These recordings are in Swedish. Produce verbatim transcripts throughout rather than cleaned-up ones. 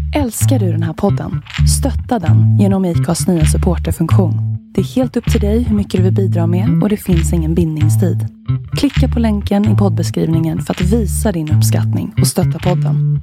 Älskar du den här podden? Stötta den genom I C A:s nya supporterfunktion. Det är helt upp till dig hur mycket du vill bidra med och det finns ingen bindningstid. Klicka på länken i poddbeskrivningen för att visa din uppskattning och stötta podden.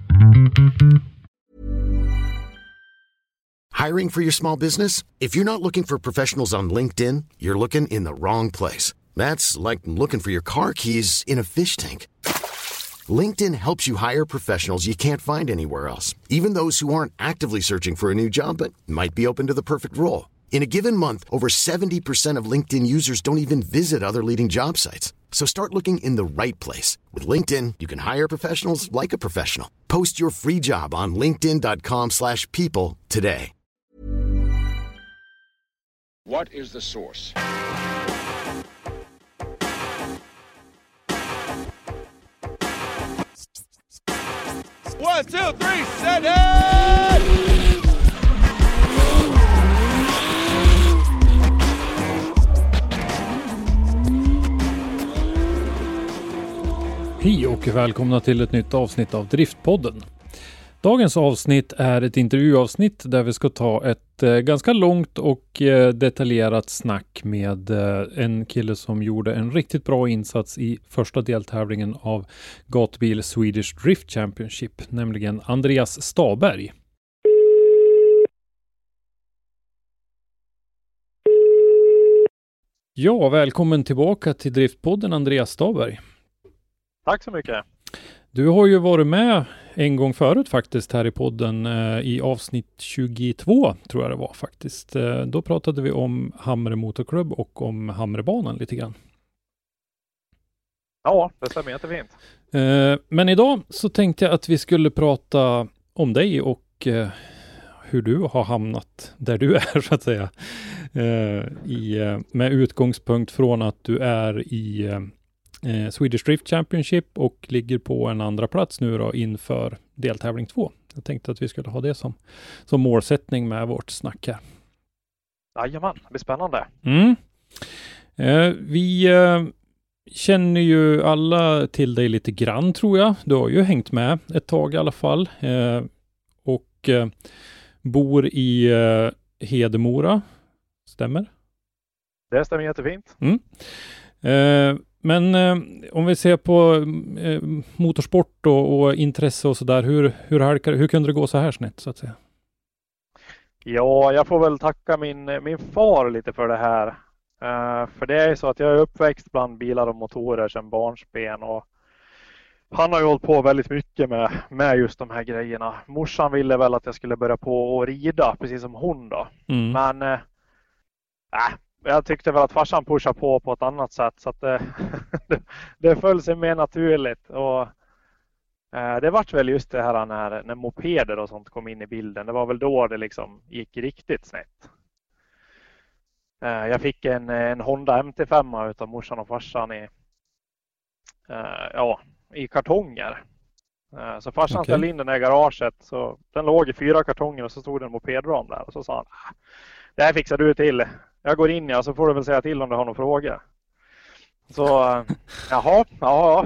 Hiring for your small business? If you're not looking for professionals on LinkedIn, you're looking in the wrong place. That's like looking for your car keys in a fish tank. LinkedIn helps you hire professionals you can't find anywhere else, even those who aren't actively searching for a new job but might be open to the perfect role. In a given month, over seventy percent of LinkedIn users don't even visit other leading job sites. So start looking in the right place. With LinkedIn, you can hire professionals like a professional. Post your free job on linkedin dot com slash people today. What is the source? One, two, three, set it! Hej och välkomna till ett nytt avsnitt av Driftpodden. Dagens avsnitt är ett intervjuavsnitt där vi ska ta ett eh, ganska långt och eh, detaljerat snack med eh, en kille som gjorde en riktigt bra insats i första deltävlingen av Gatubil Swedish Drift Championship, nämligen Andreas Staberg. Ja, välkommen tillbaka till Driftpodden, Andreas Staberg. Tack så mycket. Du har ju varit med en gång förut faktiskt här i podden eh, i avsnitt tjugotvå tror jag det var faktiskt. Eh, då pratade vi om Hamre Motorklubb och om Hamrebanan lite grann. Ja, det stämmer jättefint. Eh, men idag så tänkte jag att vi skulle prata om dig och eh, hur du har hamnat där du är så att säga. Eh, i, eh, med utgångspunkt från att du är i eh, Eh, Swedish Drift Championship och ligger på en andra plats nu då inför deltävling två. Jag tänkte att vi skulle ha det som, som målsättning med vårt snack här. Jajamän, det blir spännande. Mm. Eh, vi eh, känner ju alla till dig lite grann tror jag. Du har ju hängt med ett tag i alla fall. Eh, och eh, bor i eh, Hedemora. Stämmer? Det stämmer jättefint. Mm. Eh, Men eh, om vi ser på eh, motorsport och, och intresse och sådär, hur, hur, halkar, hur kunde det gå så här snett så att säga? Ja, jag får väl tacka min, min far lite för det här. Uh, för det är så att jag är uppväxt bland bilar och motorer sedan barnsben och han har ju hållit på väldigt mycket med, med just de här grejerna. Morsan ville väl att jag skulle börja på att rida, precis som hon då. Mm. Men äh, jag tyckte väl att farsan pushade på på ett annat sätt så att det, det, det föll sig mer naturligt och eh, det vart väl just det här när, när mopeder och sånt kom in i bilden. Det var väl då det liksom gick riktigt snett. Eh, jag fick en, en Honda M T fem utav morsan och farsan i, eh, ja, i kartonger. Eh, så farsan okay. ställde in den där i garaget så den låg i fyra kartonger och så stod det en mopedram där och så sa han, det här fixar du till. Jag går in ja, så får du väl säga till om du har någon fråga. Så, jaha, ja.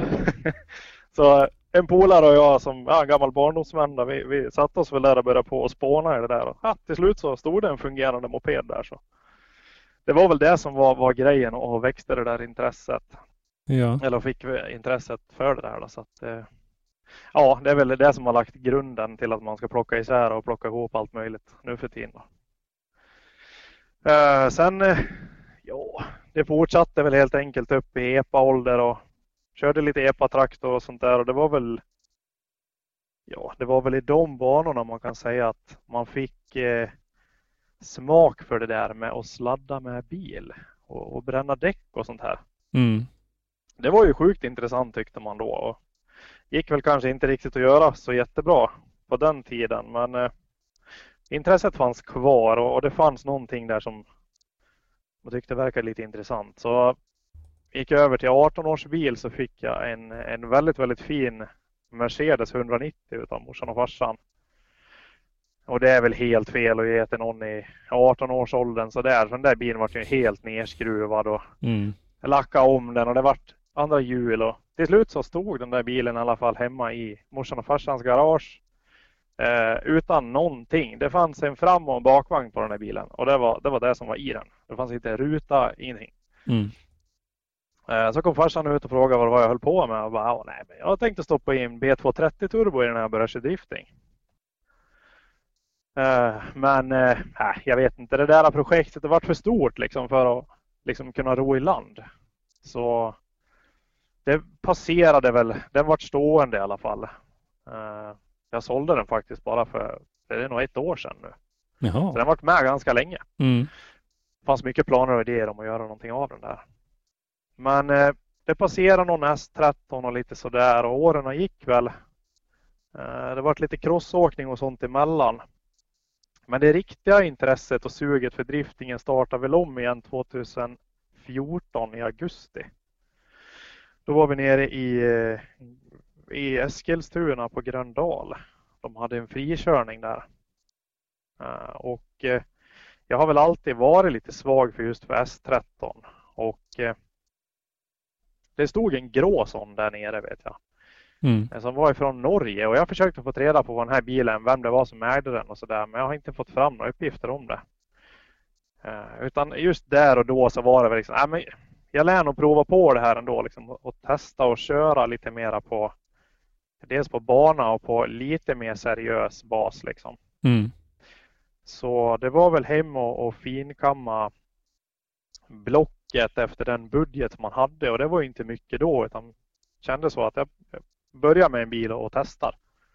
Så en polare och jag som ja, en gammal barndomsvän, vi, vi satt oss väl där och började på att spåna i det där. Och, ja, till slut så stod det en fungerande moped där. Så. Det var väl det som var, var grejen och växte det där intresset. Ja. Eller fick vi intresset för det där. Då, så att, ja, det är väl det som har lagt grunden till att man ska plocka isär och plocka ihop allt möjligt nu för tiden. Då. Uh, sen, uh, ja, det fortsatte väl helt enkelt upp i E P A-ålder och körde lite E P A-traktor och sånt där och det var väl, ja, det var väl i de banorna man kan säga att man fick uh, smak för det där med att sladda med bil och, och bränna däck och sånt här. Mm. Det var ju sjukt intressant tyckte man då och gick väl kanske inte riktigt att göra så jättebra på den tiden men uh, intresset fanns kvar och, och det fanns någonting där som jag tyckte verkade lite intressant. Så gick jag över till arton års bil så fick jag en, en väldigt, väldigt fin Mercedes hundranittio utav morsan och farsan. Och det är väl helt fel att ge till någon i arton års åldern så där. För den där bilen var ju helt nerskruvad och mm. lackade om den och det vart andra hjul och till slut så stod den där bilen i alla fall hemma i morsan och farsans garage. Eh, utan någonting. Det fanns en fram- och bakvagn på den här bilen. Och det var, det var det som var i den. Det fanns inte en ruta, ingenting. Mm. Eh, så kom farsan ut och frågade vad det var jag höll på med. Och bara, nej, men jag tänkte stoppa in B tvåhundratrettio turbo i den här början drifting. Eh, men eh, jag vet inte. Det där projektet det var för stort liksom, för att liksom, kunna ro i land. Så det passerade väl. Den var stående i alla fall. Eh, Jag sålde den faktiskt bara för, det är nog ett år sedan nu. Jaha. Så den har varit med ganska länge. Mm. Det fanns mycket planer och idéer om att göra någonting av den där. Men eh, det passerade någon S tretton och lite sådär och åren gick väl. Eh, det var lite crossåkning och sånt emellan. Men det riktiga intresset och suget för driftingen startade väl om igen tjugohundrafjorton i augusti. Då var vi nere i... Eh, i Eskilstuna på Gröndal. De hade en frikörning där. Uh, och uh, jag har väl alltid varit lite svag för just för S tretton. Och uh, det stod en grå sån där nere vet jag. Mm. Som var ifrån Norge. Och jag försökte få reda på vad den här bilen, vem det var som ägde den och sådär. Men jag har inte fått fram några uppgifter om det. Uh, utan just där och då så var det väl liksom, äh, men jag lär nog prova på det här ändå liksom, och, och testa och köra lite mera på dels på bana och på lite mer seriös bas liksom. Mm. Så det var väl hem och, och finkamma blocket efter den budget man hade. Och det var ju inte mycket då utan kände så att jag börjar med en bil och, och testar.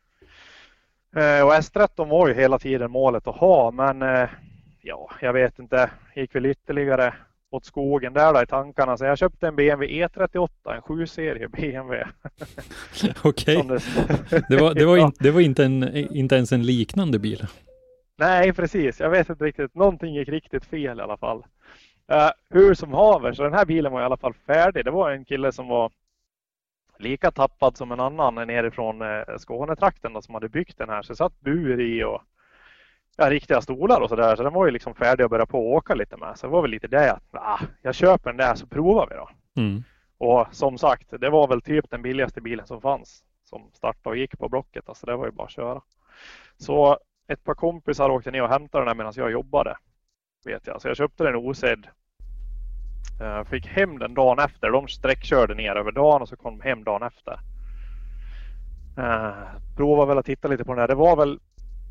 Eh, och S tretton var ju hela tiden målet att ha. Men eh, ja, jag vet inte. Gick väl ytterligare åt skogen där då i tankarna. Så jag köpte en B M W E trettioåtta, en sju-serie B M W. Okej. Okay. Det, det, var, det, var in, det var inte, en, inte ens en liknande bil. Nej, precis. Jag vet inte riktigt. Någonting gick riktigt fel i alla fall. Uh, hur som haver, så den här bilen var i alla fall färdig. Det var en kille som var lika tappad som en annan nerifrån uh, Skånetrakten då, som hade byggt den här. Så satt bur i och ja, riktiga stolar och sådär. Så den var ju liksom färdig att börja på att åka lite med. Så det var väl lite det att ah, jag köper den där så provar vi då. Mm. Och som sagt, det var väl typ den billigaste bilen som fanns. Som startade och gick på blocket. Alltså det var ju bara att köra. Så ett par kompisar åkte ner och hämtade den där medan jag jobbade. Vet jag. Så jag köpte den osedd. Uh, fick hem den dagen efter. De sträckkörde ner över dagen och så kom de hem dagen efter. Uh, provade väl att titta lite på den där. Det var väl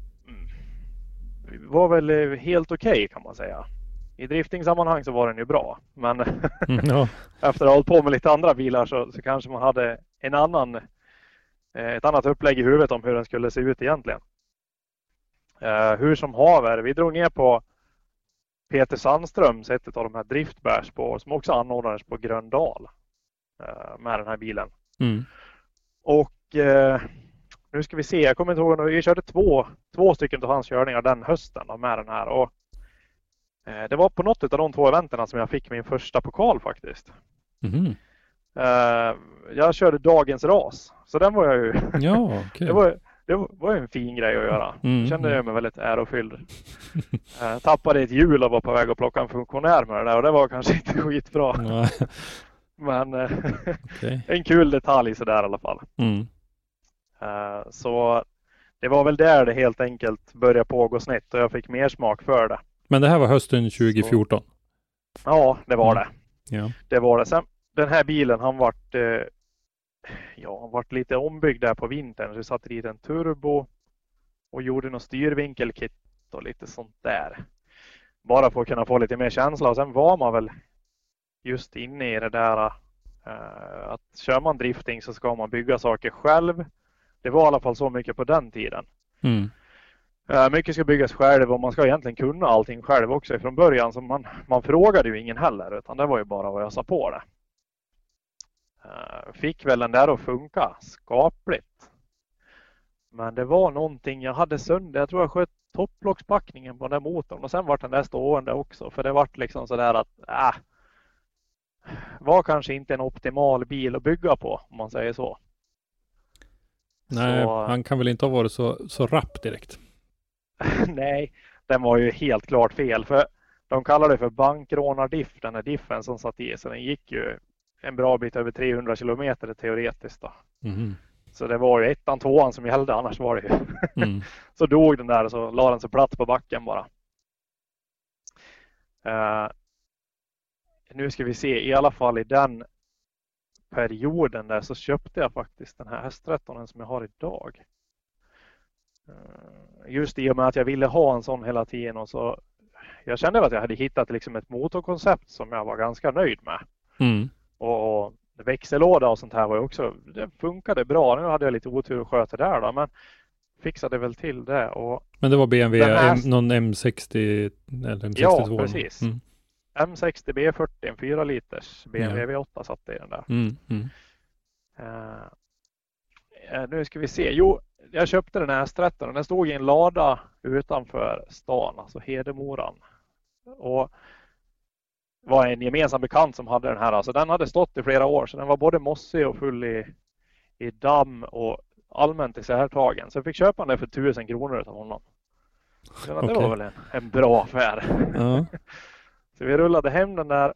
var väl helt okej okay, kan man säga. I driftingsammanhang så var den ju bra. Men mm, ja. Efter att ha hållit på med lite andra bilar så, så kanske man hade en annan, ett annat upplägg i huvudet om hur den skulle se ut egentligen. Uh, hur som haver, vi drog ner på Peter Sandströms, ett av de här driftbärs på, som också anordnades på Gröndal uh, med den här bilen. Mm. Och uh, nu ska vi se, jag kommer inte ihåg, vi körde två, två stycken av hans körningar den hösten då, med den här. Och, eh, det var på något av de två eventerna som jag fick min första pokal faktiskt. Mm. Eh, jag körde dagens ras, så den var jag ju... Ja, okay. det, var, det var ju en fin grej att göra. Mm. Jag kände jag mig väldigt ärofylld. eh, tappade ett hjul och var på väg att plocka en funktionär med det där och det var kanske inte skitbra. Mm. Men eh, okay. En kul detalj sådär i alla fall. Mm. Uh, så det var väl där det helt enkelt började på att gå snett och jag fick mer smak för det. Men det här var hösten tjugo fjorton? Så, ja, det var mm. det. Ja. Det var det. Sen, den här bilen, han vart, uh, ja, han vart lite ombyggd där på vintern. Så vi satte dit en turbo och gjorde någon styrvinkelkit och lite sånt där. Bara för att kunna få lite mer känsla. Och sen var man väl just inne i det där uh, att kör man drifting så ska man bygga saker själv. Det var i alla fall så mycket på den tiden. Mm. Uh, mycket ska byggas själv och man ska egentligen kunna allting själv också från början. Så man, man frågade ju ingen heller utan det var ju bara vad jag sa på det. Uh, fick väl den där att funka skapligt. Men det var någonting jag hade sönder. Jag tror jag sköt topplockspackningen på den där motorn och sen var den där stående också. För det var liksom sådär att äh, var kanske inte en optimal bil att bygga på om man säger så. Nej, så, han kan väl inte ha varit så, så rapp direkt. Nej, den var ju helt klart fel. För de kallade det för bankrånardiff, den här diffen som satt i. Så den gick ju en bra bit över trehundra kilometer teoretiskt då. Mm. Så det var ju ettan, tvåan som gällde, annars var det ju. Mm. Så dog den där och så la den sig platt på backen bara. Uh, nu ska vi se, i alla fall i den perioden där så köpte jag faktiskt den här S tretton som jag har idag. Uh, just i och med att jag ville ha en sån hela tiden och så jag kände att jag hade hittat liksom ett motorkoncept som jag var ganska nöjd med. Mm. Och, och växellåda och sånt här var ju också, det funkade bra. Nu hade jag lite otur och sköt det där då, men fixade väl till det. Och men det var B M W, här... M, någon M sextio eller M sextiotvå? Ja, precis. Mm. M sextio B fyrtio, en fyra liters B M W ja. V åtta satt i den där. Mm. Mm. Uh, nu ska vi se. Jo, jag köpte den här S tretton och den stod i en lada utanför stan, alltså Hedemoran. Och var en gemensam bekant som hade den här. Alltså den hade stått i flera år så den var både mossig och full i, i damm och allmänt isärtagen. Så jag fick köpa den för tusen kronor av honom. Så det okay. var väl en, en bra affär. Uh. Så vi rullade hem den där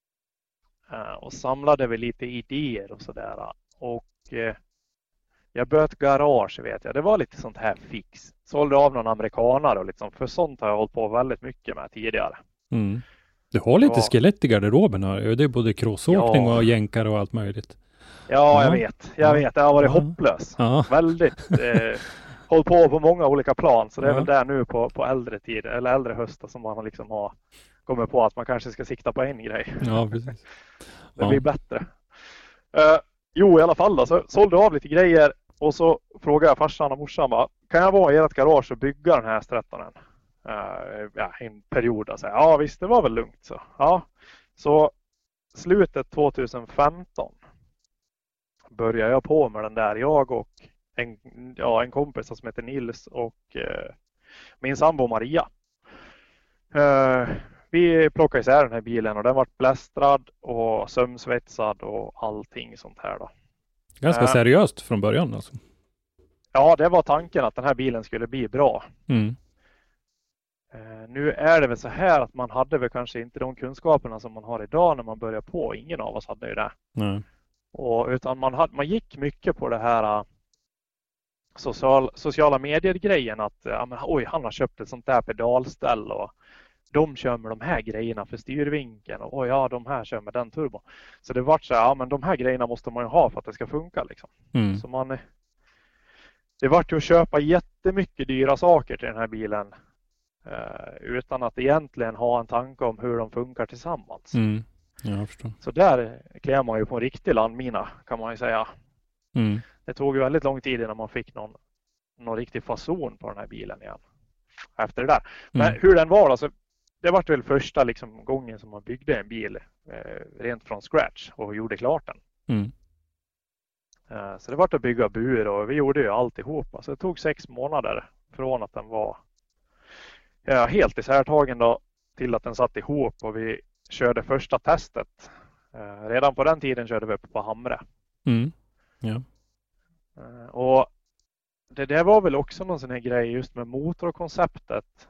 och samlade vi lite idéer och sådär. Och jag böt garage vet jag. Det var lite sånt här fix. Sålde av någon amerikanare och liksom, för sånt har jag hållit på väldigt mycket med tidigare. Mm. Du har lite ja. skelett i garderoben här. Det är både crossåkning ja. och jänkare och allt möjligt. Ja, ja. jag vet. Jag ja. vet. Det har varit ja. hopplös. Ja. Väldigt eh, hållit på på många olika plan. Så det är ja. väl där nu på, på äldre tid eller äldre höst som man liksom har kommit på att man kanske ska sikta på en grej. Ja, precis. det blir ja. bättre. Uh, jo, i alla fall då. Så sålde av lite grejer och så frågade jag farsan och morsan bara, kan jag vara i ert garage och bygga den här S tretton? Uh, ja, en period. Alltså. Ja, visst, det var väl lugnt. Så, ja. så slutet tjugohundrafemton började jag på med den där. Jag och en, ja, en kompis som heter Nils och uh, min sambo Maria. Uh, vi plockade isär den här bilen och den var blästrad och sömsvetsad och allting sånt här då. Ganska uh, seriöst från början alltså. Ja, det var tanken att den här bilen skulle bli bra. Mm. Uh, nu är det väl så här att man hade väl kanske inte de kunskaperna som man har idag när man börjar på. Ingen av oss hade ju det. Mm. Och, utan man, hade, man gick mycket på det här uh, social, sociala medier-grejen. Att ja, men, oj, han har köpt ett sånt där pedalställ och de kör med de här grejerna för styrvinkeln. Och oj, ja, de här kör med den turbon. Så det var så här, ja men de här grejerna måste man ju ha för att det ska funka liksom. Mm. Så man... Det var ju att köpa jättemycket dyra saker till den här bilen. Uh, utan att egentligen ha en tanke om hur de funkar tillsammans. Mm. Ja, jag förstår. Så där klev man ju på en riktig landmina kan man ju säga. Mm. Det tog ju väldigt lång tid innan man fick någon, någon riktig fason på den här bilen igen. Efter det där. Men mm. hur den var då, så det var väl första liksom, gången som man byggde en bil eh, rent från scratch och gjorde klart den. Mm. Uh, så det var att bygga bur och vi gjorde ju alltihopa. Så det tog sex månader från att den var ja, helt isärtagen då till att den satt ihop och vi körde första testet. Uh, redan på den tiden körde vi på Hamre. Mm. Ja. Uh, och det där var väl också någon sån här grej just med motorkonceptet.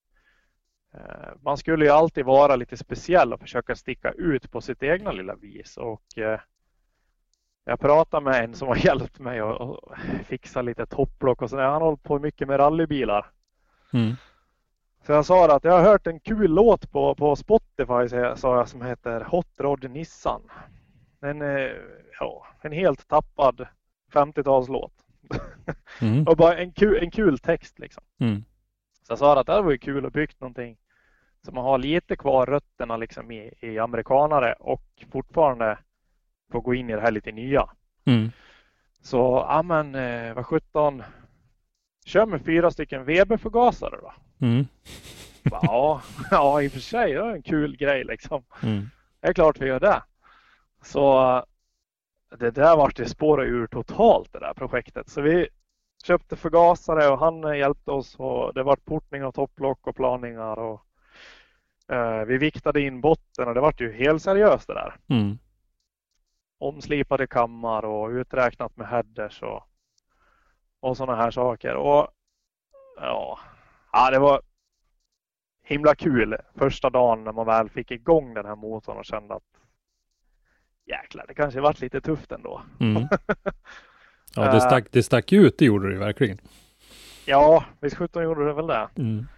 Uh, man skulle ju alltid vara lite speciell och försöka sticka ut på sitt egna lilla vis. Och uh, jag pratade med en som har hjälpt mig att fixa lite topplock och sådär. Han har hållit på mycket med rallybilar. Mm. Så jag sa att jag har hört en kul låt på, på Spotify sa jag, som heter Hot Rod Nissan. En, ja, en helt tappad femtiotalslåt. Mm. Och bara en kul, en kul text liksom. Mm. Så jag sa att det var ju kul att byggt någonting så man har lite kvar rötterna liksom i, i amerikanare och fortfarande får gå in i det här lite nya. Mm. Så, ja men, eh, vad sjutton. Kör med fyra stycken Weber-förgasare då. Mm. Ja, ja, i och för sig. Det är en kul grej liksom. Mm. Det är klart vi gör det. Så det där var det spårade ur totalt det där projektet. Så vi köpte förgasare och han hjälpte oss. Och det var portning av topplock och planingar. Och eh, vi viktade in botten och det var ju helt seriöst det där. Mm. Omslipade kammar och uträknat med headers och, och sådana här saker. Och ja, ja, det var himla kul första dagen när man väl fick igång den här motorn och kände att jäklar, det kanske varit lite tufft ändå. Mm. Ja, det stack, det stack ut, det gjorde det verkligen. Ja, visst sjutton gjorde det väl det. Mm.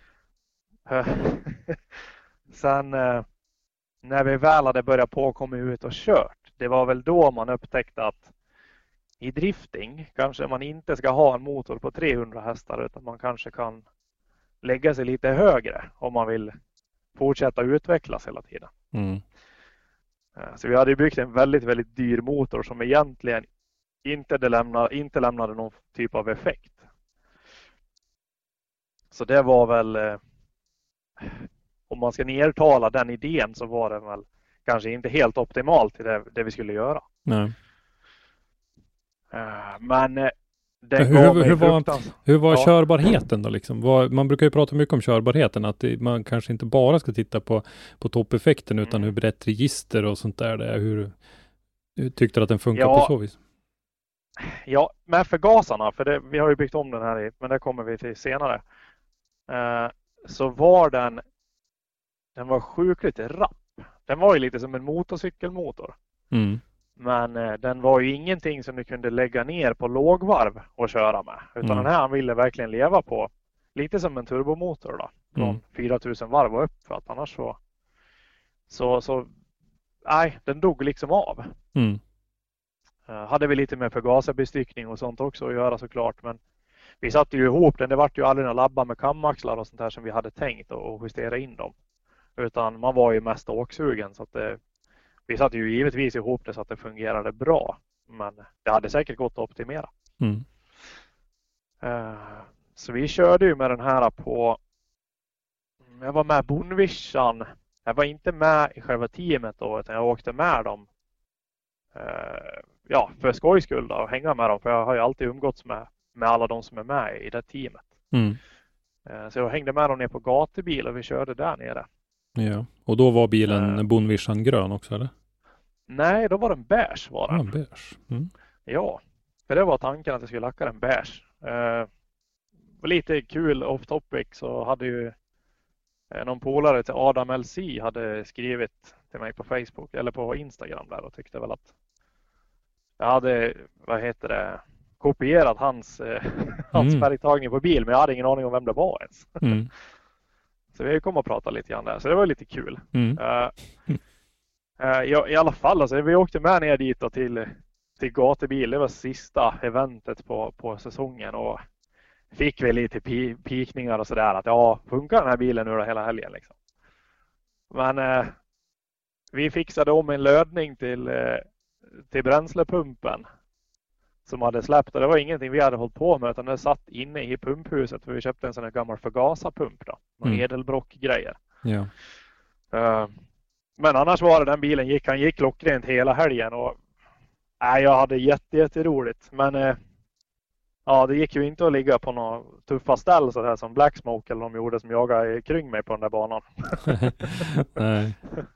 Sen eh, när vi väl hade börjat på att komma ut och kört, det var väl då man upptäckte att i drifting kanske man inte ska ha en motor på trehundra hästar, utan man kanske kan lägga sig lite högre om man vill fortsätta utvecklas hela tiden. Mm. Så vi hade byggt en väldigt, väldigt dyr motor som egentligen inte, det lämnade, inte lämnade någon typ av effekt. Så det var väl, eh, om man ska nertala den idén, så var det väl kanske inte helt optimalt till det, det vi skulle göra. Nej. Uh, men eh, det hur, gav hur, mig hur var, fruktans... hur var ja. körbarheten då liksom? Var, man brukar ju prata mycket om körbarheten, att det, man kanske inte bara ska titta på, på toppeffekten, utan mm. hur brett register och sånt där det är. Hur, hur tyckte du att den funkar ja. på så vis? Ja, med förgasarna, för det, vi har ju byggt om den här i, men det kommer vi till senare. Uh, så var den den var sjukligt rapp. Den var ju lite som en motorcykelmotor. Mm. Men uh, den var ju ingenting som du kunde lägga ner på lågvarv och köra med. Utan mm. den här ville verkligen leva på lite som en turbomotor då. Från mm. fyra tusen varv och upp, för att annars så så, så nej, den dog liksom av. Mm. Uh, hade vi lite med förgasarbestyckning och sånt också att göra såklart, men vi satte ju ihop den. Det var ju aldrig några labbar med kamaxlar och sånt här som vi hade tänkt och justera in dem. Utan man var ju mest åksugen, så att det, vi satte ju givetvis ihop det så att det fungerade bra. Men det hade säkert gått att optimera. Mm. Uh, så vi körde ju med den här på... Jag var med Bonvischan. Jag var inte med i själva teamet då, utan jag åkte med dem. Uh, ja, för skojs skull då, och hänga med dem. För jag har ju alltid umgåtts med med alla de som är med i det teamet. Mm. Så jag hängde med dem ner på gatubil och vi körde där nere. Ja, och då var bilen uh, Bonvischan grön också, eller? Nej, då var den beige var den. Ja, beige. Mm. Ja, för det var tanken att jag skulle lacka den beige. Uh, lite kul off topic, så hade ju uh, någon polare till Adam L C hade skrivit till mig på Facebook eller på Instagram där och tyckte väl att jag hade, vad heter det, kopierat hans, eh, hans mm. färgtagning på bil, men jag hade ingen aning om vem det var ens. Mm. Så vi kom och prata lite grann där, så det var lite kul. Mm. Uh, uh, ja, i alla fall, alltså, vi åkte med ner dit och till, till gatubil. Det var sista eventet på, på säsongen och fick vi lite pi- pikningar och sådär att ja, funkar den här bilen nu då hela helgen liksom. Men uh, vi fixade om en lödning till, uh, till bränslepumpen som hade släppt, och det var ingenting vi hade hållit på med, utan det satt inne i pumphuset, för vi köpte en sån här gammal förgasarpump då, någon mm. edelbrock-grejer. Ja. Uh, men annars var det den bilen gick, han gick klockrent hela helgen och äh, jag hade jätte, jätteroligt, men uh, ja, det gick ju inte att ligga på några tuffa ställ så här som Black Smoke eller de gjorde som jagade kring mig på den där banan. Nej.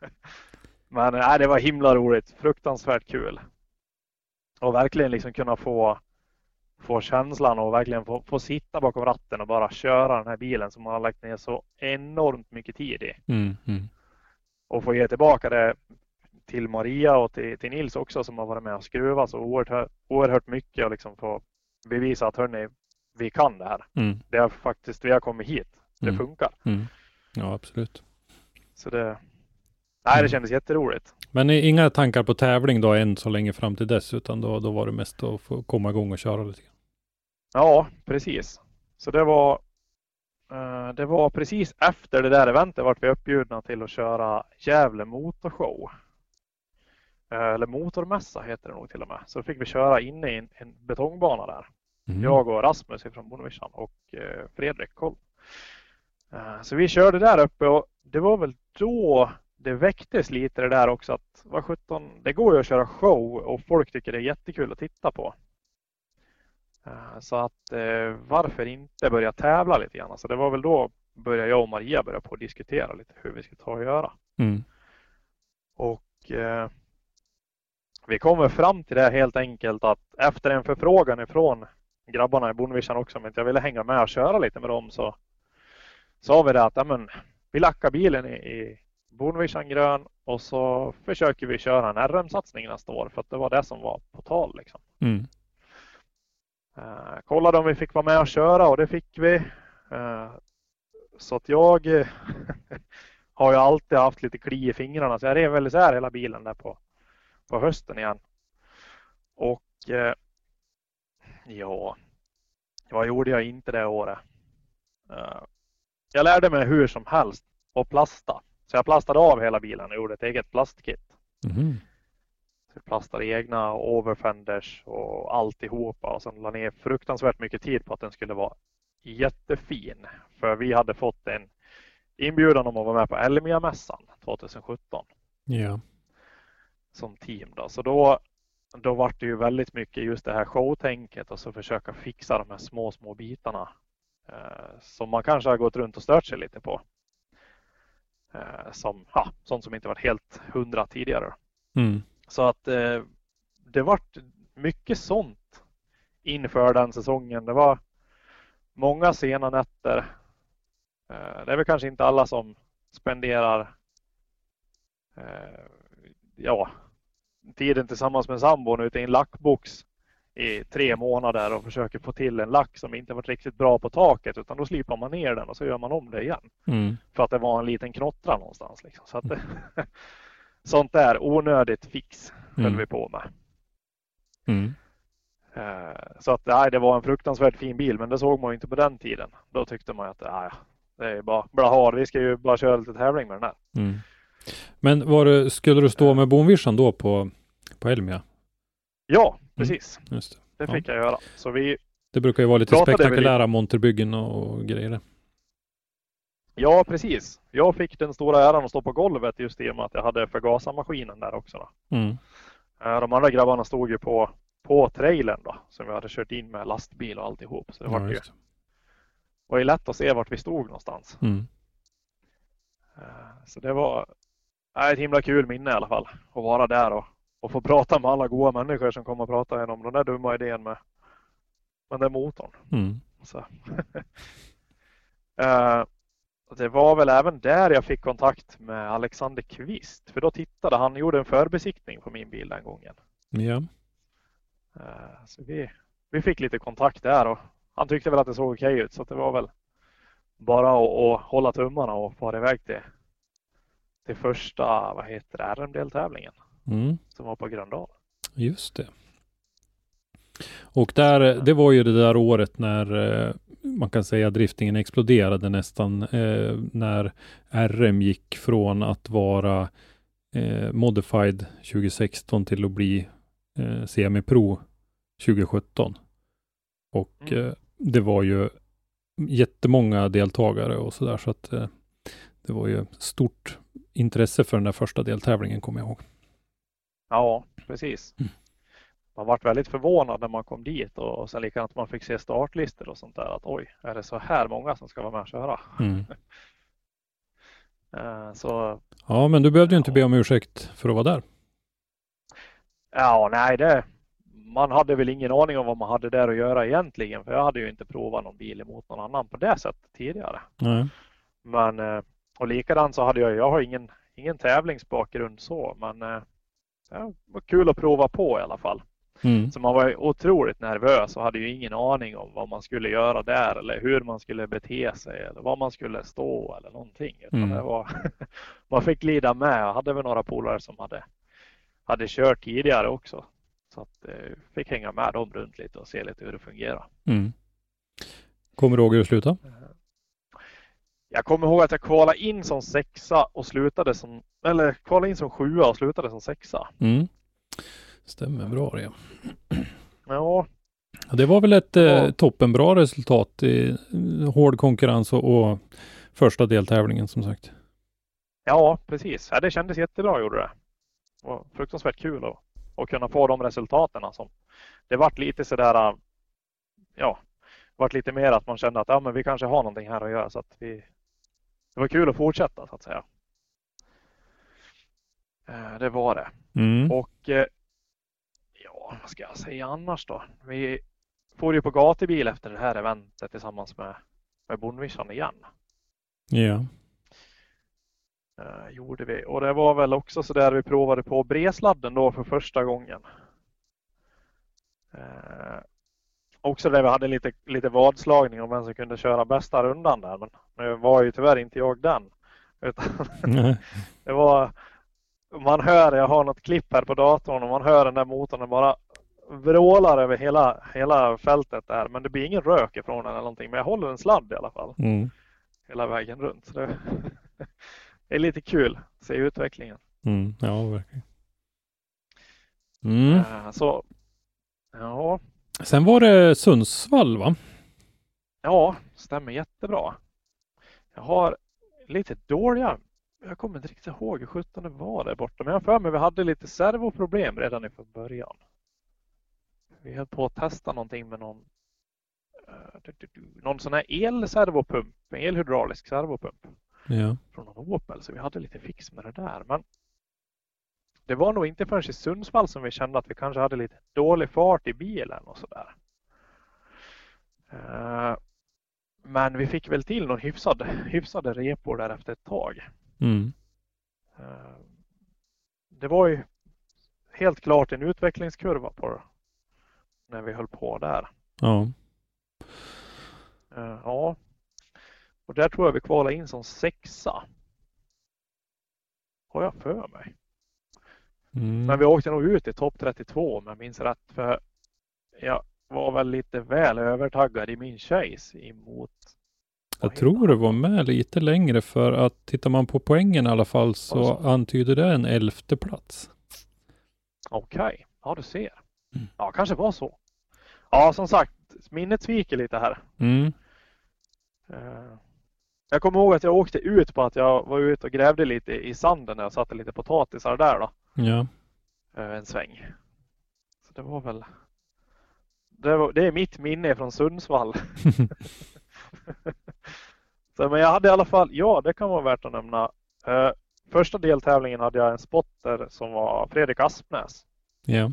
Men äh, det var himla roligt, fruktansvärt kul. Och verkligen liksom kunna få, få känslan och verkligen få, få sitta bakom ratten och bara köra den här bilen som man har lagt ner så enormt mycket tid i. Mm, mm. Och få ge tillbaka det till Maria och till, till Nils också, som har varit med och skruvat så oerhört, oerhört mycket och liksom få bevisa att hörni, vi kan det här. Mm. Det är faktiskt, vi har kommit hit. Det mm. funkar. Mm. Ja, absolut. Så det, nej, det kändes mm. jätteroligt. Men inga tankar på tävling då än så länge fram till dess, utan då, då var det mest att få komma igång och köra lite grann. Ja, precis. Så det var uh, det var precis efter det där eventet vart vi uppbjudna till att köra Gävle motorshow. Uh, eller motormässa heter det nog till och med. Så fick vi köra inne i en, en betongbana där. Mm. Jag och Rasmus från Bonvischan och uh, Fredrik Koll. Uh, så vi körde där uppe och det var väl då det väcktes lite det där också att vad sjutton, det går ju att köra show och folk tycker det är jättekul att titta på. Uh, så att uh, varför inte börja tävla lite grann. Så det var väl då började jag och Maria börja på att diskutera lite hur vi ska ta och göra. Mm. Och uh, vi kommer fram till det helt enkelt att efter en förfrågan ifrån grabbarna i Bonvischan också, om jag ville hänga med och köra lite med dem, så sa vi det att ja, men, vi lackar bilen i, i Bonvischan grön och så försöker vi köra en R M-satsning nästa år, för att det var det som var på tal liksom. Mm. Uh, kollade om vi fick vara med och köra och det fick vi. Uh, så att jag har ju alltid haft lite kli i fingrarna så jag rev väl isär hela bilen där på, på hösten igen. Och uh, ja, vad gjorde jag inte det året? Uh, jag lärde mig hur som helst att plasta. Så jag plastade av hela bilen och gjorde ett eget plastkit. Mm. Så jag plastade egna overfenders och alltihopa. Och sen la ner fruktansvärt mycket tid på att den skulle vara jättefin. För vi hade fått en inbjudan om att vara med på Elmia-mässan tjugohundrasjutton. Ja. Som team då. Så då, då var det ju väldigt mycket just det här showtänket. Och så försöka fixa de här små, små bitarna. Eh, som man kanske har gått runt och stört sig lite på. Eh, som, ja, sånt som inte varit helt hundra tidigare. Mm. Så att eh, det var mycket sånt inför den säsongen. Det var många sena nätter. Eh, det är väl kanske inte alla som spenderar eh, ja, tiden tillsammans med sambon ute i en lackbox i tre månader och försöker få till en lack som inte varit riktigt bra på taket, utan då slipar man ner den och så gör man om det igen. Mm. För att det var en liten knottra någonstans. Liksom. Så att det, sånt där onödigt fix höll Mm. vi på med. Mm. Uh, så att nej, det var en fruktansvärt fin bil, men det såg man ju inte på den tiden. Då tyckte man att nej, det är bara blahar, vi ska ju bara köra lite tävling med den här. Mm. Men var det, skulle du stå med bonvischan då på, på Elmia? Ja, precis. Mm. Just det. Det Ja. fick jag göra. Så vi, Det brukar ju vara lite Pratade vi spektakulära monterbyggen och grejer. ja, precis. Jag fick den stora äran att stå på golvet just i och med att jag hade förgasarmaskinen där också. Då. Mm. Uh, de andra grabbarna stod ju på, på trailern då, som vi hade kört in med lastbil och alltihop. Så det Ja, var, ju, just det. var ju lätt att se vart vi stod någonstans. Mm. Uh, så det var uh, ett himla kul minne i alla fall. Att vara där och, och få prata med alla goda människor som kommer att prata om den där dumma idén med, med den motorn. Mm. Så. uh, det var väl även där jag fick kontakt med Alexander Kvist. För då tittade han, gjorde en förbesiktning på min bil den gången. Ja. Uh, så vi, vi fick lite kontakt där och han tyckte väl att det såg okej ut. Så det var väl bara att, att hålla tummarna och fara iväg till, till första, vad heter det, R M-deltävlingen. Mm. Som var på Gröndal. Just det. Och där, det var ju det där året när eh, man kan säga driftingen exploderade nästan. Eh, när R M gick från att vara eh, modified tjugohundrasexton till att bli eh, semi-pro tjugosjutton. Och Mm. eh, det var ju jättemånga deltagare och sådär, så att eh, det var ju stort intresse för den där första deltävlingen, kommer jag ihåg. Ja, precis. Mm. Man var väldigt förvånad när man kom dit och, och sen likadant man fick se startlistor och sånt där. Att oj, är det så här många som ska vara med och köra? Mm. uh, så Ja, men du behövde ju inte Ja. be om ursäkt för att vara där. ja, nej det. Man hade väl ingen aning om vad man hade där att göra egentligen. För jag hade ju inte provat någon bil emot någon annan på det sättet tidigare. Nej. Men, uh, och likadant så hade jag, jag har ingen, ingen tävlingsbakgrund så. Men uh, det var kul att prova på i alla fall. Mm. Så man var otroligt nervös och hade ju ingen aning om vad man skulle göra där eller hur man skulle bete sig eller vad man skulle stå eller någonting. Utan Mm. det var man fick glida med. Jag hade väl några polare som hade, hade kört tidigare också. Så att eh, fick hänga med dem runt lite och se lite hur det fungerar. Mm. Kommer du ihåg hur det slutade? Jag kommer ihåg att jag kvalade in som sexa och slutade som, eller kvalade in som sjua och slutade som sexa. Mm. Stämmer bra det. Ja, Ja, det var väl ett eh, Ja. toppenbra resultat i eh, hård konkurrens och, och första deltävlingen som sagt. ja precis. Ja, det kändes jättebra gjorde det. Det var fruktansvärt kul att, att kunna få de resultaten som det vart lite sådär, ja, vart lite mer att man kände att ja, men vi kanske har någonting här att göra så att vi, det var kul att fortsätta så att säga. Eh, Det var det. Mm. Och eh, ja, vad ska jag säga annars då? Vi får ju på gatubil efter det här eventet tillsammans med, med Bonvischan igen. Ja. Eh, gjorde vi. Och det var väl också så där vi provade på bredsladden då för första gången. Eh, också där vi hade lite, lite vadslagning om vem som kunde köra bästa rundan där. Men nu var ju tyvärr inte jag den. Utan det var, man hör, jag har något klipp här på datorn och man hör den där motorn bara vrålar över hela, hela fältet där. Men det blir ingen rök ifrån den eller någonting. Men jag håller en sladd i alla fall. Mm. Hela vägen runt. Så det, det är lite kul att se utvecklingen. Mm. Ja, verkligen. Mm. Uh, så, ja. Sen var det Sundsvall, va? Ja, stämmer jättebra. Jag har lite dåliga, jag kommer inte riktigt ihåg hur sjutton det var där borta. Men jag för mig vi hade lite servoproblem redan ifrån början. Vi höll på att testa någonting med någon uh, någon sån här elservopump, en elhydraulisk servopump. Ja. Från någon Opel, så vi hade lite fix med det där. Men det var nog inte förrän i Sundsvall som vi kände att vi kanske hade lite dålig fart i bilen och sådär. Uh, men vi fick väl till någon hyfsad, hyfsade repor där efter ett tag. Mm. Uh, det var ju helt klart en utvecklingskurva på när vi höll på där. Ja. Uh, ja. Och där tror jag vi kvalade in som sexa. Har jag för mig. Mm. Men vi åkte nog ut i topp trettiotvå om jag minns rätt. För jag var väl lite väl övertaggad i min chase emot. Jag tror det var med lite längre, för att tittar man på poängen i alla fall så Alltså. antyder det en elfte plats. Okej, okay. Ja du ser. Mm. Ja, kanske var så. Ja, som sagt, minnet sviker lite här. Mm. Uh, jag kommer ihåg att jag åkte ut på att jag var ute och grävde lite i sanden när jag satte lite potatisar där då. Ja. Uh, en sväng. Så det var väl... Det, var, det är mitt minne från Sundsvall. Så, men jag hade i alla fall, ja det kan vara värt att nämna. Uh, första deltävlingen hade jag en spotter som var Fredrik Aspnäs. Ja.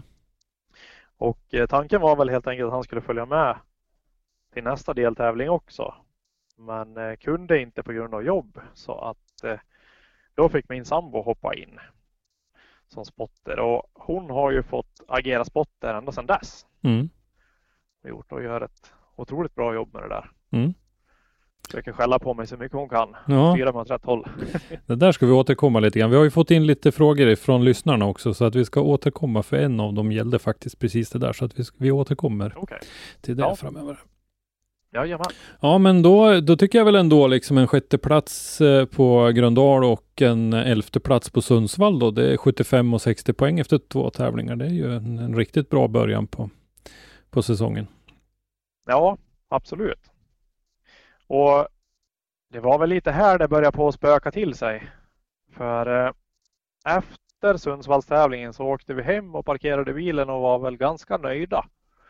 Och eh, tanken var väl helt enkelt att han skulle följa med till nästa deltävling också. Men eh, kunde inte på grund av jobb. Så att eh, då fick min sambo hoppa in som spotter. Och hon har ju fått agera spotter ända sedan dess. Mm. Och gjort och gör ett otroligt bra jobb med det där. Mm. Försöker skälla på mig så mycket hon kan. Ja. Styra mig åt rätt håll. Det där ska vi återkomma lite grann. Vi har ju fått in lite frågor från lyssnarna också, så att vi ska återkomma, för en av dem gällde faktiskt precis det där, så att vi, vi återkommer Okay. till det Ja. framöver. Jajamän. Ja, men då, då tycker jag väl ändå liksom en sjätte plats på Gröndal och en elfte plats på Sundsvall då. Det är sjuttiofem och sextio poäng efter två tävlingar. Det är ju en, en riktigt bra början på, på säsongen. Ja, absolut. Och det var väl lite här det började på att spöka till sig. För eh, efter Sundsvallstävlingen så åkte vi hem och parkerade bilen och var väl ganska nöjda.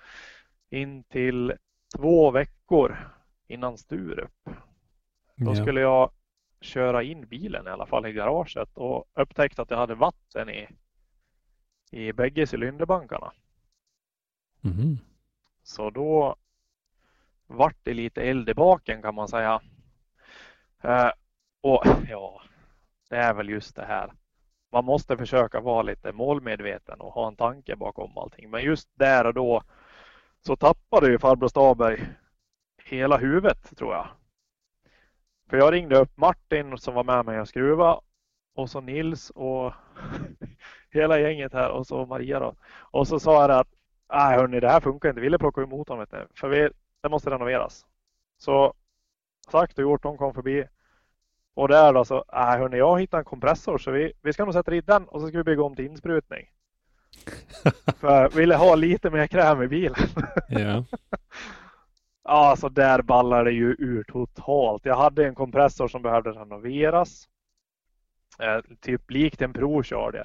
In till två veckor innan Sturup. Då Ja. skulle jag köra in bilen i alla fall i garaget och upptäckte att jag hade vatten i, i bägge cylinderbankarna. Mhm. Så då vart det lite eld i baken kan man säga. Uh, och ja, det är väl just det här. Man måste försöka vara lite målmedveten och ha en tanke bakom allting. Men just där och då så tappade ju farbror Staberg hela huvudet tror jag. För jag ringde upp Martin som var med mig och skruva. Och så Nils och hela gänget här och så Maria då. Och så sa jag att nej hörni, det här funkar inte. Vi ville plocka ut motorn vet ni. För vi, det måste renoveras. Så sagt och gjort, de kom förbi. Och där då så, nej hörni, jag hittade en kompressor så vi, vi ska nog sätta dit den och så ska vi bygga om till insprutning. För jag ville ha lite mer kräm i bilen. Ja. Ja, så där ballade det ju ur totalt. Jag hade en kompressor som behövde renoveras. Eh, typ likt en Pro körde.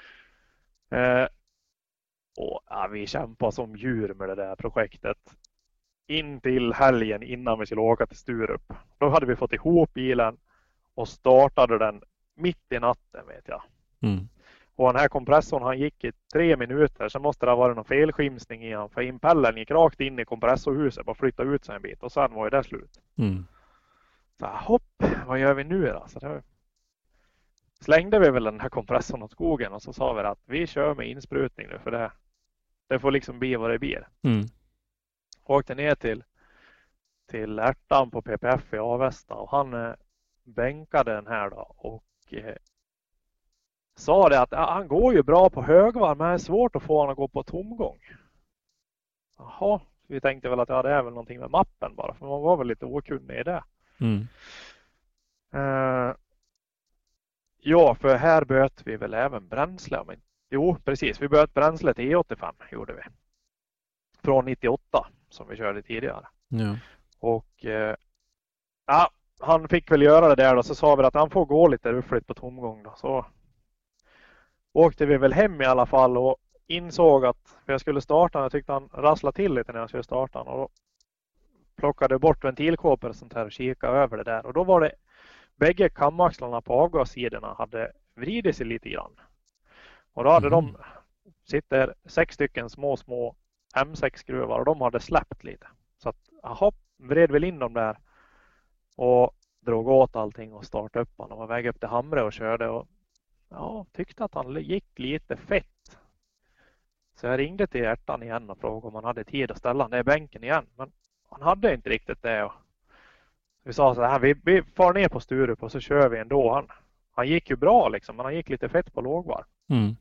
Eh, och ja, vi kämpade som djur med det där projektet. In till helgen innan vi skulle åka till Sturup. Då hade vi fått ihop bilen och startade den mitt i natten vet jag. Mm. Och den här kompressorn han gick i tre minuter. Så måste det ha varit någon felskimsning i han. För impellern gick rakt in i kompressorhuset. Bara flyttade ut sig en bit. Och sen var ju det slut. Mm. Så hopp, vad gör vi nu då? Så då slängde vi väl den här kompressorn åt skogen. Och så sa vi att vi kör med insprutning nu. För det, det får liksom bli vad det blir. Mm. åkte ner till, till ärtan på P P F i Avesta och han eh, bänkade den här då och eh, sa det att ja, han går ju bra på högvarv men det är svårt att få honom att gå på tomgång. Jaha, vi tänkte väl att ja, det är väl någonting med mappen bara för man var väl lite okunnig i det. Mm. Uh, ja, för här böt vi väl även bränsle. Men, jo, precis. Vi böt bränsle till E åttiofem gjorde vi. Från nittioåtta som vi körde tidigare. Ja. Och uh, ja, han fick väl göra det där då. Så sa vi att han får gå lite ruffligt på tomgång då. Så åkte vi väl hem i alla fall och insåg att jag skulle starta. Jag tyckte han rasslade till lite när jag skulle starta. Och då plockade bort ventilkåpor och sånt här och kikade över det där. Och då var det bägge kamaxlarna på avgassidorna hade vridit sig lite grann. Och då hade mm. de sitter sex stycken små små M sex-skruvar och de hade släppt lite. Så att aha, vred väl in dem där och drog åt allting och startade upp han och var väg upp till Hamre och körde och ja, tyckte att han gick lite fett. Så jag ringde till ärtan igen och frågade om han hade tid att ställa ner bänken igen. Men han hade inte riktigt det och vi sa så här, vi, vi far ner på Sturup och så kör vi ändå. Han, han gick ju bra liksom, men han gick lite fett på lågvar. Mm.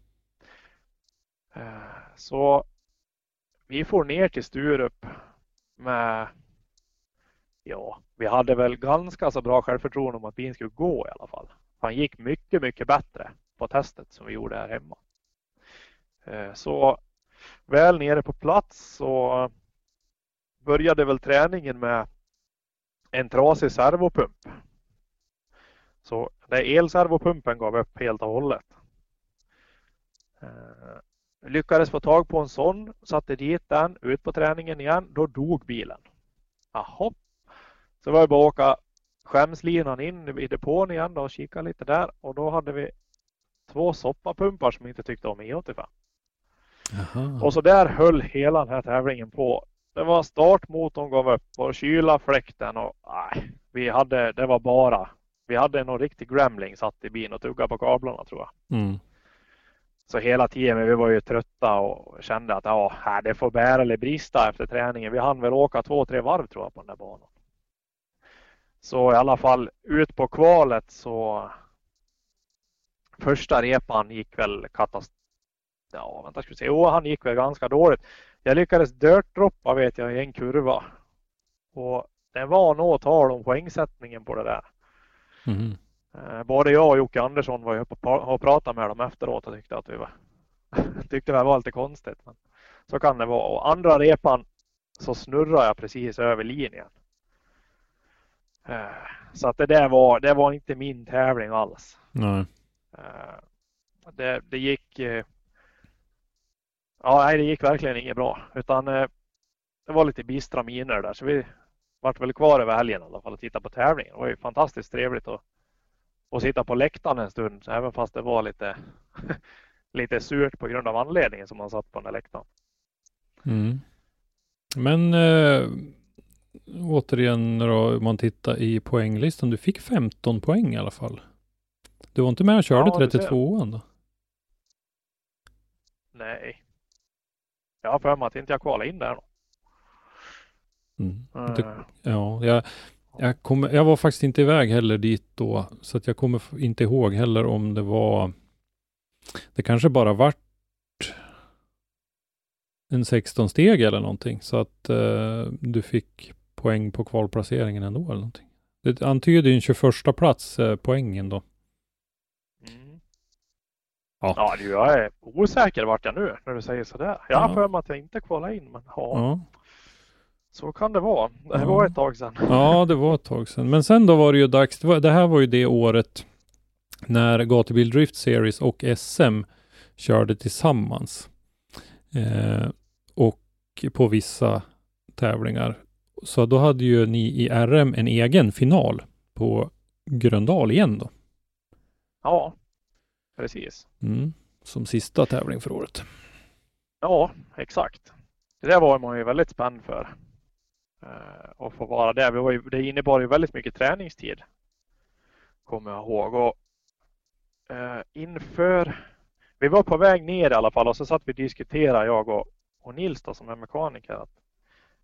Så vi får ner till Sturup med, ja, vi hade väl ganska så bra självförtroende om att bilen skulle gå i alla fall. Han gick mycket, mycket bättre på testet som vi gjorde här hemma. Så väl nere på plats så började väl träningen med en trasig servopump. Så där elservopumpen gav upp helt och hållet. Eh, lyckades få tag på en sån, satte dit den, ut på träningen igen, då dog bilen. Jaha. Så var det bara att åka skämslinan in i depån igen då och kika lite där. Och då hade vi två soppapumpar som inte tyckte om E åttiofem. Aha. Och så där höll hela den här tävlingen på. Det var startmotorn gav upp och kyla fläkten och nej, vi hade, det var bara, vi hade någon riktig gremling satt i bilen och tugga på kablarna tror jag. Mm. Så hela tiden, men vi var ju trötta och kände att ja, det får bära eller brista efter träningen. Vi hann väl åka två, tre varv tror jag på den där banan. Så i alla fall ut på kvalet så första repan gick väl katastrof. Ja, vänta ska vi se. Jo, han gick väl ganska dåligt. Jag lyckades dirtdroppa vet jag i en kurva. Och det var nog tal om poängsättningen på det där. Mm. Både jag och Jocke Andersson var ju uppe och pratade med dem efteråt och tyckte att vi var tyckte det var lite konstigt. Men så kan det vara. Och andra repan så snurrar jag precis över linjen. Så att det där var, det var inte min tävling alls. Nej. Det, det gick... Ja, nej, det gick verkligen inget bra. Utan det var lite bistra miner där. Så vi vart väl kvar över helgen i alla fall och titta på tävlingen. Det var ju fantastiskt trevligt att, att sitta på läktaren en stund. Även fast det var lite, lite surt på grund av anledningen som man satt på den där läktaren. Mm. Men äh, återigen då, om man tittar i poänglistan. Du fick femton poäng i alla fall. Du var inte med och körde ja, trettiotvåan då? Nej. Jag har för mig att inte jag kvalade in där då. Mm. Uh. Ja, jag, jag, kom, jag var faktiskt inte iväg heller dit då. Så att jag kommer inte ihåg heller om det var... Det kanske bara vart en sexton steg eller någonting. Så att uh, du fick poäng på kvalplaceringen ändå eller någonting. Det antyder ju en tjugoförsta plats uh, poängen då. Ja, ja du, jag är osäker vart jag nu när du säger sådär. Jag har ja. för mig att jag inte kvalar in, men ja. ja. Så kan det vara. Det ja. var ett tag sedan. Ja, det var ett tag sedan. Men sen då var det ju dags. Det, var, det här var ju det året när Gatubil Drift Series och S M körde tillsammans. Eh, och på vissa tävlingar. Så då hade ju ni i R M en egen final på Gröndal igen då. Ja. Precis. Mm, som sista tävling för året. Ja, exakt. Det där var man ju väldigt spänd för. Uh, att få vara där. Vi var ju, det innebar ju väldigt mycket träningstid. Kommer jag ihåg. Och, uh, inför... Vi var på väg ner i alla fall och så satt vi och diskuterade, jag och, och Nils då, som är mekaniker. Att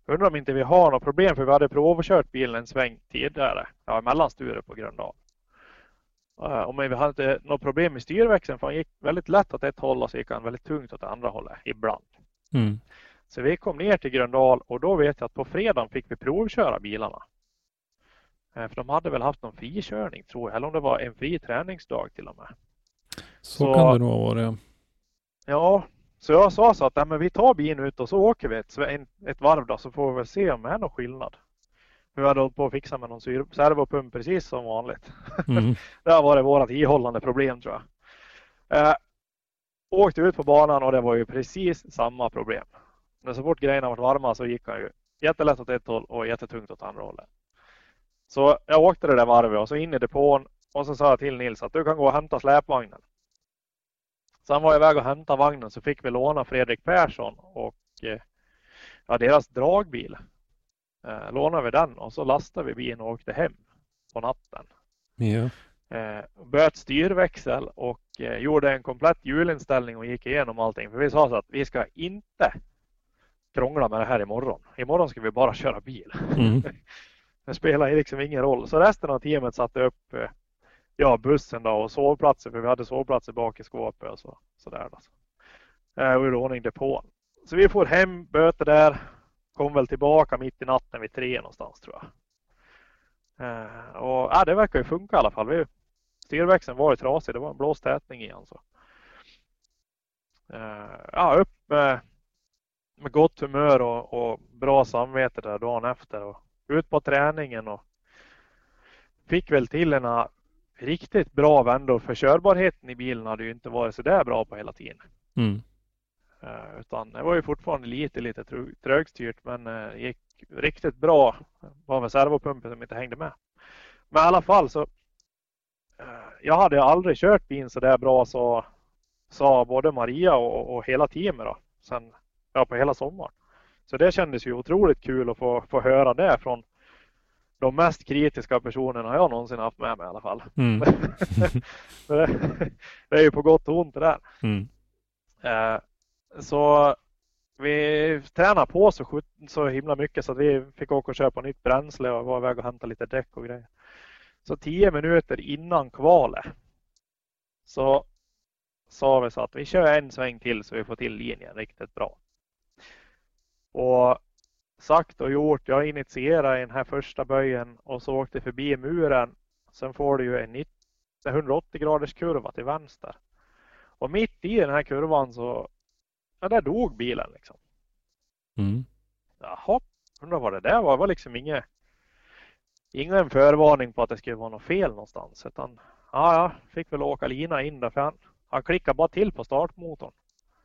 undrar om inte vi har något problem, för vi hade provkört bilen en sväng tidigare. Ja, mellan Sturup på Gröndal. Uh, och men vi hade inte något problem med styrväxeln, för han gick väldigt lätt åt ett håll och så gick han väldigt tungt åt det andra hållet ibland. Mm. Så vi kom ner till Gröndal och då vet jag att på fredagen fick vi provköra bilarna. Uh, för de hade väl haft någon frikörning tror jag, eller om det var en fri träningsdag till och med. Så, Så kan det nog vara det. Ja, så jag sa så att nej, men vi tar bilen ut och så åker vi ett, ett varv då, så får vi väl se om det är någon skillnad. Vi hade hållit på att fixa med någon servopump precis som vanligt. Mm. Det har varit vårat ihållande problem tror jag. Eh, åkte ut på banan och det var ju precis samma problem. Men så fort grejerna var varma så gick han ju jättelätt åt ett håll och jättetungt åt andra hållet. Så jag åkte det där varvet och så in i depån och så sa jag till Nils att du kan gå och hämta släpvagnen. Så han var iväg och hämta vagnen, så fick vi låna Fredrik Persson och eh, ja, deras dragbil. Eh, lånade vi den och så lastade vi bilen och åkte hem på natten. Ja. Eh, böt styrväxel och eh, gjorde en komplett hjulinställning och gick igenom allting. För vi sa så att vi ska inte krångla med det här imorgon. Imorgon ska vi bara köra bil. Mm. Det spelar liksom ingen roll. Så resten av teamet satte upp eh, ja, bussen då och sovplatser, för vi hade sovplatser bak i skåpet och så, så där alltså. Eh, och i ordning depån. Så vi får hem, böter där, kom väl tillbaka mitt i natten vid tre någonstans tror jag. Eh, och ja, det verkar ju funka i alla fall. Vi, styrväxeln var ju trasig, det var en blåstätning igen så. Eh, ja, upp med, med gott humör och, och bra samvete där dagen efter och ut på träningen och fick väl till en riktigt bra vändor, för körbarheten i bilen hade ju inte varit så där bra på hela tiden. Mm. Uh, utan det var ju fortfarande lite lite trögstyrt, men uh, gick riktigt bra. Det var väl servopumpen som inte hängde med. Men i alla fall så uh, jag hade aldrig kört bilen så där bra, så sa både Maria och, och hela teamet då, sen ja, på hela sommaren. Så det kändes ju otroligt kul att få, få höra det från de mest kritiska personerna jag någonsin haft med mig i alla fall. Mm. det, det är ju på gott och ont det där. Mm. Eh, så vi tränade på så, så himla mycket så att vi fick åka och köpa nytt bränsle och var iväg och hämta lite däck och grejer. Så tio minuter innan kvalet så sa vi så att vi kör en sväng till så vi får till linjen riktigt bra. Och sagt och gjort, jag initierade i den här första böjen och så åkte förbi muren. Sen får du ju en hundraåttio graders kurva till vänster. Och mitt i den här kurvan så, ja, där dog bilen liksom. Mm. Jaha, undrar vad det där var. Det var liksom inget, ingen förvarning på att det skulle vara något fel någonstans. Utan, ja, ja, fick väl åka lina in där, för han, han klickade bara till på startmotorn.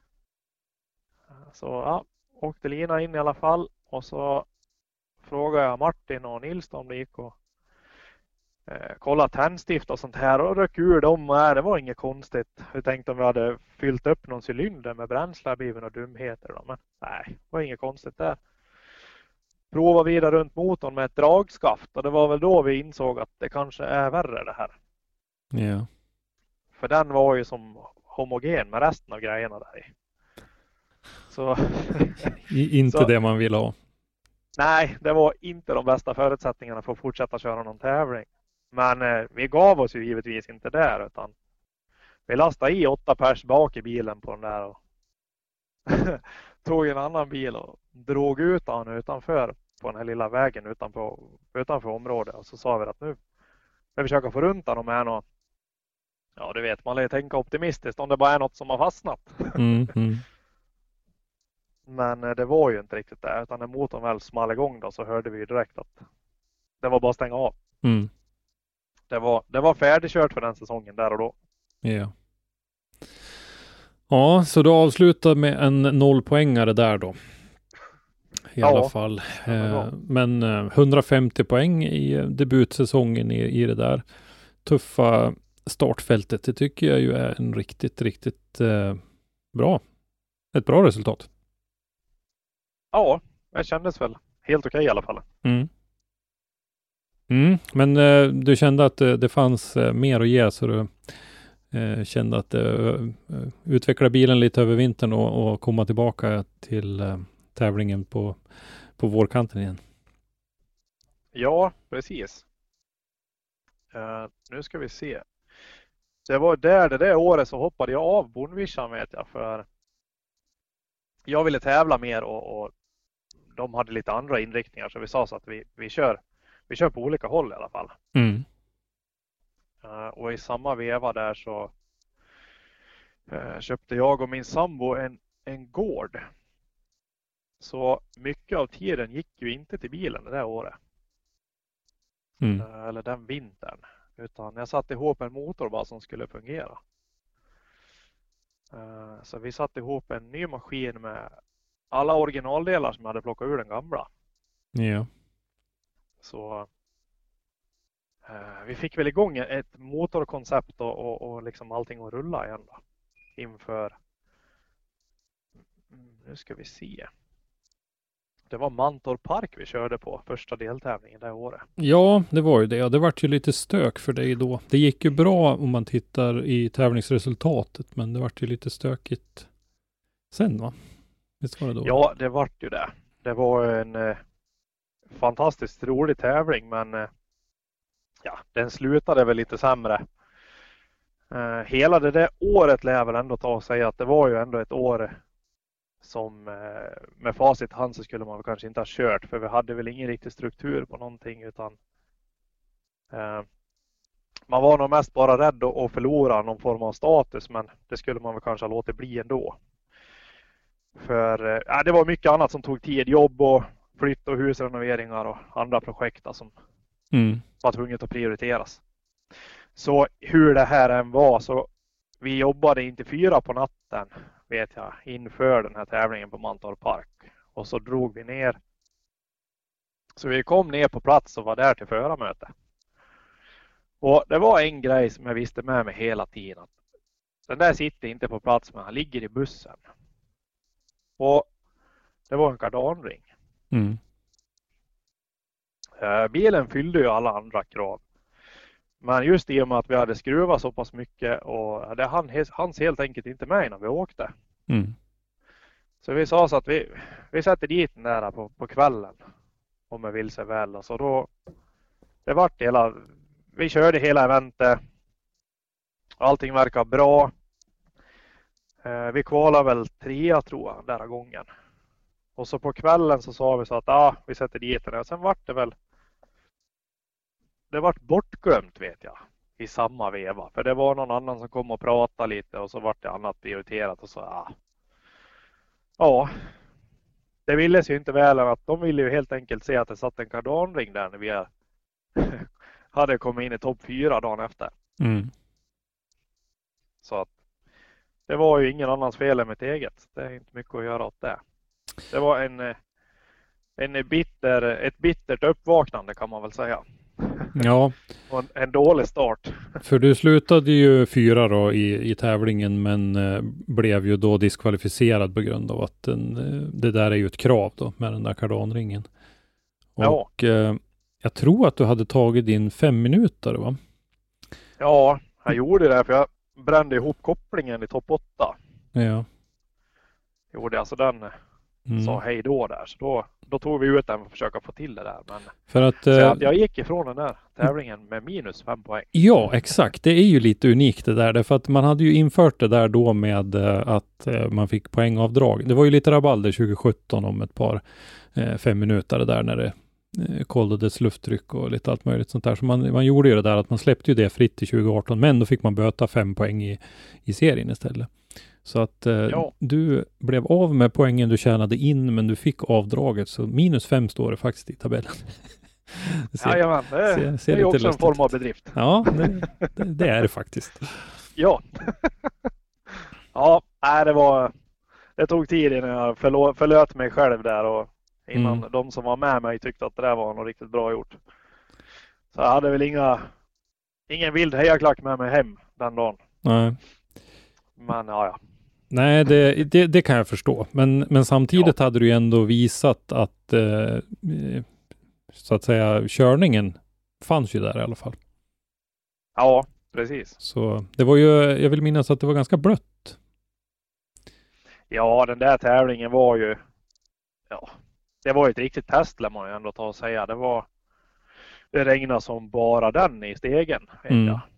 Så ja, åkte lina in i alla fall. Och så frågade jag Martin och Nils om det gick och eh, kolla tändstift och sånt här. Och rök ur dem. Och, äh, det var inget konstigt. Jag tänkte om vi hade fyllt upp någon cylinder med bränsle. Det blev några dumheter då. Men nej, det var inget konstigt där. Prova vidare runt motorn med ett dragskaft. Och det var väl då vi insåg att det kanske är värre det här. Ja. För den var ju som homogen med resten av grejerna där i. Så I, inte så, det man vill ha. Nej, det var inte de bästa förutsättningarna för att fortsätta köra någon tävling. Men eh, vi gav oss ju givetvis inte där, utan vi lastade i åtta pers bak i bilen på den där och tog en annan bil och drog ut han utanför på den här lilla vägen utanför, utanför området. Och så sa vi att nu vi försöker få runt honom med något. Ja, du vet, man lär tänka optimistiskt om det bara är något som har fastnat. Mm, mm. Men det var ju inte riktigt det, utan när motorn väl small igång då så hörde vi ju direkt att det var bara att stänga av. Mm. Det var, det var färdigkört för den säsongen där och då. Ja. Ja, så du avslutar med en nollpoängare där då. I Ja, alla fall. Eh, men eh, hundrafemtio poäng i debutsäsongen i, i det där tuffa startfältet. Det tycker jag ju är en riktigt, riktigt eh, bra. Ett bra resultat. Ja, det kändes väl helt okej i alla fall. Mm. Mm, men eh, du kände att eh, det fanns eh, mer att ge, så du eh, kände att eh, utveckla bilen lite över vintern och, och komma tillbaka till eh, tävlingen på, på vårkanten igen. Ja, precis. Uh, nu ska vi se. Det var där det där året så hoppade jag av Bonvischan vet jag för jag ville tävla mer och, och de hade lite andra inriktningar så vi sa så att vi, vi, kör, vi kör på olika håll i alla fall. Mm. Uh, och i samma veva där så uh, köpte jag och min sambo en, en gård. Så mycket av tiden gick ju inte till bilen det där året. Mm. Uh, eller den vintern. Utan jag satte ihop en motor bara som skulle fungera. Uh, så vi satte ihop en ny maskin med alla originaldelar som jag hade plockat ur den gamla. Ja. Så uh, vi fick väl igång ett motorkoncept och, och, och liksom allting att rulla igen då. Inför, mm, nu ska vi se. Det var Mantorp Park vi körde på första deltävlingen det året. Ja, det var ju det. Det var ju lite stök för dig då. Det gick ju bra om man tittar i tävlingsresultatet, men det var ju lite stökigt sen va? Visst var det då? Ja, det var ju det. Det var en eh, fantastiskt rolig tävling, men eh, ja, den slutade väl lite sämre. Eh, hela det där året lär jag väl ändå ta och säga att det var ju ändå ett år som eh, med facit hand så skulle man väl kanske inte ha kört för vi hade väl ingen riktig struktur på någonting utan eh, man var nog mest bara rädd att förlora någon form av status men det skulle man väl kanske ha låtit bli ändå. För eh, det var mycket annat som tog tid, jobb och flytt och husrenoveringar och andra projekt då, som mm. var tvunget att prioriteras. Så hur det här än var så vi jobbade inte fyra på natten vet jag inför den här tävlingen på Mantorp Park och så drog vi ner. Så vi kom ner på plats och var där till förarmöte. Och det var en grej som jag visste med mig hela tiden att den där sitter inte på plats men han ligger i bussen. Och det var en kardanring. Mm. Uh, bilen fyllde ju alla andra krav. Men just i och med att vi hade skruvat så pass mycket och det hann, hans helt enkelt inte med när vi åkte. Mm. Så vi sa så att vi, vi sätter dit den där på, på kvällen om jag vill sig väl. Och så då, det vart hela, vi körde hela eventet. Allting verkar bra. Eh, vi kvalade väl trea tror jag den där gången. Och så på kvällen så sa vi så att ah, vi sätter dit den. Och sen vart det väl det vart bortglömt vet jag i samma veva. För det var någon annan som kom och pratade lite och så vart det annat prioriterat och så ja. Ja, det ville sig ju inte väl att de ville ju helt enkelt se att det satt en kardanring där när vi hade kommit in i topp fyra dagen efter. Mm. Så att det var ju ingen annans fel än mitt eget. Det är inte mycket att göra åt det. Det var en, en bitter, ett bittert uppvaknande kan man väl säga. Ja. Och en, en dålig start. För du slutade ju fyra då i, i tävlingen men eh, blev ju då diskvalificerad på grund av att den, eh, det där är ju ett krav då med den där kardanringen. Och ja. eh, jag tror att du hade tagit din fem minuter va? Ja, jag gjorde det för jag brände ihop kopplingen i topp åtta. Ja. Gjorde alltså den mm. sa hej då där. Så då, då tog vi ut den för att försöka få till det där. Men för att, så att jag gick ifrån den där tävlingen med minus fem poäng. Ja, exakt. Det är ju lite unikt det där. Därför att man hade ju infört det där då med att man fick poängavdrag. Det var ju lite rabalder tjugo sjutton om ett par eh, fem minuter där när det eh, kollades lufttryck och lite allt möjligt sånt där. Så man, man gjorde ju det där att man släppte ju det fritt i tjugo arton men då fick man böta fem poäng i, i serien istället. Så att eh, ja. Du blev av med poängen du tjänade in men du fick avdraget så minus fem står det faktiskt i tabellen. ser, Jajamän, det, ser, ser det är också en form av bedrift. Ja, det, det, det är det faktiskt. Ja. Ja, nej, det var det tog tid innan jag förlå, förlöt mig själv där och innan mm. de som var med mig tyckte att det där var något riktigt bra gjort. Så jag hade väl inga ingen vild hejaklack med mig hem den dagen. Nej. Men ja, ja. Nej, det, det, det kan jag förstå. Men, men samtidigt ja. Hade du ju ändå visat att eh, så att säga körningen fanns ju där i alla fall. Ja, precis. Så det var ju, jag vill minnas att det var ganska blött. Ja, den där tävlingen var ju ja, det var ett riktigt test, lär man ju ändå ta och säga. Det var, det regnade som bara den i stegen, vet Mm. jag.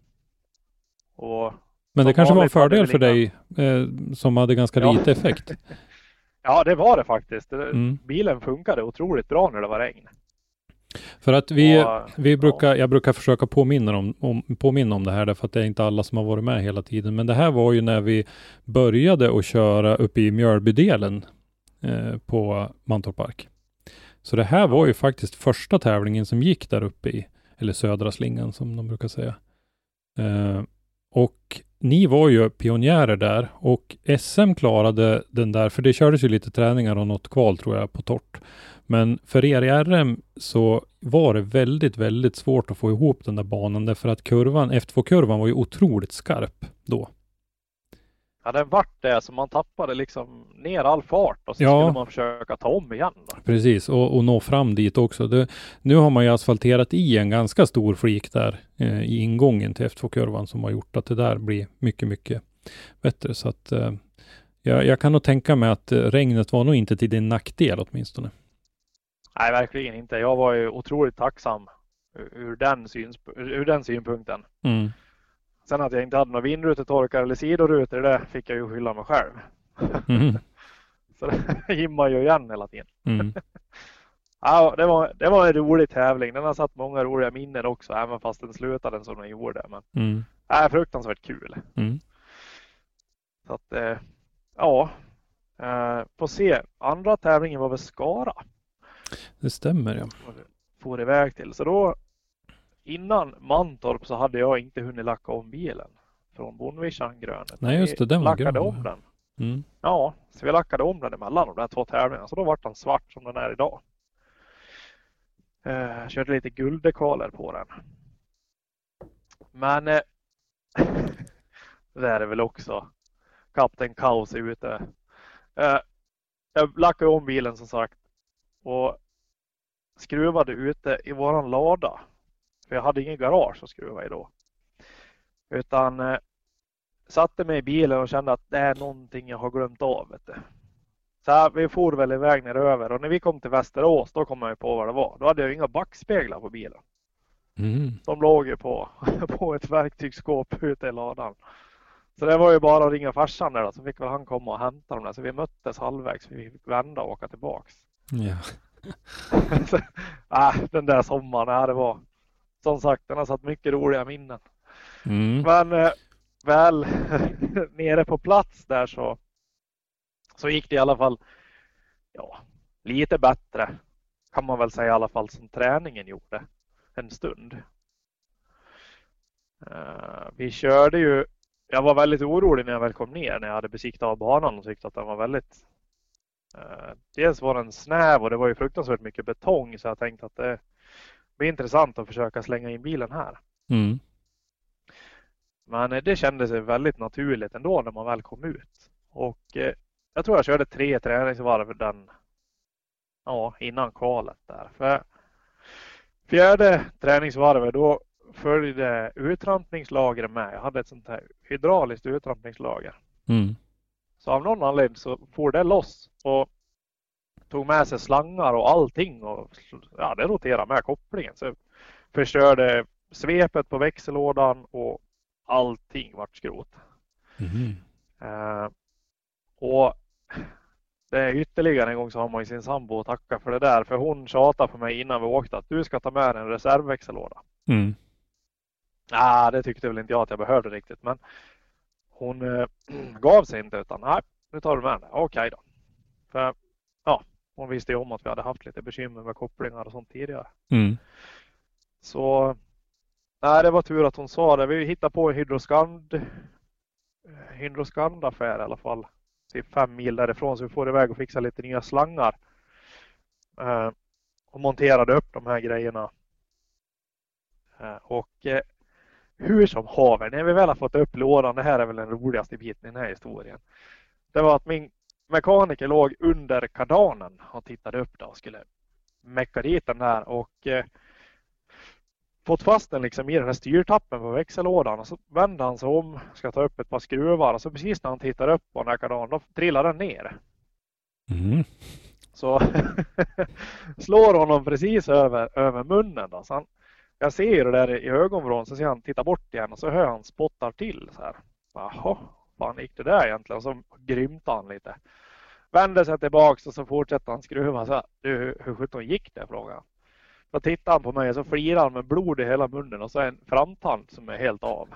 Och Men det som kanske var en vanligt hade fördel väl för inga- dig eh, som hade ganska Ja. lite effekt. Ja, det var det faktiskt. Det, Mm. Bilen funkade otroligt bra när det var regn. För att vi, Och, vi ja. brukar, jag brukar försöka påminna om, om, påminna om det här, därför att det är inte alla som har varit med hela tiden. Men det här var ju när vi började att köra uppe i Mjölbydelen eh, på Mantorp Park. Så det här var ju faktiskt första tävlingen som gick där uppe i, eller södra slingan som de brukar säga. Eh, och ni var ju pionjärer där, och S M klarade den där, för det kördes ju lite träningar och något kval tror jag på torrt. Men för er i R M så var det väldigt, väldigt svårt att få ihop den där banan, därför att kurvan, F två-kurvan var ju otroligt skarp då. Ja, den vart det så man tappade liksom ner all fart och så Ja. skulle man försöka ta om igen då. Precis, och, och nå fram dit också. Det, nu har man ju asfalterat i en ganska stor flik där eh, i ingången till F två-kurvan som har gjort att det där blir mycket, mycket bättre. Så att eh, jag, jag kan nog tänka mig att eh, regnet var nog inte till din nackdel åtminstone. Nej, verkligen inte. Jag var ju otroligt tacksam ur den, syns, ur den synpunkten. Mm. Sen att jag inte hade några vindrutetorkar eller sidorutor, det fick jag ju skylla mig själv. Mm. Så det gimmar ju igen hela tiden. Mm. Ja, det var, det var en rolig tävling. Den har satt många roliga minnen också, även fast den slutade som den gjorde. Men Mm. äh, fruktansvärt kul. Mm. Så att, eh, ja. Eh, får se. Andra tävlingen var väl Skara. Det stämmer, ja. Får iväg till. Så då innan Mantorp så hade jag inte hunnit lacka om bilen från Bonvischan grön. Nej, just det, den var lackade grön, om ja. den. Mm. Ja, så vi lackade om den emellan de där två tävlingarna. Så då vart den svart som den är idag. Eh, körde lite gulddekaler på den. Men eh, det där är väl också Kapten Kaos ute. Eh, jag lackade om bilen som sagt och skruvade ute i våran lada. För jag hade ingen garage att skruva i då. Utan eh, satte mig i bilen och kände att det är någonting jag har glömt av. Vet du. Så här, vi for väl iväg ner över. Och när vi kom till Västerås då kom jag på vad det var. Då hade jag inga backspeglar på bilen. Mm. De låg ju på, på ett verktygsskåp ute i ladan. Så det var ju bara att ringa farsan där då. Så fick väl han komma och hämta dem där. Så vi möttes halvvägs. Vi fick vända och åka tillbaks. Ja. så, äh, den där sommaren, äh, det var som sagt, den har satt mycket roliga minnen. Mm. Men eh, väl nere på plats där så så gick det i alla fall ja, lite bättre kan man väl säga i alla fall som träningen gjorde en stund. Uh, vi körde ju, jag var väldigt orolig när jag väl kom ner när jag hade besiktat av banan och tyckte att den var väldigt uh, dels var den snäv och det var ju fruktansvärt mycket betong så jag tänkte att det blir intressant att försöka slänga in bilen här. Mm. Men det kändes väldigt naturligt ändå när man väl kom ut. Och eh, jag tror jag körde tre träningsvarv den, ja, innan kvalet där. För fjärde träningsvarvet då följde uttrampningslagret med. Jag hade ett sånt här hydrauliskt uttrampningslager. Mm. Så av någon anledning så får det loss och tog med sig slangar och allting. Och ja, det roterade med kopplingen. Så jag förstörde svepet på växellådan och allting vart skrot. Mm. Uh, och det är ytterligare en gång så har man ju sin sambo att tacka för det där. För hon tjatade på mig innan vi åkte att du ska ta med en reservväxellåda. Mm. Ah, det tyckte väl inte jag att jag behövde riktigt. Men hon uh, gav sig inte utan nej, nu tar du med den. Okej okay då. För ja, hon visste ju om att vi hade haft lite bekymmer med kopplingar och sånt tidigare. Mm. Så nej, det var tur att hon sa det. Vi hittade på en hydroskand hydroskandaffär i alla fall. Typ fem mil därifrån så vi får iväg och fixa lite nya slangar. Eh, och monterade upp de här grejerna. Eh, och eh, hur som haver, när vi väl har fått upp lådan, det här är väl den roligaste biten i den här historien. Det var att min mekaniker låg under kardanen och tittade upp då och skulle mecka dit den där och eh, fått fast den liksom i den här styrtappen på växellådan och så vände han sig om, ska ta upp ett par skruvar och så precis när han tittar upp på den här kardan då trillar den ner. Mm. Så slår honom precis över, över munnen då. Så han, jag ser ju det där i ögonvrån, så ser han titta bort igen och så hör han spottar till så här. Jaha, fan gick det där egentligen? Och så grymtar han lite. Vänder sig tillbaks och så fortsätter han skruva så här. Du, hur sjutton gick det? Frågar han. Då tittar han på mig och så flirar han med blod i hela munnen och så en framtand som är helt av.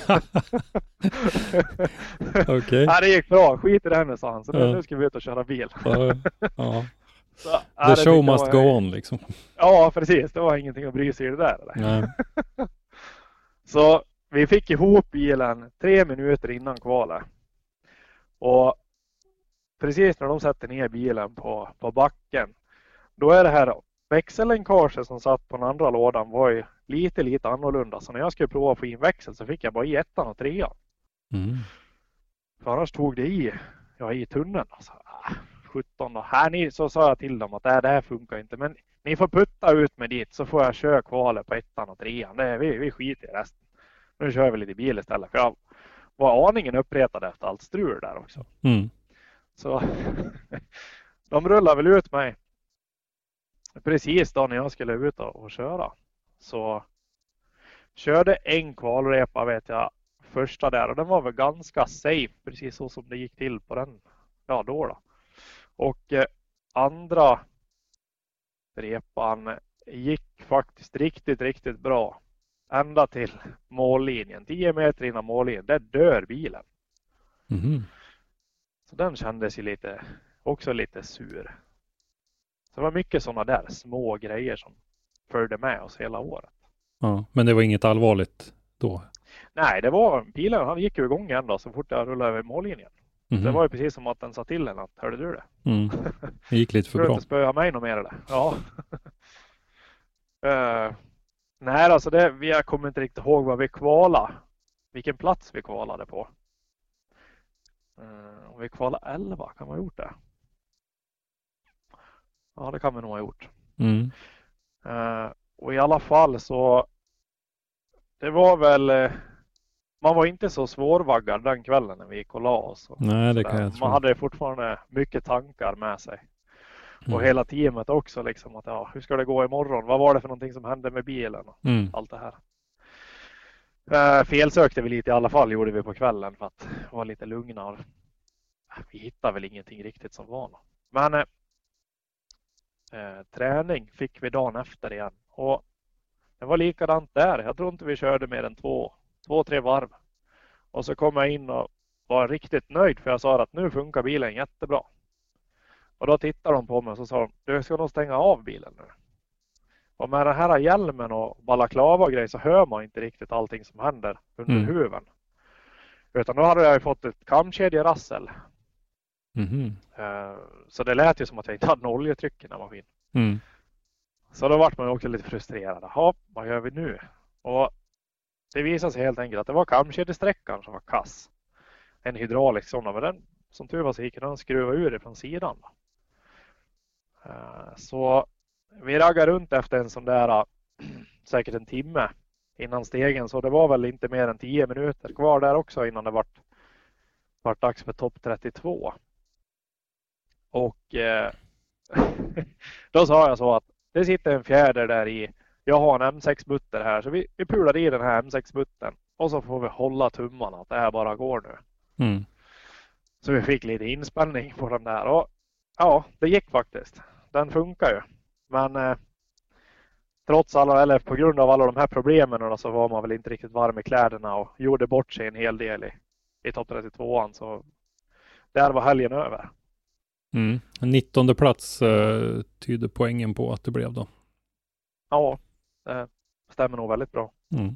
Okej. Okay. Ja, det gick bra. Skit i det här, sa han. Så nu, nu ska vi ut och köra bil. Ja, ja. Så, The ja, show must var, go on liksom. Ja, precis. Det var ingenting att bry sig i det där. Nej. Så vi fick ihop bilen tre minuter innan kvalet. Och precis när de sätter ner bilen på, på backen, då är det här växellänkaget som satt på den andra lådan var ju lite, lite annorlunda. Så när jag skulle prova att få in växel så fick jag bara i ettan och trean. Mm. För annars tog det i, ja, i tunneln. Alltså, ah, sjutton då. Här ni, så sa jag till dem att det här, det här funkar inte. Men ni får putta ut med dit så får jag köra kvalet på ettan och trean. Det är, vi, vi skiter i resten. Nu kör vi lite bil istället. För jag var aningen uppretad efter allt strul där också. Mm. Så de rullar väl ut mig. Precis då när jag skulle ut och, och köra. Så körde en kvalrepa vet jag första där. Och den var väl ganska safe. Precis så som det gick till på den. Ja då då. Och eh, andra repan gick faktiskt riktigt, riktigt bra. Ända till mållinjen. tio meter innan mållinjen. Där dör bilen. Mm. Så den kändes ju lite, också lite sur. Så det var mycket sådana där små grejer som följde med oss hela året. Ja, men det var inget allvarligt då? Nej, det var bilen, han gick ju igång igen då så fort jag rullade över mållinjen. Mm-hmm. Det var ju precis som att den sa till en att, hörde du det? Mm. Det gick lite för bra. Du inte spöa mig något mer eller? Ja. uh, nej, alltså det, jag kommer inte riktigt ihåg vad vi kvalade. Vilken plats vi kvalade på. Uh, om vi kvalade elva, kan man ha gjort det? Ja, det kan vi nog ha gjort. Mm. Uh, och i alla fall så det var väl uh, man var inte så svårvaggad den kvällen när vi gick och la oss. Och nej, det kan jag tro. Man hade fortfarande mycket tankar med sig. Mm. Och hela teamet också liksom att ja, hur ska det gå imorgon? Vad var det för någonting som hände med bilen? Och mm. allt det här. Uh, felsökte vi lite i alla fall gjorde vi på kvällen för att vara lite lugna. Och, uh, vi hittade väl ingenting riktigt som var något. Men uh, Eh, träning fick vi dagen efter igen och det var likadant där. Jag tror inte vi körde mer än två, två, tre varv. Och så kom jag in och var riktigt nöjd för jag sa att nu funkar bilen jättebra. Och då tittade de på mig och så sa de, du ska nog stänga av bilen nu. Och med den här hjälmen och balaklava och grejer så hör man inte riktigt allting som händer under mm. huven. Utan då hade jag ju fått ett kamkedjerassel. Mm-hmm. Uh, så det lät ju som att jag inte hade någon oljetryck i den här maskinen. Mm. Så då var man ju också lite frustrerad. Jaha, vad gör vi nu? Och det visade sig helt enkelt att det var kamkedjesträckan som var kass. En hydraulisk sån, men den som tur var så gick den skruva ur det från sidan. Uh, så vi raggade runt efter en sån där uh, säkert en timme innan stegen. Så det var väl inte mer än tio minuter kvar där också innan det vart, vart dags för topp trettiotvå. Och eh, då sa jag så att det sitter en fjäder där i. Jag har en M sex-butter här så vi, vi pular i den här M sex-butten. Och så får vi hålla tummarna att det här bara går nu. Mm. Så vi fick lite inspänning på den där. Och ja, det gick faktiskt. Den funkar ju. Men eh, trots alla, eller på grund av alla de här problemen då, så var man väl inte riktigt varm i kläderna. Och gjorde bort sig en hel del i, i topp trettiotvåan. Så där var helgen över. Mm. nittonde plats uh, tyder poängen på att det blev då. Ja, det stämmer nog väldigt bra. Mm.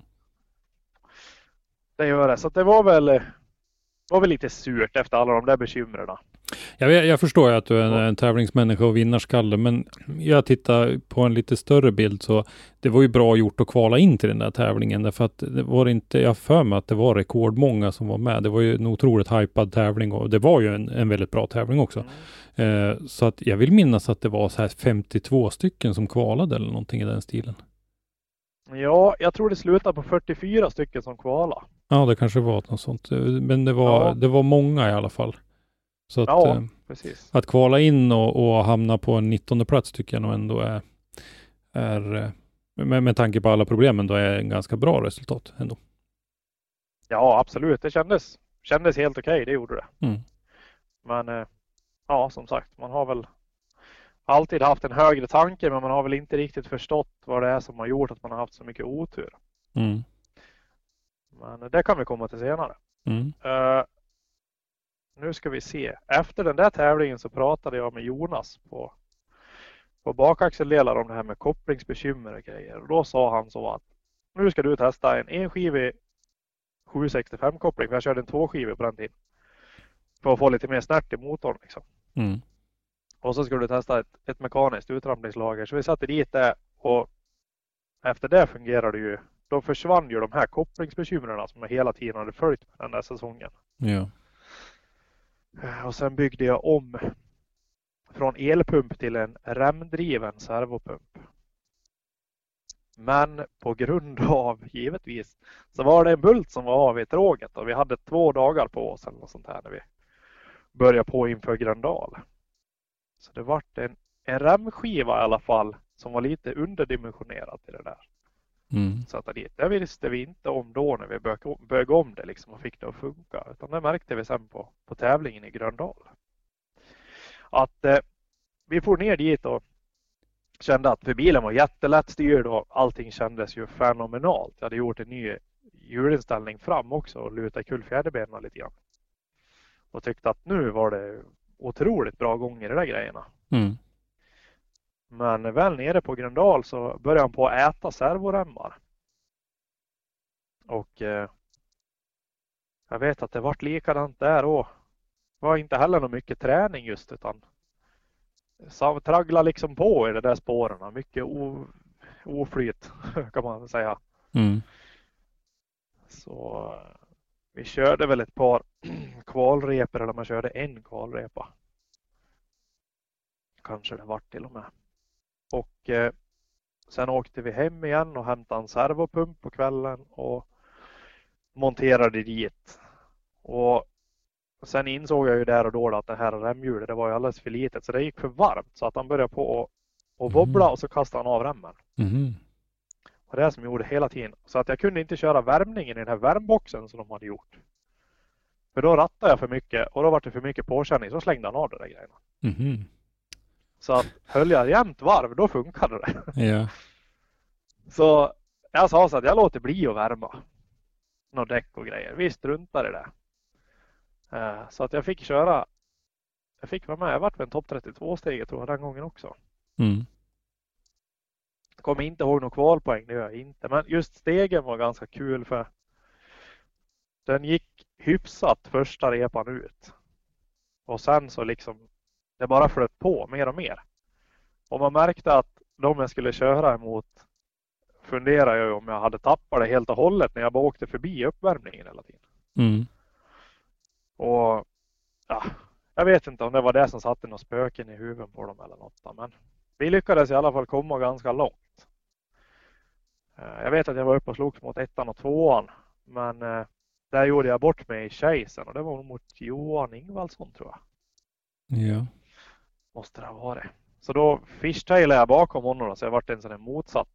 Det gör det. Så det var väl, var väl lite surt efter alla de där bekymren. Jag, jag förstår ju att du är en, en tävlingsmänniska och vinnarskalle, men jag tittar på en lite större bild så det var ju bra gjort att kvala in till den där tävlingen därför att det var inte, jag för mig att det var rekordmånga som var med. Det var ju en otroligt hypad tävling och det var ju en, en väldigt bra tävling också. Mm. Eh, så att jag vill minnas att det var så här femtiotvå stycken som kvalade eller någonting i den stilen. Ja, jag tror det slutade på fyrtiofyra stycken som kvalade. Ja, det kanske var något sånt. Men det var, ja. det var många i alla fall. Så att, Ja, eh, precis. att kvala in och, och hamna på en nittonde plats tycker jag nog ändå är, är eh, med, med tanke på alla problemen då är en ganska bra resultat ändå. Ja, absolut. Det kändes, kändes helt okej, okay, det gjorde det. Mm. Men eh, ja, som sagt, man har väl alltid haft en högre tanke, men man har väl inte riktigt förstått vad det är som har gjort att man har haft så mycket otur. Mm. Men det kan vi komma till senare. Mm. Uh, nu ska vi se. Efter den där tävlingen så pratade jag med Jonas på, på bakaxeldelar om det här med kopplingsbekymmer och grejer. Och då sa han så att nu ska du testa en enskivig sju sextiofem koppling. För jag körde en tvåskivig på den tiden. För att få lite mer snärt i motorn liksom. Mm. Och så skulle du testa ett, ett mekaniskt utramplingslager. Så vi satte dit det och efter det fungerade ju. Då försvann ju de här kopplingsbekymren som jag hela tiden hade följt med den där säsongen. Ja. Och sen byggde jag om från elpump till en remdriven servopump. Men på grund av, givetvis, så var det en bult som var av i tråget. Och vi hade två dagar på oss eller något sånt här när vi började på inför Gröndal. Så det var en, en remskiva i alla fall som var lite underdimensionerad till det där. Mm. Satta dit. Det visste vi inte om då när vi bög om det liksom och fick det att funka. Utan det märkte vi sen på, på tävlingen i Gröndal. Att eh, vi får ner dit och kände att för bilen var jättelätt styrd och allting kändes ju fenomenalt. Jag hade gjort en ny hjulinställning fram också och lutat kullfjäderbenen lite grann. Och tyckte att nu var det otroligt bra gånger i de där grejerna. Mm. Men väl nere på Gröndal så började han på att äta servoremmar. Och eh, jag vet att det vart likadant där och var inte heller någon mycket träning just utan traggla liksom på i det där spåren. Mycket o, oflyt kan man säga. Mm. Så vi körde väl ett par kvalrepor eller man körde en kvalrepa. Kanske det vart till och med. Och eh, sen åkte vi hem igen och hämtade en servopump på kvällen och monterade dit. Och sen insåg jag ju där och då att det här remhjulet det var ju alldeles för litet så det gick för varmt så att han började på att och wobbla och så kastade han av remmen. Mm. Och det är det som gjorde hela tiden. Så att jag kunde inte köra värmningen i den här värmboxen som de hade gjort. För då rattade jag för mycket och då var det för mycket påkänning så slängde han av de där grejerna. Mm. Så att höll jag jämnt varv då funkade det. Ja. Så jag sa så att jag låter bli att värma. Några däck och grejer. Vi struntar i det. Så att jag fick köra. Jag fick vara med. Jag vart med en topp trettiotvå-steget tror jag den gången också. Mm. Jag kommer inte ihåg någon kvalpoäng. Det gör jag inte. Men just stegen var ganska kul för den gick hyfsat första repan ut. Och sen så liksom det bara flöt på mer och mer. Och man märkte att de jag skulle köra emot funderade jag om jag hade tappat det helt och hållet när jag bara åkte förbi uppvärmningen hela tiden. Mm. Och ja, jag vet inte om det var det som satte några spöken i huvudet på dem eller något. Men vi lyckades i alla fall komma ganska långt. Jag vet att jag var uppe och slogs mot ettan och tvåan. Men där gjorde jag bort mig i chasen. Och det var mot Johan Ingvaldsson tror jag. Ja. Måste det ha varit. Så då fishtailade jag bakom honom så jag vart en sån här motsatt.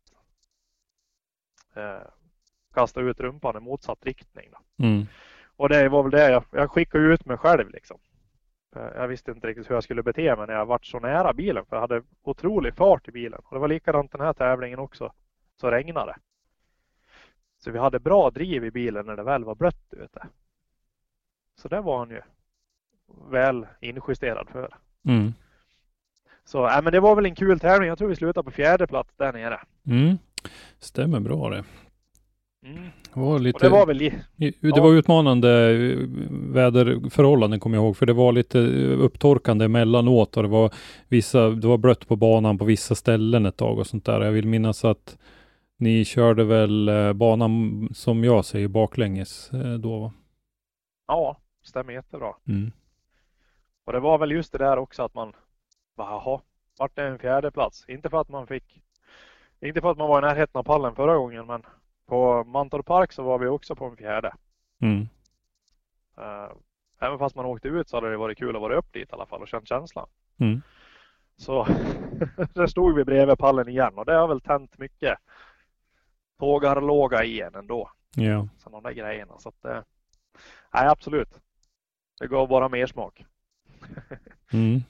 Eh, kastade ut rumpan i motsatt riktning. Då. Mm. Och det var väl det jag, jag skickade ut mig själv liksom. Jag visste inte riktigt hur jag skulle bete mig när jag varit så nära bilen. För jag hade otrolig fart i bilen. Och det var likadant den här tävlingen också. Så regnade. Så vi hade bra driv i bilen när det väl var blött ute. Så det var han ju väl injusterad för. Mm. Så äh, men det var väl en kul tävling. Jag tror vi slutade på fjärde plats där nere. Mm. Stämmer bra det. Mm. Det var lite, och det var väl i, det ja. var utmanande väderförhållanden kommer jag ihåg. För det var lite upptorkande emellanåt. Och det var vissa, det var blött på banan på vissa ställen ett tag och sånt där. Jag vill minnas att ni körde väl banan som jag säger baklänges då va? Ja, stämmer jättebra. Mm. Och det var väl just det där också att man jaha, vart det en fjärde plats. Inte för att man fick inte för att man var i närheten av pallen förra gången, men på Mantorp Park så var vi också på en fjärde. Mm. Uh, även fast man åkte ut så hade det varit kul att vara upp dit i alla fall och känt känslan. Mm. Så där stod vi bredvid pallen igen och det har väl tänt mycket tågar låga i en ändå. Ja. Så de där grejerna. Så att, eh, nej, absolut. Det gav bara mer smak. Mm.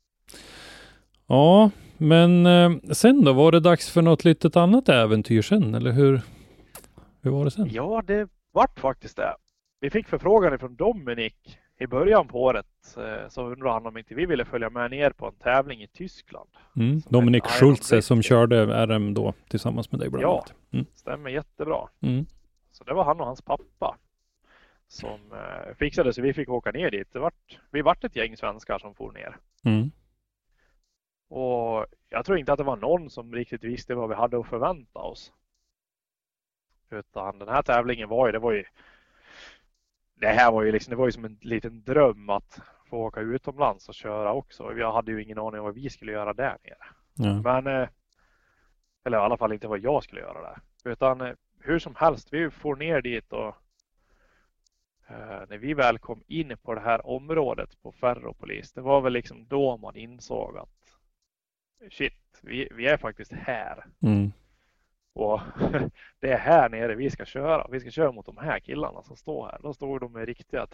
Ja, men eh, sen då? Var det dags för något litet annat äventyr sen? Eller hur, hur var det sen? Ja, det vart faktiskt det. Vi fick förfrågan från Dominik i början på året. Eh, så undrade han om inte vi ville följa med ner på en tävling i Tyskland. Mm. Dominik Schulze som körde R M då tillsammans med dig bland annat. Ja, mm. stämmer jättebra. Mm. Så det var han och hans pappa som eh, fixade så vi fick åka ner dit. Det vart, vi vart ett gäng svenskar som for ner. Mm. Och jag tror inte att det var någon som riktigt visste vad vi hade att förvänta oss. Utan den här tävlingen var ju, det var ju det här var ju liksom, det var ju som en liten dröm att få åka utomlands och köra också. Jag hade ju ingen aning om vad vi skulle göra där nere. Ja. Men, eh, eller i alla fall inte vad jag skulle göra där. Utan eh, hur som helst, vi får ner dit och eh, när vi väl kom in på det här området på Ferropolis, det var väl liksom då man insåg att shit, vi, vi är faktiskt här. Mm. Och det är här nere vi ska köra. Vi ska köra mot de här killarna som står här. Då står de med riktiga.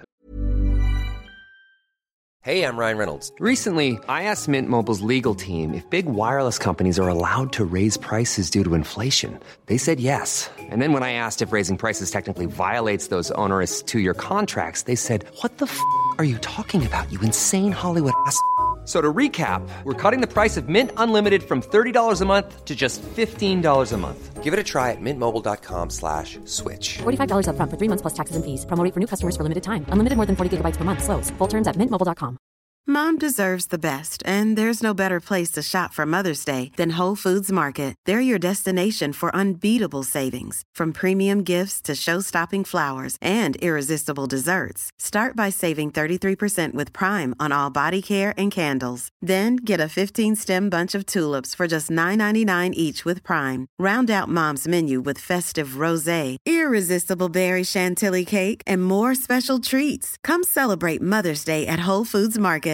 Hey, I'm Ryan Reynolds. Recently, I asked Mint Mobile's legal team if big wireless companies are allowed to raise prices due to inflation. They said yes. And then when I asked if raising prices technically violates those onerous two-year contracts, they said, "What the f*** are you talking about, you insane Hollywood ass?" So to recap, we're cutting the price of Mint Unlimited from thirty dollars a month to just fifteen dollars a month. Give it a try at mintmobile.com slash switch. forty-five dollars up front for three months plus taxes and fees. Promo rate for new customers for limited time. Unlimited more than forty gigabytes per month. Slows full terms at mint mobile dot com. Mom deserves the best, and there's no better place to shop for Mother's Day than Whole Foods Market. They're your destination for unbeatable savings, from premium gifts to show-stopping flowers and irresistible desserts. Start by saving thirty-three percent with Prime on all body care and candles. Then get a fifteen-stem bunch of tulips for just nine ninety-nine each with Prime. Round out Mom's menu with festive rosé, irresistible berry chantilly cake, and more special treats. Come celebrate Mother's Day at Whole Foods Market.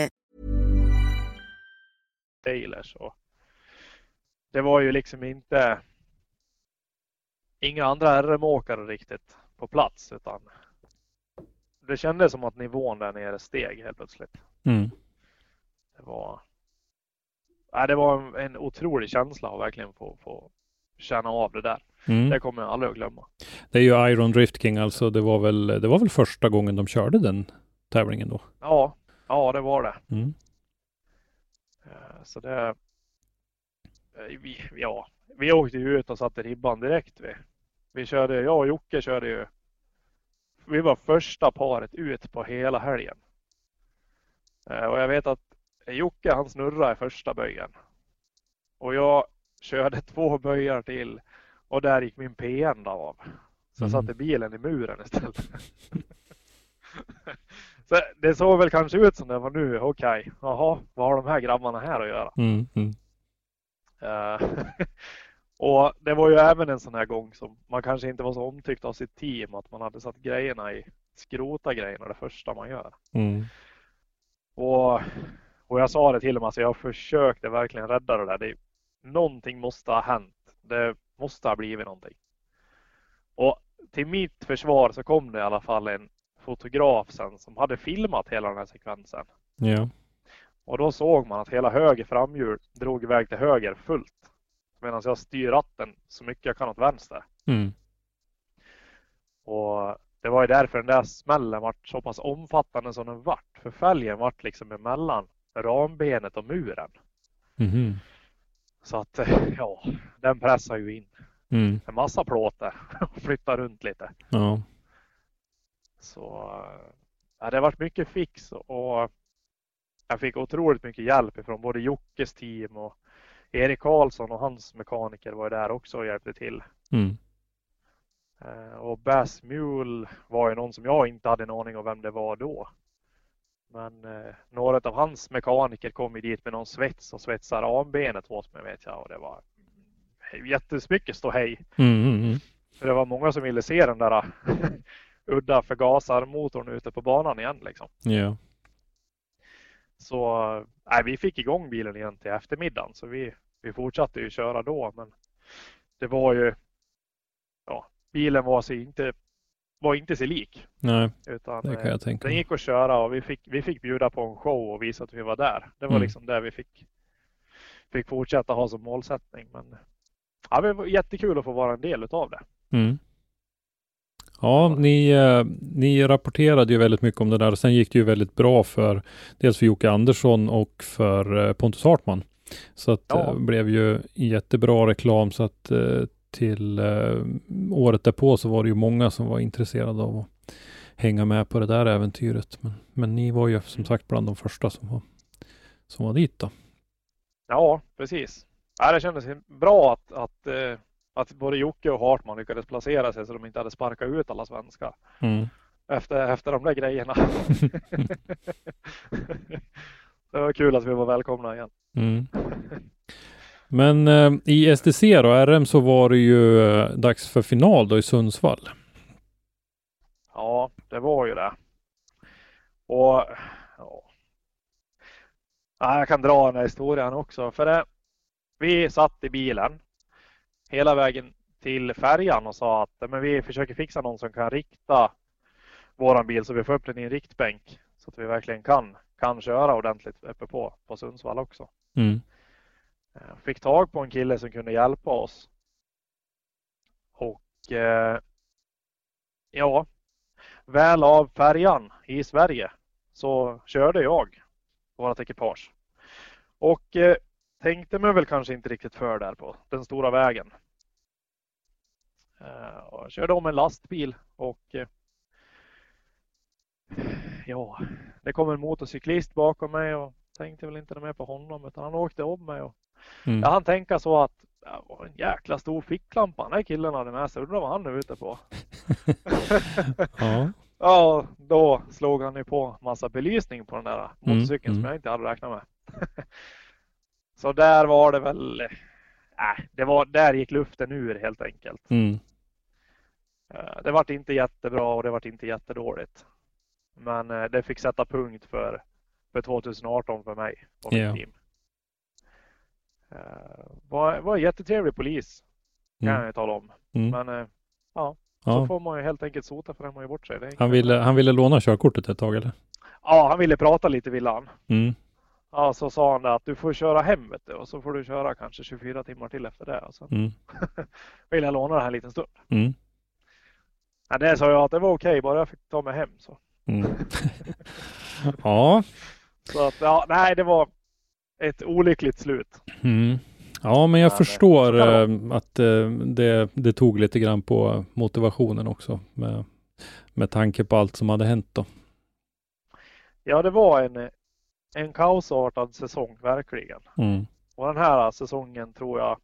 Så det var ju liksom inte inga andra R M-åkare riktigt på plats, utan det kändes som att nivån där nere steg helt plötsligt. Mm. Det var nej, det var en, en otrolig känsla att verkligen få, få känna av det där. Mm. Det kommer jag aldrig att glömma. Det är ju Iron Drift King, alltså det var väl det var väl första gången de körde den tävlingen då? Ja, ja det var det. Mm. Så det vi, ja, vi åkte ju ut och satte ribban direkt. Vi, vi körde, jag och Jocke körde ju, vi var första paret ut på hela helgen. Och jag vet att Jocke han snurrade i första böjen. Och jag körde två böjar till och där gick min P N av. Så jag satte bilen i muren istället. Så det såg väl kanske ut som det var nu. Okej, okay. Jaha, vad har de här grabbarna här att göra? Mm, mm. Uh, och det var ju även en sån här gång som man kanske inte var så omtyckt av sitt team, att man hade satt grejerna i skrota grejerna det första man gör. Mm. Och, och jag sa det till dem, alltså jag försökte verkligen rädda det där. Det, någonting måste ha hänt. Det måste ha blivit någonting. Och till mitt försvar så kom det i alla fall en fotograf sen som hade filmat hela den här sekvensen. Ja. Och då såg man att hela höger framhjul drog iväg till höger fullt. Medan jag styr ratten så mycket jag kan åt vänster. Mm. Och det var ju därför den där smällen var så pass omfattande som den vart. För fälgen vart liksom emellan rambenet och muren. Mm. Så att ja, den pressar ju in mm. en massa plåter och flyttar runt lite. Ja. Så ja, det har varit mycket fix och jag fick otroligt mycket hjälp från både Jockes team och Erik Karlsson och hans mekaniker var ju där också och hjälpte till. Mm. Och Bass Mule var ju någon som jag inte hade en aning om vem det var då. Men eh, några av hans mekaniker kom ju dit med någon svets och svetsar rambenet åt mig, vet jag. Och det var jättemycket ståhej. Mm, mm, mm. För det var många som ville se den där udda förgasarmotorn ute på banan igen liksom. Ja. Så nej, vi fick igång bilen igen till eftermiddagen, så vi, vi fortsatte ju köra då, men det var ju, ja, bilen var sig inte, var inte sig lik. Nej, utan det kan jag tänka. Den gick att köra och vi fick, vi fick bjuda på en show och visa att vi var där. Det var Mm. liksom där vi fick, fick fortsätta ha som målsättning. Men ja, det var jättekul att få vara en del utav det. Mm. Ja, ni, eh, ni rapporterade ju väldigt mycket om det där. Sen gick det ju väldigt bra för dels för Jocke Andersson och för eh, Pontus Hartman. Så att det Ja. eh, blev ju jättebra reklam, så att eh, till eh, året därpå så var det ju många som var intresserade av att hänga med på det där äventyret. Men, men ni var ju som sagt bland de första som var, som var dit då. Ja, precis. Ja, det kändes bra att, att, eh, att både Jocke och Hartman lyckades placera sig så de inte hade sparkat ut alla svenskar. Mm. Efter, efter de där grejerna. Det var kul att vi var välkomna igen. Mm. Men eh, i S D C då, R M, så var det ju eh, dags för final då i Sundsvall. Ja, det var ju det. Och ja. Ja, jag kan dra den här historien också. För det, vi satt i bilen hela vägen till färjan och sa att men vi försöker fixa någon som kan rikta våran bil så vi får upp den i en riktbänk. Så att vi verkligen kan, kan köra ordentligt uppe på, på Sundsvall också. Mm. Fick tag på en kille som kunde hjälpa oss. Och eh, ja, väl av färjan i Sverige så körde jag vårat ekipage. Och eh, tänkte mig väl kanske inte riktigt för där på den stora vägen. Eh, och körde om en lastbil och eh, ja, det kom en motorcyklist bakom mig och tänkte väl inte mer på honom, utan han åkte om mig och Mm. jag hann tänka så att det var en jäkla stor ficklampa den här killen hade med sig. Undrar vad han är ute på. Ja. Ja, då slog han ju på massa belysning på den där motorcykeln Mm, som jag inte hade räknat med. Så där var det väl, äh, det var, där gick luften ur helt enkelt. Mm. Uh, det vart inte jättebra och det vart inte jättedåligt. Men uh, det fick sätta punkt för, för tjugoarton för mig och mitt Ja. team. Uh, var, var en jättetrevlig polis kan Mm. jag ju tala om. Mm. Men uh, ja, så Ja. får man ju helt enkelt sota för det man ju bort sig. Det är Han, inget- ville, han ville låna körkortet ett tag, eller? Ja, han ville prata lite, ville han. Mm. Ja, så sa han att du får köra hem, vet du, och så får du köra kanske tjugofyra timmar till efter det. Och så Mm. vill jag låna det här en liten stund. Mm. Ja, det sa jag att det var okej, bara jag fick ta mig hem. Så, Mm. Ja. så att, ja, nej, det var ett olyckligt slut. Mm. Ja, men jag Men, förstår så kan eh, att eh, det, det tog lite grann på motivationen också med, med tanke på allt som hade hänt då. Ja, det var en, en kaosartad säsong, verkligen. Mm. Och den här säsongen tror jag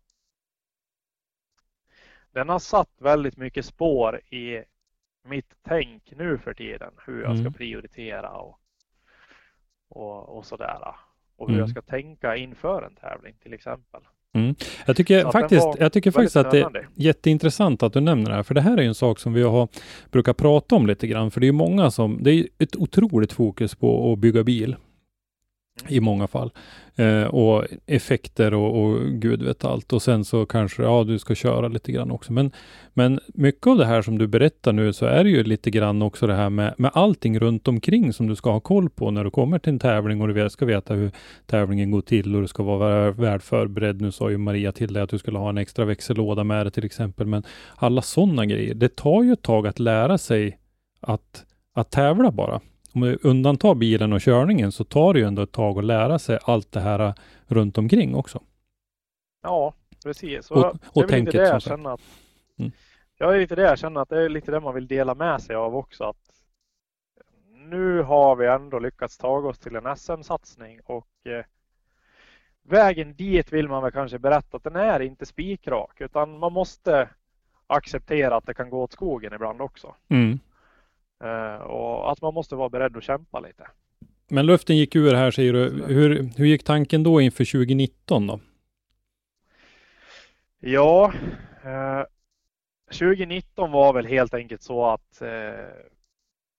den har satt väldigt mycket spår i mitt tänk nu för tiden. Hur jag ska Mm. prioritera och, och, och sådär. Och hur Mm. jag ska tänka inför en tävling till exempel. Mm. Jag tycker Så att den faktiskt, var jag tycker faktiskt att väldigt det är nödvändig. jätteintressant att du nämner det här, för det här är ju en sak som vi har brukar prata om lite grann, för det är ju många som, det är ett otroligt fokus på att bygga bil i många fall. Eh, och effekter och, och gud vet allt. Och sen så kanske, ja, du ska köra lite grann också. Men, men mycket av det här som du berättar nu, så är det ju lite grann också det här med, med allting runt omkring som du ska ha koll på när du kommer till en tävling, och du ska veta hur tävlingen går till och du ska vara väl förberedd. Nu sa ju Maria till dig att du skulle ha en extra växellåda med dig till exempel. Men alla sådana grejer, det tar ju ett tag att lära sig att, att tävla bara. Om du undantar bilen och körningen, så tar det ju ändå ett tag att lära sig allt det här runt omkring också. Ja, precis. Och- Och, och det är väl tänket, lite det som jag sagt. känner att Mm. jag är lite det jag känner att det är lite det man vill dela med sig av också. Att nu har vi ändå lyckats ta oss till en S M-satsning och eh, vägen dit vill man väl kanske berätta att den är inte spikrak, utan man måste acceptera att det kan gå åt skogen ibland också. Mm. Eh, och att man måste vara beredd att kämpa lite. Men luften gick ur här, säger du. Hur, hur gick tanken då inför tjugonitton då? Ja, eh, tjugonitton var väl helt enkelt så att eh,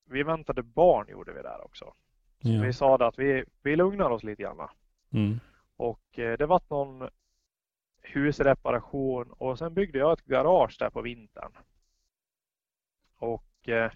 vi väntade barn gjorde vi där också. Så Ja. vi sa det att vi, vi lugnar oss lite grann. Mm. Och eh, det var någon husreparation och sen byggde jag ett garage där på vintern. Och eh,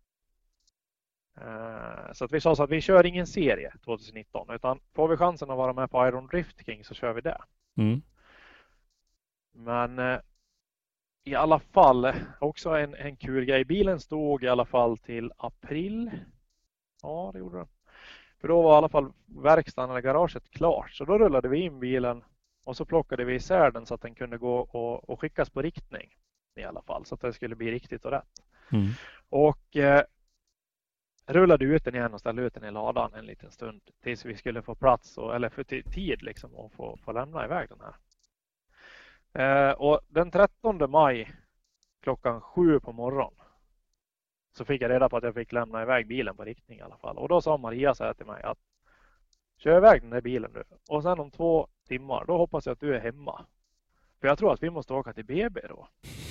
eh, så att vi sa så att vi kör ingen serie tjugonitton, utan får vi chansen att vara med på Iron Drift King så kör vi det. Mm. Men eh, i alla fall också en, en kul grej. Bilen stod i alla fall till april. Ja, det gjorde den. För då var i alla fall verkstaden eller garaget klart. Så då rullade vi in bilen och så plockade vi isär den så att den kunde gå och, och skickas på riktning i alla fall. Så att det skulle bli riktigt och rätt. Mm. Och eh, rullade ut den igen och ställde ut den i ladan en liten stund tills vi skulle få plats och, eller för tid liksom och få, få lämna iväg den här. Eh, och den trettonde maj klockan sju på morgonen så fick jag reda på att jag fick lämna iväg bilen på riktning i alla fall. Och då sa Maria så här till mig att kör iväg den där bilen nu. Och sen om två timmar, då hoppas jag att du är hemma. För jag tror att vi måste åka till B B då.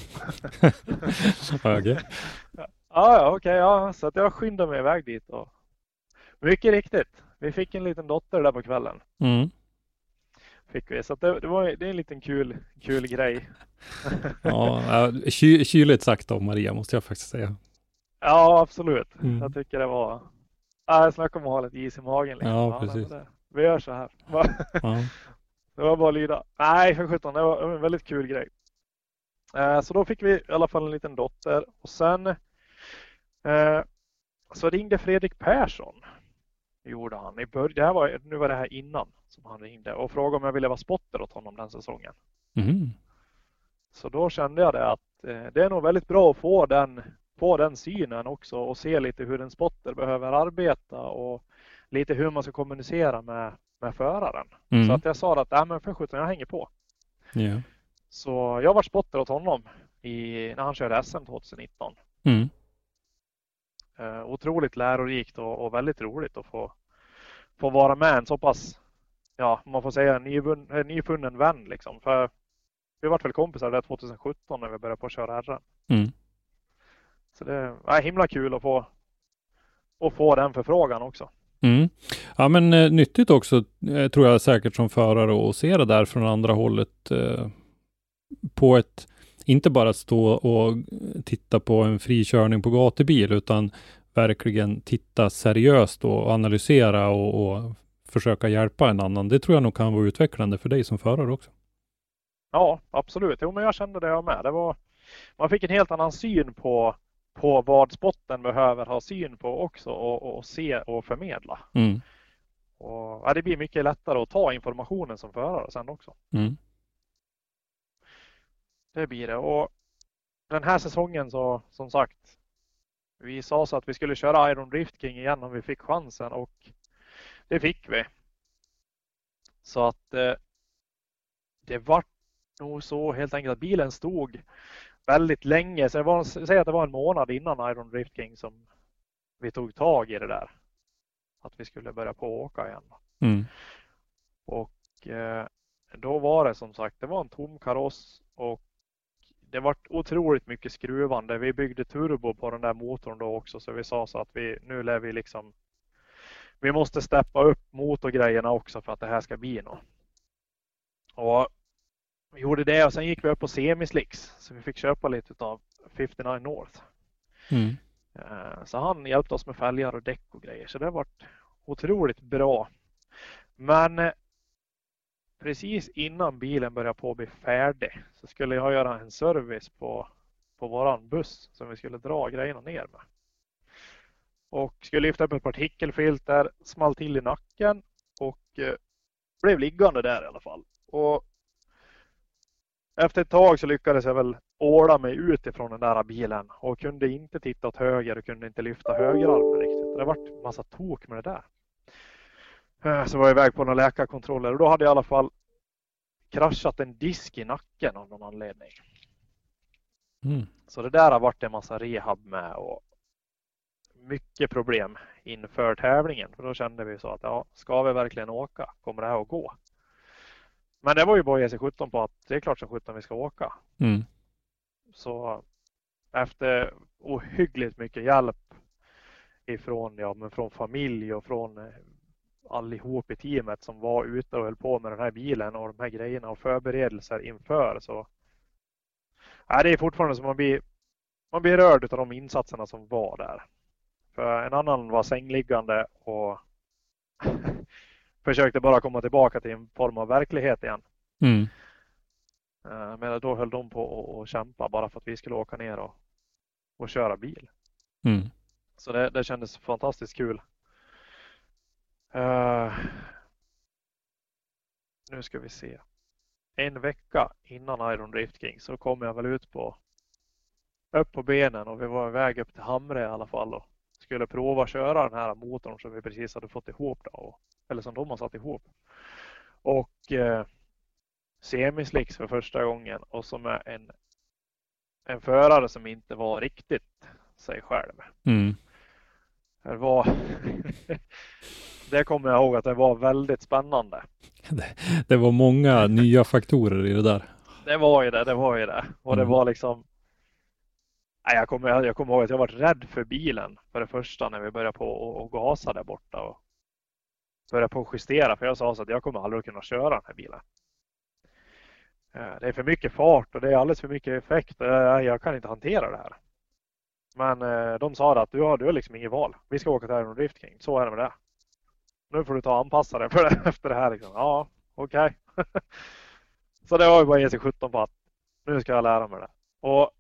Okay. Ja, ja okej. Okay, ja. Så att jag skyndade mig iväg dit. Och... Mycket riktigt. Vi fick en liten dotter där på kvällen. Mm. Fick vi. Så att det, det, var, det är en liten kul, kul grej. Ja, ky, kyligt sagt av Maria måste jag faktiskt säga. Ja, absolut. Mm. Jag tycker det var... Ja, jag snackar om att ha lite is i magen. Liksom. Ja, precis. Ja, vi gör så här. Ja. Det var bara att lyda. Nej, för sjutton. Det var en väldigt kul grej. Eh, så då fick vi i alla fall en liten dotter. Och sen eh, så ringde Fredrik Persson. Gjorde han. I början, det här var, nu var det här innan som han ringde. Och frågade om jag ville vara spotter åt honom den säsongen. Mm. Så då kände jag det att eh, det är nog väldigt bra att få den, få den synen också. Och se lite hur en spotter behöver arbeta. Och lite hur man ska kommunicera med, med föraren. Mm. Så att jag sa att äh, men för sjutton, jag hänger på. Yeah. Så jag var spotter åt honom i, när han körde S M tjugonitton. Mm. Uh, otroligt lärorikt och, och väldigt roligt att få, få vara med en så pass, ja man får säga nyvun, äh, nyfunnen vän liksom. För vi var väl kompisar där tjugosjutton när vi började på att köra R. Mm. Så det är himla kul att få, att få den förfrågan också. Mm. Ja men eh, nyttigt också eh, tror jag säkert som förare att se det där från andra hållet eh, på ett, inte bara stå och titta på en frikörning på gatubil utan verkligen titta seriöst och analysera och, och försöka hjälpa en annan. Det tror jag nog kan vara utvecklande för dig som förare också. Ja, absolut. Jo, men jag kände det jag med. Det var, man fick en helt annan syn på, på vad spotten behöver ha syn på också och, och se och förmedla. Mm. Och, ja, det blir mycket lättare att ta informationen som förare sen också. Mm. Det blir det. Och den här säsongen så, som sagt, vi sa så att vi skulle köra Iron Drift King igen om vi fick chansen och det fick vi. Så att eh, det var nog så helt enkelt att bilen stod väldigt länge. Så det var, säg att det var en månad innan Iron Drift King som vi tog tag i det där. Att vi skulle börja på åka igen. Mm. Och eh, då var det som sagt, det var en tom kaross och det var otroligt mycket skruvande. Vi byggde turbo på den där motorn då också så vi sa så att vi, nu lär vi liksom, vi måste steppa upp motorgrejerna också för att det här ska bli något. Och vi gjorde det och sen gick vi upp på semislicks så vi fick köpa lite av femtionio North. Mm. Så han hjälpte oss med fälgar och däck och grejer så det har varit otroligt bra. Men precis innan bilen började på att bli färdig så skulle jag göra en service på, på våran buss som vi skulle dra grejerna ner med. Och skulle lyfta upp ett partikelfilter, small till i nacken och eh, blev liggande där i alla fall. Och efter ett tag så lyckades jag väl åla mig utifrån den där bilen och kunde inte titta åt höger och kunde inte lyfta högerarmen riktigt. Det var en massa tok med det där. Så var jag iväg på några läkarkontroller och då hade jag i alla fall kraschat en disk i nacken av någon anledning. Mm. Så det där har varit en massa rehab med och mycket problem inför tävlingen. För då kände vi så att ja, ska vi verkligen åka? Kommer det här att gå? Men det var ju bara att ge sig sjutton på att det är klart som sjutton vi ska åka. Mm. Så efter ohyggligt mycket hjälp ifrån, ja, men från familj och från eh, allihop i teamet som var ute och höll på med den här bilen och de här grejerna och förberedelser inför. Så ja, det är fortfarande som man blir, man blir rörd av de insatserna som var där. För en annan var sängliggande och försökte bara komma tillbaka till en form av verklighet igen. Mm. Men då höll de på att kämpa bara för att vi skulle åka ner och, och köra bil. Mm. Så det, det kändes fantastiskt kul. Uh, nu ska vi se. En vecka innan Iron Drift King så kom jag väl ut på upp på benen och vi var iväg upp till Hamre i alla fall och skulle prova köra den här motorn som vi precis hade fått ihop då, och, eller som de har satt ihop. Och eh, semislicks för första gången och som är en en förare som inte var riktigt sig själv. Mm. Det var det kommer jag ihåg att det var väldigt spännande. Det, det var många nya faktorer i det där. Det var ju det, det var ju det. Och det Mm. var liksom nej, jag kommer jag kommer ihåg att jag var rädd för bilen för det första när vi började på och, och gasa där borta och började på att justera, för jag sa så att jag kommer aldrig kunna köra den här bilen. Det är för mycket fart och det är alldeles för mycket effekt och jag, jag kan inte hantera det här. Men eh, de sa att du har, du har liksom inget val. Vi ska åka till Iron Drift King. Så är det med det. Nu får du ta och anpassa dig för det, efter det här. Liksom. Ja, okej. Okay. Så det var ju bara att ge sig sjutton på att nu ska jag lära mig det. Och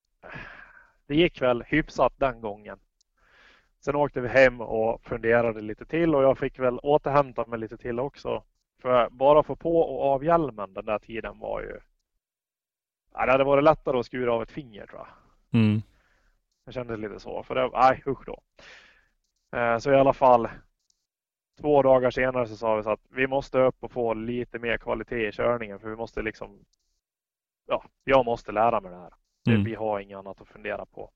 det gick väl hyfsat den gången. Sen åkte vi hem och funderade lite till och jag fick väl återhämta mig lite till också. För bara få på och av hjälmen den där tiden var ju... Ja, det hade varit lättare att skura av ett finger tror jag. Mm. Jag kände lite så. För det, nej, usch då. Eh, så i alla fall två dagar senare så sa vi så att vi måste upp och få lite mer kvalitet i körningen. För vi måste liksom... Ja, jag måste lära mig det här. Mm. Vi har inget annat att fundera på.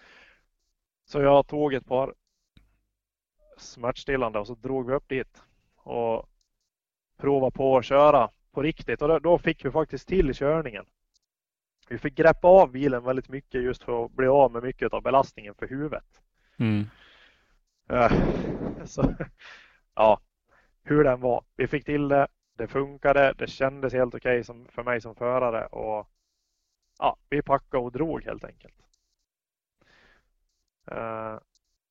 Så jag tog ett par smärtstillande och så drog vi upp dit. Och prova på att köra på riktigt. Och då fick vi faktiskt till körningen. Vi fick greppa av bilen väldigt mycket just för att bli av med mycket av belastningen för huvudet. Mm. Uh, så, ja, hur den var. Vi fick till det. Det funkade. Det kändes helt okej som, för mig som förare. Och ja, vi packade och drog helt enkelt. Uh,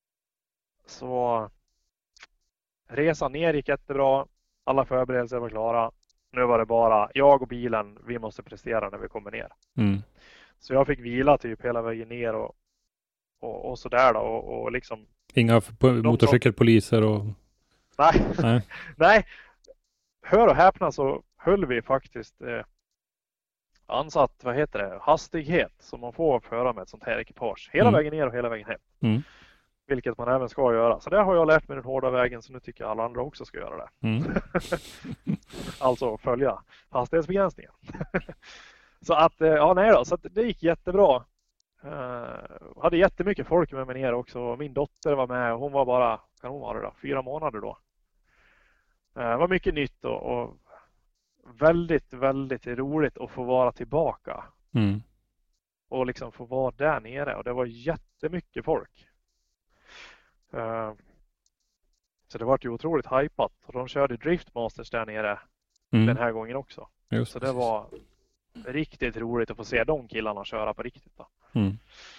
så resan ner gick jättebra. Alla förberedelser var klara. Nu var det bara jag och bilen. Vi måste prestera när vi kommer ner. Mm. Så jag fick vila typ hela vägen ner och, och, och sådär då. Och, och liksom, inga motorcykelpoliser och... Nej. Nej. Nej. Hör och häpna så höll vi faktiskt eh, ansatt, vad heter det, hastighet som man får föra med ett sånt här ekipage. Hela mm. vägen ner och hela vägen hem. Mm. Vilket man även ska göra. Så det har jag lärt mig den hårda vägen, så nu tycker jag alla andra också ska göra det. Mm. Alltså följa hastighetsbegränsningen. Så att, ja nej då, så att det gick jättebra. Uh, hade jättemycket folk med mig ner också. Min dotter var med och hon var bara, kan hon vara det då, fyra månader då. Uh, det var mycket nytt och, och väldigt, väldigt roligt att få vara tillbaka. Mm. Och liksom få vara där nere. Och det var jättemycket folk. Uh, så det var ju otroligt hypat. Och de körde Driftmasters där nere mm. den här gången också. Just så det var riktigt roligt att få se de killarna köra på riktigt då. Mm.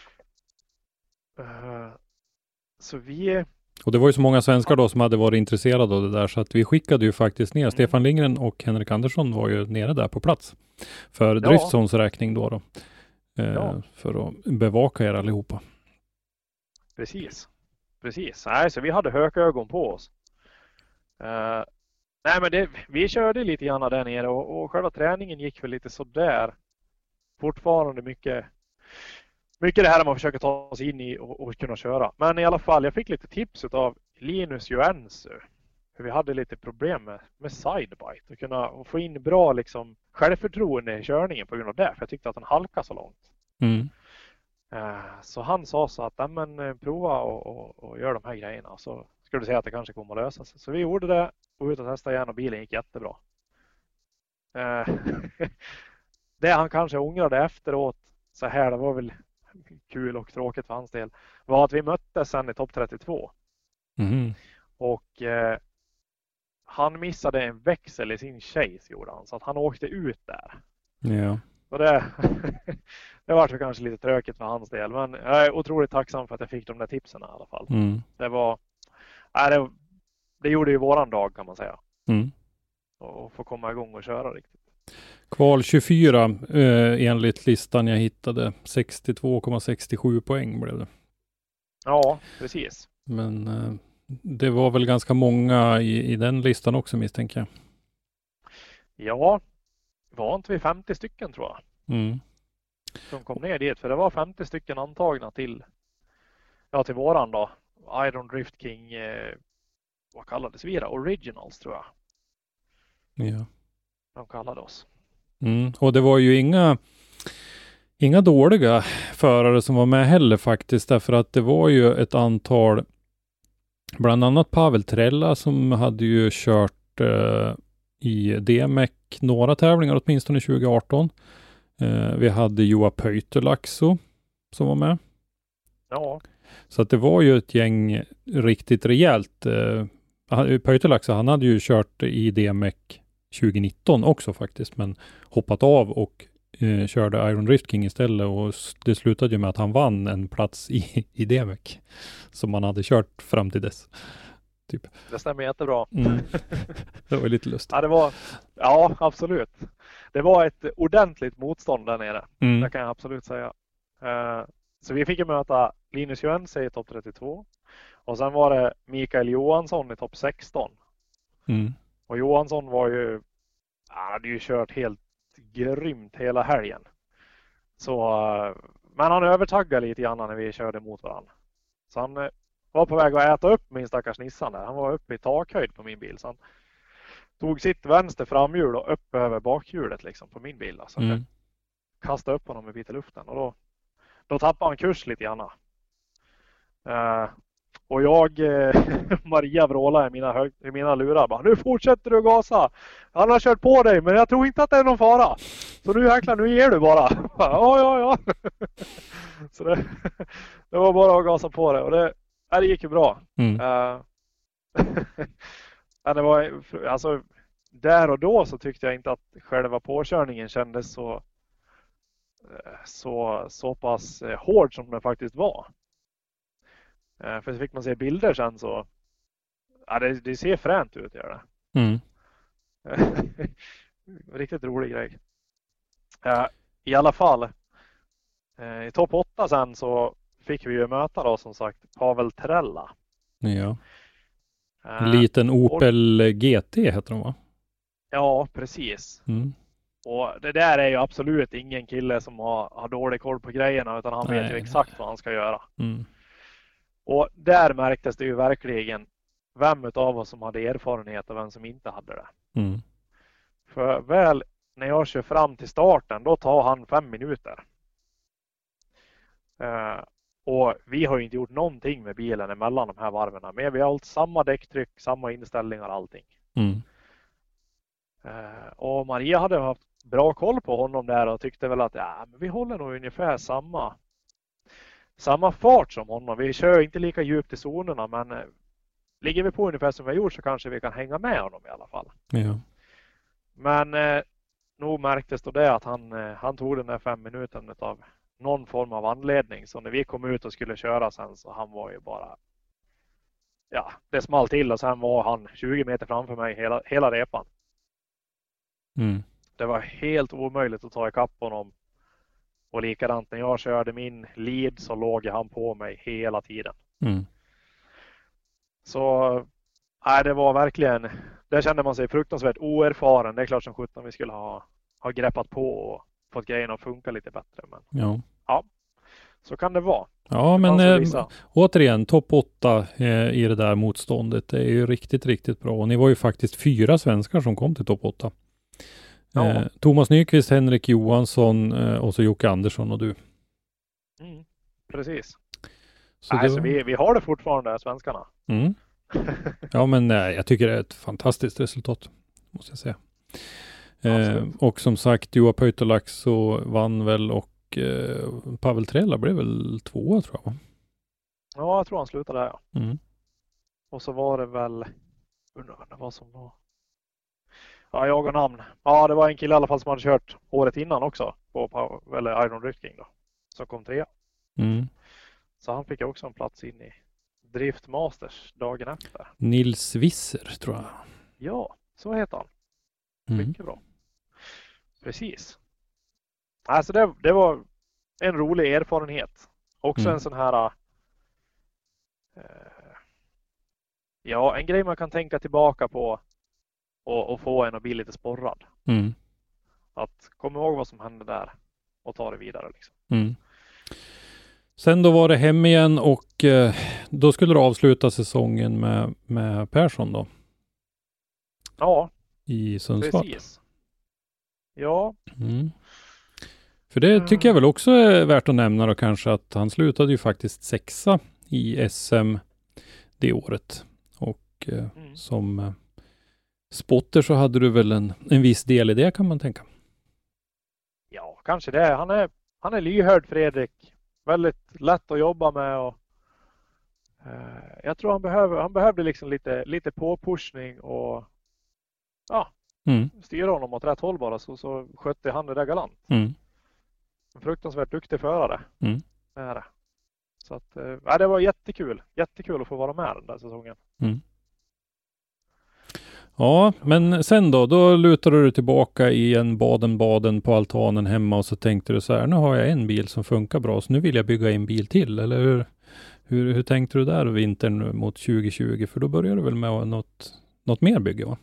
Uh, så vi... Och det var ju så många svenskar då som hade varit intresserade av det där, så att vi skickade ju faktiskt ner. Mm. Stefan Lindgren och Henrik Andersson var ju nere där på plats. För ja. Driftzones räkning då. då uh, ja. För att bevaka er allihopa. Precis. Precis. Nej, så vi hade hökögon på oss. Uh, nej men det, vi körde lite grann där nere och, och själva träningen gick väl lite så där. Fortfarande mycket mycket det här man försöker ta sig in i och, och kunna köra. Men i alla fall, jag fick lite tips av Linus Joensuu. För vi hade lite problem med, med sidebite. Och kunna och få in bra liksom, självförtroende i körningen på grund av det. För jag tyckte att den halkade så långt. Mm. Uh, så han sa så att men, prova och, och, och gör de här grejerna. Så skulle du säga att det kanske kommer att lösa sig. Så vi gjorde det och ut och testade igen och bilen gick jättebra. Uh, det han kanske ångrade efteråt så här, det var väl kul och tråkigt för hans del, var att vi möttes sen i topp trettiotvå. Mm. Och eh, han missade en växel i sin chase, gjorde han. Så att han åkte ut där. Ja. Och det, det var så kanske lite tråkigt för hans del. Men jag är otroligt tacksam för att jag fick de där tipsen i alla fall. Mm. Det var... Nej, det, det gjorde ju våran dag, kan man säga. Mm. Och få komma igång och köra riktigt. Kval tjugofyra eh, enligt listan jag hittade. sextiotvå komma sextiosju poäng blev det. Ja, precis. Men eh, det var väl ganska många i, i den listan också, misstänker jag. Ja, var inte vi femtio stycken tror jag. Mm. Som kom ner dit. För det var femtio stycken antagna till, ja, till våran då. Iron Drift King, eh, vad kallades vi då? Originals tror jag. Ja. De kallade oss. Mm. Och det var ju inga inga dåliga förare som var med heller faktiskt, därför att det var ju ett antal, bland annat Pavel Trella som hade ju kört eh, i D M E C några tävlingar åtminstone tjugo arton. Eh, vi hade Juha Pöytälakso som var med. Ja. Så att det var ju ett gäng riktigt rejält. Eh, Pöytälakso, han hade ju kört i D M E C tjugo nitton också faktiskt, men hoppat av och eh, körde Iron Drift King istället, och det slutade ju med att han vann en plats i, i D M E C som man hade kört fram till dess. Typ. Det stämmer jättebra. Mm. Det var lite lustigt. Ja, det var, ja, absolut. Det var ett ordentligt motstånd där nere. Mm. Det kan jag absolut säga. Uh, så vi fick ju möta Linus Jönsson i topp trettiotvå. Och sen var det Mikael Johansson i topp sexton. Mm. Och Johansson var ju, han hade ju kört helt grymt hela helgen. Så, uh, men han övertaggade lite grann när vi körde mot varandra. Så han uh, var på väg att äta upp min stackars Nissan där. Han var uppe i takhöjd på min bil. Så han tog sitt vänster framhjul och upp över bakhjulet liksom på min bil. Så mm. jag kastade upp honom en bit i luften. Och då, då tappade han kurs lite grann. Uh, och jag, uh, Maria vrålade i mina, hög, i mina lurar. Bara, nu fortsätter du gasa. Han har kört på dig, men jag tror inte att det är någon fara. Så nu jäklar, nu ger du bara. Ja, ja, ja. Så det, det var bara att gasa på det. Och det, ja, det gick ju bra. Mm. Uh, ja, det var, alltså, där och då så tyckte jag inte att själva påkörningen kändes så så, så pass hård som den faktiskt var. Uh, för så fick man se bilder sen så ja, det, det ser fränt ut, gör det. Mm. Riktigt rolig grej. Uh, I alla fall uh, i topp åtta sen så fick vi ju möta då som sagt Pavel Trella. Ja. Uh, Liten Opel och... G T heter de, va? Ja, precis. Mm. Och det där är ju absolut ingen kille som har, har dålig koll på grejerna, utan han Nej. vet ju exakt vad han ska göra. Mm. Och där märktes det ju verkligen vem utav oss som hade erfarenhet och vem som inte hade det. Mm. För väl när jag kör fram till starten, då tar han fem minuter. Uh, och vi har ju inte gjort någonting med bilen emellan de här varven. Men vi har hållit samma däcktryck, samma inställningar, allting. Mm. Uh, och Maria hade haft bra koll på honom där och tyckte väl att ja, men vi håller nog ungefär samma samma fart som honom. Vi kör inte lika djupt i zonerna, men uh, ligger vi på ungefär som vi har gjort så kanske vi kan hänga med honom i alla fall. Ja. Men uh, nog märktes då det att han, uh, han tog den där fem minuten av någon form av anledning. Så när vi kom ut och skulle köra sen så han var ju bara, ja, det small till och sen var han tjugo meter framför mig hela, hela repan. Mm. Det var helt omöjligt att ta ikapp honom. Och likadant när jag körde min lead så låg han på mig hela tiden. Mm. Så nej, det var verkligen, där kände man sig fruktansvärt oerfaren. Det är klart som sjutton vi skulle ha, ha greppat på och fått grejerna att funka lite bättre. Men Ja. ja, så kan det vara. Ja, Det men fanns eh, återigen, topp åtta eh, i det där motståndet. Det är ju riktigt, riktigt bra. Och ni var ju faktiskt fyra svenskar som kom till topp åtta. Ja. Eh, Thomas Nyqvist, Henrik Johansson eh, och så Jocke Andersson och du. Mm, precis. Så Nej, det så var... vi, vi har det fortfarande, svenskarna. Mm. Ja, men nej, jag tycker det är ett fantastiskt resultat, måste jag säga. Eh, och som sagt, Juha Pöytälakso vann väl och och eh, Pavel Trela blev väl tvåa tror jag. Ja, jag tror han slutade där. Ja. Mm. Och så var det väl, undrar vad som var. Ja, jag och namn. Ja, det var en kille i alla fall som hade kört året innan också på, på eller Iron Drifting då. Som kom trea. Mm. Så han fick också en plats in i Drift Masters dagen efter. Nils Visser tror jag. Ja, så heter han. Mm. Mycket bra. Precis. Alltså det, det var en rolig erfarenhet. Också Mm. en sån här eh, ja, en grej man kan tänka tillbaka på och, och få en att bli lite sporrad. Mm. Att komma ihåg vad som hände där och ta det vidare liksom. Mm. Sen då var det hem igen och eh, då skulle du avsluta säsongen med, med Persson då Ja, i Sundsvall. precis. Ja, Mm. För det tycker jag väl också är värt att nämna då kanske att han slutade ju faktiskt sexa i S M det året. Och eh, Mm. som eh, spotter så hade du väl en, en viss del i det kan man tänka. ja, kanske det. Han är, han är lyhörd, Fredrik. Väldigt lätt att jobba med och eh, jag tror han behöver, han behövde liksom lite, lite påpushning och ja, Mm. styra honom åt rätt håll bara så, så skötte han det där galant. Mm. En fruktansvärt duktig förare. Mm. Det är det. Så att, eh, ja, det var jättekul. Jättekul att få vara med den där säsongen. Mm. Ja, men sen då, då lutade du tillbaka i en Baden-Baden på altanen hemma och så tänkte du så här, nu har jag en bil som funkar bra så nu vill jag bygga en bil till, eller hur, hur, hur tänkte du där vintern mot tjugo tjugo? För då började du väl med något, något mer bygge va?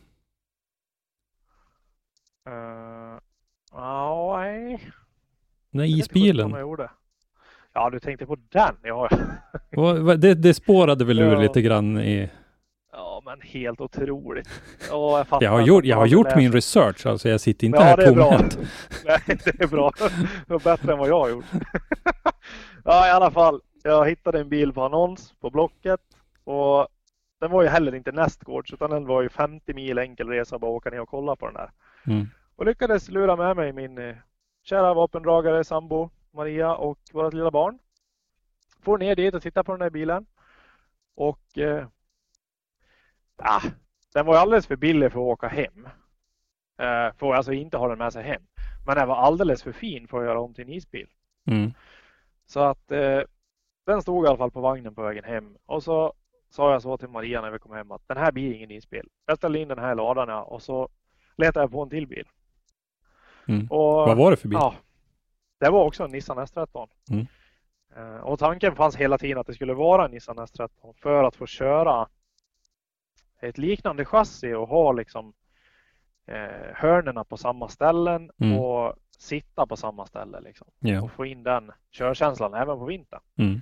Uh, ja, nej. Nej, isbilen. Jag gjorde. Ja, du tänkte på den. Ja, Va- va- det, det spårade väl ur Ja. lite grann i... ja men helt otroligt. Ja, jag, fattar Jag har att gjort, man jag har aldrig gjort läst. min research, alltså jag sitter inte Ja, här det är bra. tomhänt. Nej, det är bra. Det var bättre än vad jag har gjort. Ja, i alla fall. Jag hittade en bil på annons på Blocket. Och den var ju heller inte nästgårds utan den var ju femtio mil enkel resa bara åka ner och kolla på den där. Mm. Och lyckades lura med mig min eh, kära vapendragare sambo Maria och vårt lilla barn. Får ner dit och titta på den här bilen. Och eh, ah, den var ju alldeles för billig för att åka hem. Eh, får alltså inte ha den med sig hem. Men den var alldeles för fin för att göra om till en isbil. Mm. Så att eh, den stod i alla fall på vagnen på vägen hem. Och så sa jag så till Maria när vi kom hem att den här blir ingen isbil. Jag ställde in den här i ladan och så letade jag på en till bil. Mm. Och, Vad var det för bil? Ja, det var också en Nissan S tretton. Mm. Eh, och tanken fanns hela tiden att det skulle vara en Nissan S tretton för att få köra ett liknande chassi och ha liksom eh, hörnerna på samma ställen Mm. och sitta på samma ställe liksom. Ja. Och få in den körkänslan även på vintern. Mm.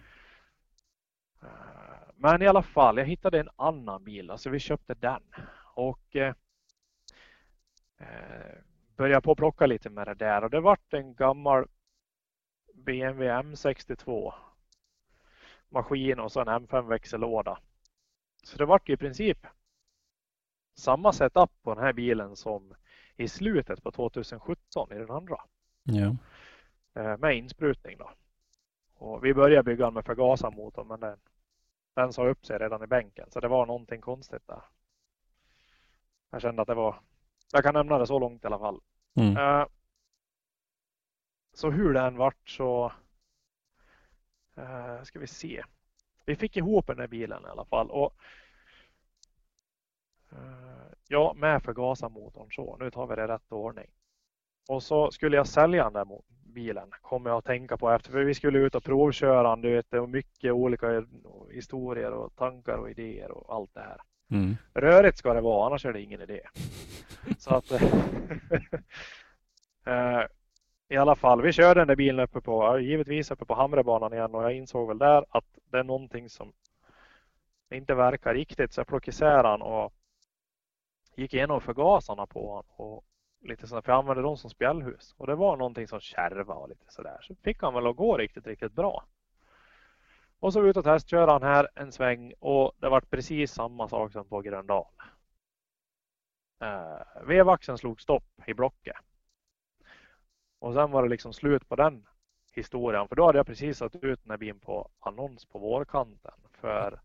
Eh, men i alla fall, jag hittade en annan bil, alltså vi köpte den och eh, eh, började på att plocka lite med det där och det vart en gammal B M W M sextiotvå maskin och så en M fem växellåda. Så det vart i princip samma setup på den här bilen som i slutet på tjugohundrasjutton i den andra. Ja. Eh, med insprutning då. Och vi började bygga den med förgasarmotor men den, den sa upp sig redan i bänken. Så det var någonting konstigt där. Jag kände att det var, jag kan nämna det så långt i alla fall. Mm. Eh, så hur den vart så eh, ska vi se. Vi fick ihop den här bilen i alla fall. Och eh, ja, med förgasarmotorn så. Nu tar vi det i rätt ordning. Och så skulle jag sälja den där mo- bilen. Kommer jag att tänka på efter. För vi skulle ut och provköra den. Du vet, det var mycket olika historier och tankar och idéer och allt det här. Mm. Rörigt ska det vara, annars är det ingen idé. Så att eh, i alla fall, vi körde den där bilen uppe på, givetvis uppe på Hamrebanan igen och jag insåg väl där att det är någonting som inte verkar riktigt så jag plockade isär den och gick igenom förgasarna på honom och lite sådär, för jag använde dem som spjällhus och det var någonting som kärva och lite sådär så fick han väl att gå riktigt, riktigt bra. Och så ut och testköra han här en sväng och det var precis samma sak som på Gröndal. Eh, vevaxeln slog stopp i blocket. Och sen var det liksom slut på den historien. För då hade jag precis satt ut den här bilen på annons på vårkanten. För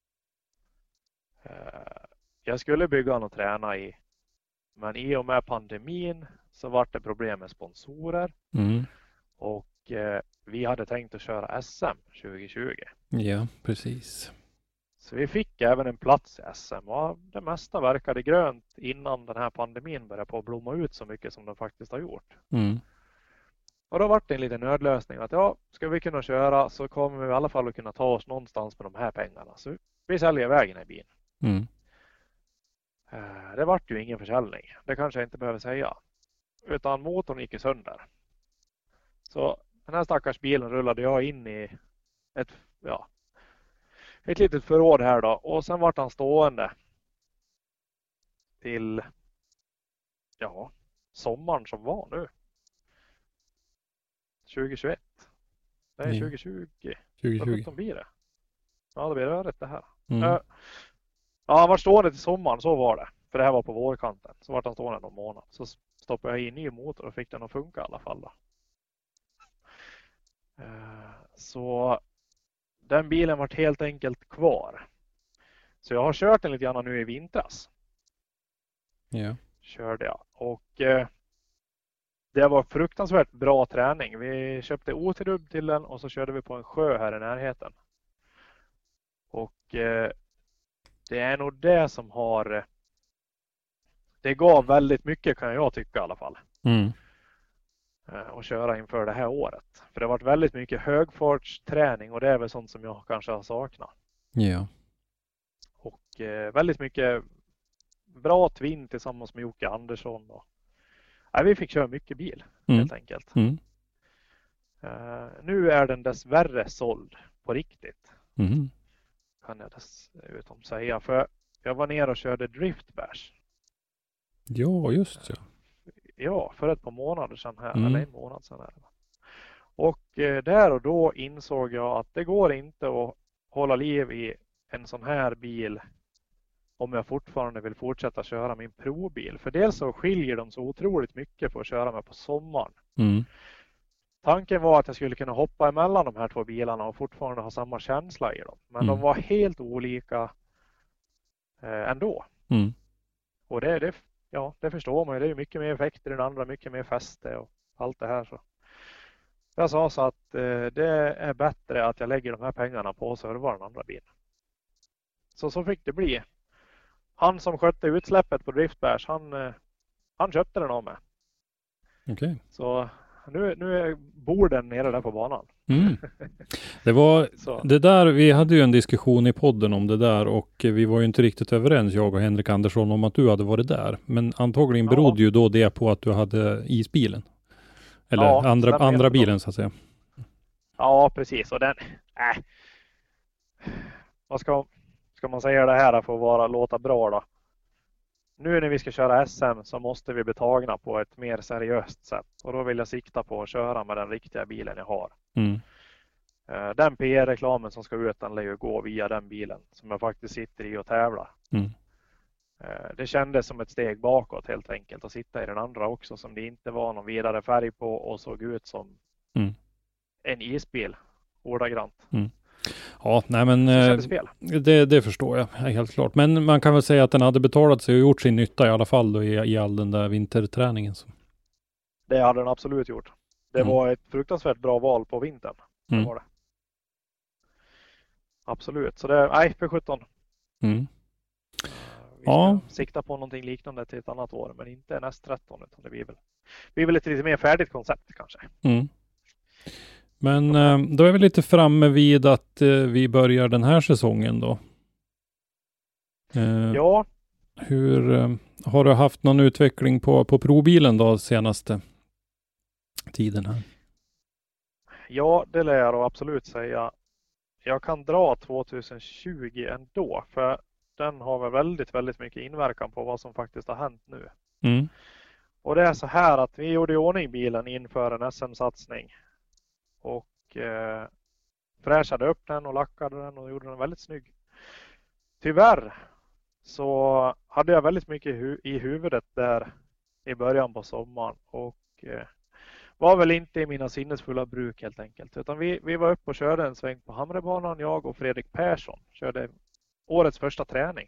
eh, jag skulle bygga den och träna i. Men i och med pandemin så var det problem med sponsorer. Mm. Och eh, vi hade tänkt att köra S M tjugo tjugo. Ja, precis. Så vi fick även en plats i S M. Och det mesta verkade grönt innan den här pandemin började på att blomma ut så mycket som den faktiskt har gjort. Mm. Och då var det en liten nödlösning att ja, ska vi kunna köra så kommer vi i alla fall att kunna ta oss någonstans med de här pengarna. Så vi säljer vägen i bilen. Mm. Det vart ju ingen försäljning. Det kanske jag inte behöver säga. Utan motorn gick ju sönder. Så den här stackars bilen rullade jag in i ett, ja, ett litet förråd här då. Och sen vart han stående till ja, sommaren som var nu. tjugo tjugoett. Nej, Mm. tjugo tjugo. tjugo tjugo. Vad blir det? Ja, det blir rörigt det här. Mm. Uh, ja, han var stående till sommaren, så var det. För det här var på vårkanten. Så var han stående någon månad. Så stoppade jag in ny motor och fick den att funka i alla fall då. Uh, så den bilen var helt enkelt kvar. Så jag har kört den lite grann nu i vintras. Ja. Körde jag. Och uh, det var fruktansvärt bra träning. Vi köpte oterrubb till den och så körde vi på en sjö här i närheten. Och eh, det är nog det som har... Det gav väldigt mycket kan jag tycka i alla fall. Mm. Eh, att köra inför det här året. För det har varit väldigt mycket högfartsträning och det är väl sånt som jag kanske har saknat. Ja. Och eh, väldigt mycket bra twin tillsammans med Jocke Andersson. Och, nej, vi fick köra mycket bil Mm. helt enkelt. Mm. Uh, nu är den dessvärre såld på riktigt. Mm. Kan jag dessutom säga. För jag var ner och körde driftbash. Ja, just ja. Ja, för ett par månader sedan här. Mm. Eller en månad sedan här. Och uh, där och då insåg jag att det går inte att hålla liv i en sån här bil om jag fortfarande vill fortsätta köra min probil. För dels så skiljer de så otroligt mycket för att köra med på sommaren. Mm. Tanken var att jag skulle kunna hoppa emellan de här två bilarna och fortfarande ha samma känsla i dem. Men Mm. de var helt olika eh, ändå. Mm. Och det, det, ja, det förstår man ju. Det är mycket mer effekter i den andra, mycket mer fäste och allt det här. Så. Jag sa så att eh, det är bättre att jag lägger de här pengarna på att serva den andra bilen. Så så fick det bli. Han som skötte utsläppet på driftbash, han, eh, han köpte den av mig. Okej. Okay. Så nu, nu är borden nere där på banan. Mm. Det var Så. det där, vi hade ju en diskussion i podden om det där och vi var ju inte riktigt överens, jag och Henrik Andersson, om att du hade varit där. Men antagligen berodde ja. ju då det på att du hade isbilen. Eller ja, andra, andra bilen så att säga. Ja, precis. Och den, äh. Vad ska, ska man säga det här för att vara, låta bra då? Nu när vi ska köra S M så måste vi bli tagna på ett mer seriöst sätt. Och då vill jag sikta på att köra med den riktiga bilen jag har. Mm. Den P R-reklamen som ska ut, den lär ju gå via den bilen som jag faktiskt sitter i och tävlar. Mm. Det kändes som ett steg bakåt helt enkelt att sitta i den andra också som det inte var någon vidare färg på och såg ut som mm. en isbil ordagrant. Mm. Ja, nej men det, det, det förstår jag helt klart. Men man kan väl säga att den hade betalat sig och gjort sin nytta i alla fall då, i, i all den där vinterträningen. Så. Det hade den absolut gjort. Det mm. var ett fruktansvärt bra val på vintern. Det mm. var det. Absolut. Så det är nej, P sjutton. Mm. Vi ska ja. sikta på någonting liknande till ett annat år, men inte en S tretton utan det blir väl, blir väl ett lite mer färdigt koncept kanske. Mm. Men då är vi lite framme vid att vi börjar den här säsongen då. Ja. Hur har du haft någon utveckling på, på probilen då senaste tiden här? Ja, det lär jag absolut säga. Jag kan dra tjugohundratjugo ändå, för den har väl väldigt, väldigt mycket inverkan på vad som faktiskt har hänt nu. Mm. Och det är så här att vi gjorde i ordning bilen inför en S M-satsning. Och eh, fräschade upp den och lackade den och gjorde den väldigt snygg. Tyvärr så hade jag väldigt mycket hu- i huvudet där i början på sommaren. Och eh, var väl inte i mina sinnesfulla bruk helt enkelt. Utan vi, vi var uppe och körde en sväng på Hamrebanan. Jag och Fredrik Persson körde årets första träning.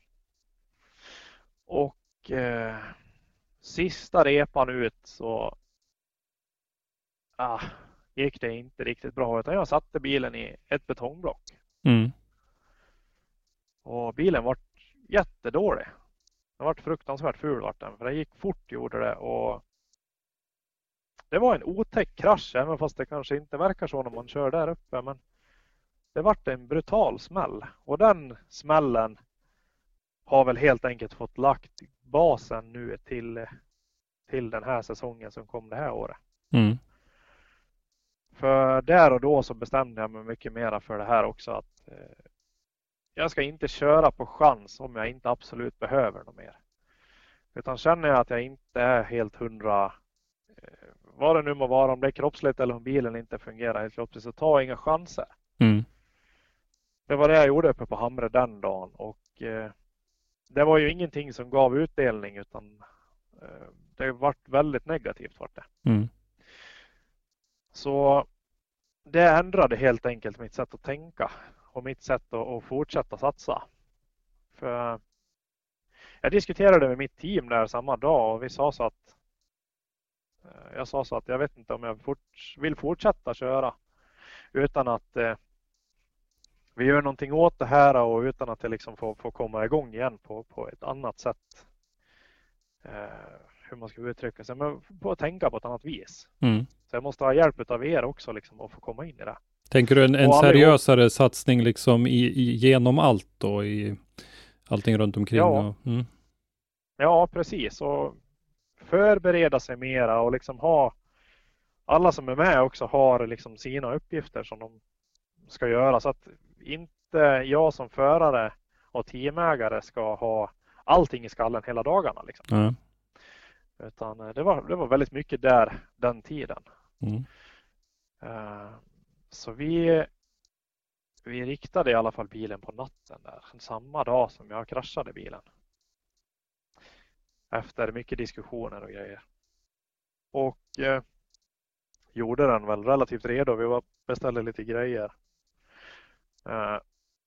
Och eh, sista repan ut så ah, gick det inte riktigt bra. Utan jag satte bilen i ett betongblock. Mm. Och bilen var jättedålig. Den var fruktansvärt ful vart den. För det gick fort gjorde det. Och det var en otäck krasch. Även fast det kanske inte verkar så när man kör där uppe. Men det vart en brutal smäll. Och den smällen har väl helt enkelt fått lagt basen nu till, till den här säsongen som kom det här året. Mm. För där och då så bestämde jag mig mycket mera för det här också. Att eh, jag ska inte köra på chans om jag inte absolut behöver något mer. Utan känner jag att jag inte är helt hundra, eh, vad det nu må vara, om det är kroppsligt eller om bilen inte fungerar helt kroppsligt, så ta inga chanser. Mm. Det var det jag gjorde uppe på Hamre den dagen. Och eh, det var ju ingenting som gav utdelning, utan eh, det vart väldigt negativt vart det. Mm. Så det ändrade helt enkelt mitt sätt att tänka och mitt sätt att, att fortsätta satsa. För jag diskuterade med mitt team där samma dag och vi sa så att jag sa så att jag vet inte om jag fort, vill fortsätta köra utan att eh, vi gör någonting åt det här och utan att det liksom får, får komma igång igen på, på ett annat sätt. Eh, hur man ska uttrycka sig, men på att tänka på ett annat vis. Mm. Så jag måste ha hjälp av er också liksom, att få komma in i det. Tänker du en, en seriösare allihop... satsning liksom i, i, genom allt då? I allting runt omkring? Ja, och, mm. ja precis. Och förbereda sig mera och liksom ha alla som är med också har liksom sina uppgifter som de ska göra. Så att inte jag som förare och teamägare ska ha allting i skallen hela dagarna. Liksom. Mm. Utan det var, det var väldigt mycket där den tiden. Mm. Uh, så vi, vi riktade i alla fall bilen på natten där. Samma dag som jag kraschade bilen. Efter mycket diskussioner och grejer. Och uh, gjorde den väl relativt redo. Vi var beställde lite grejer. Uh,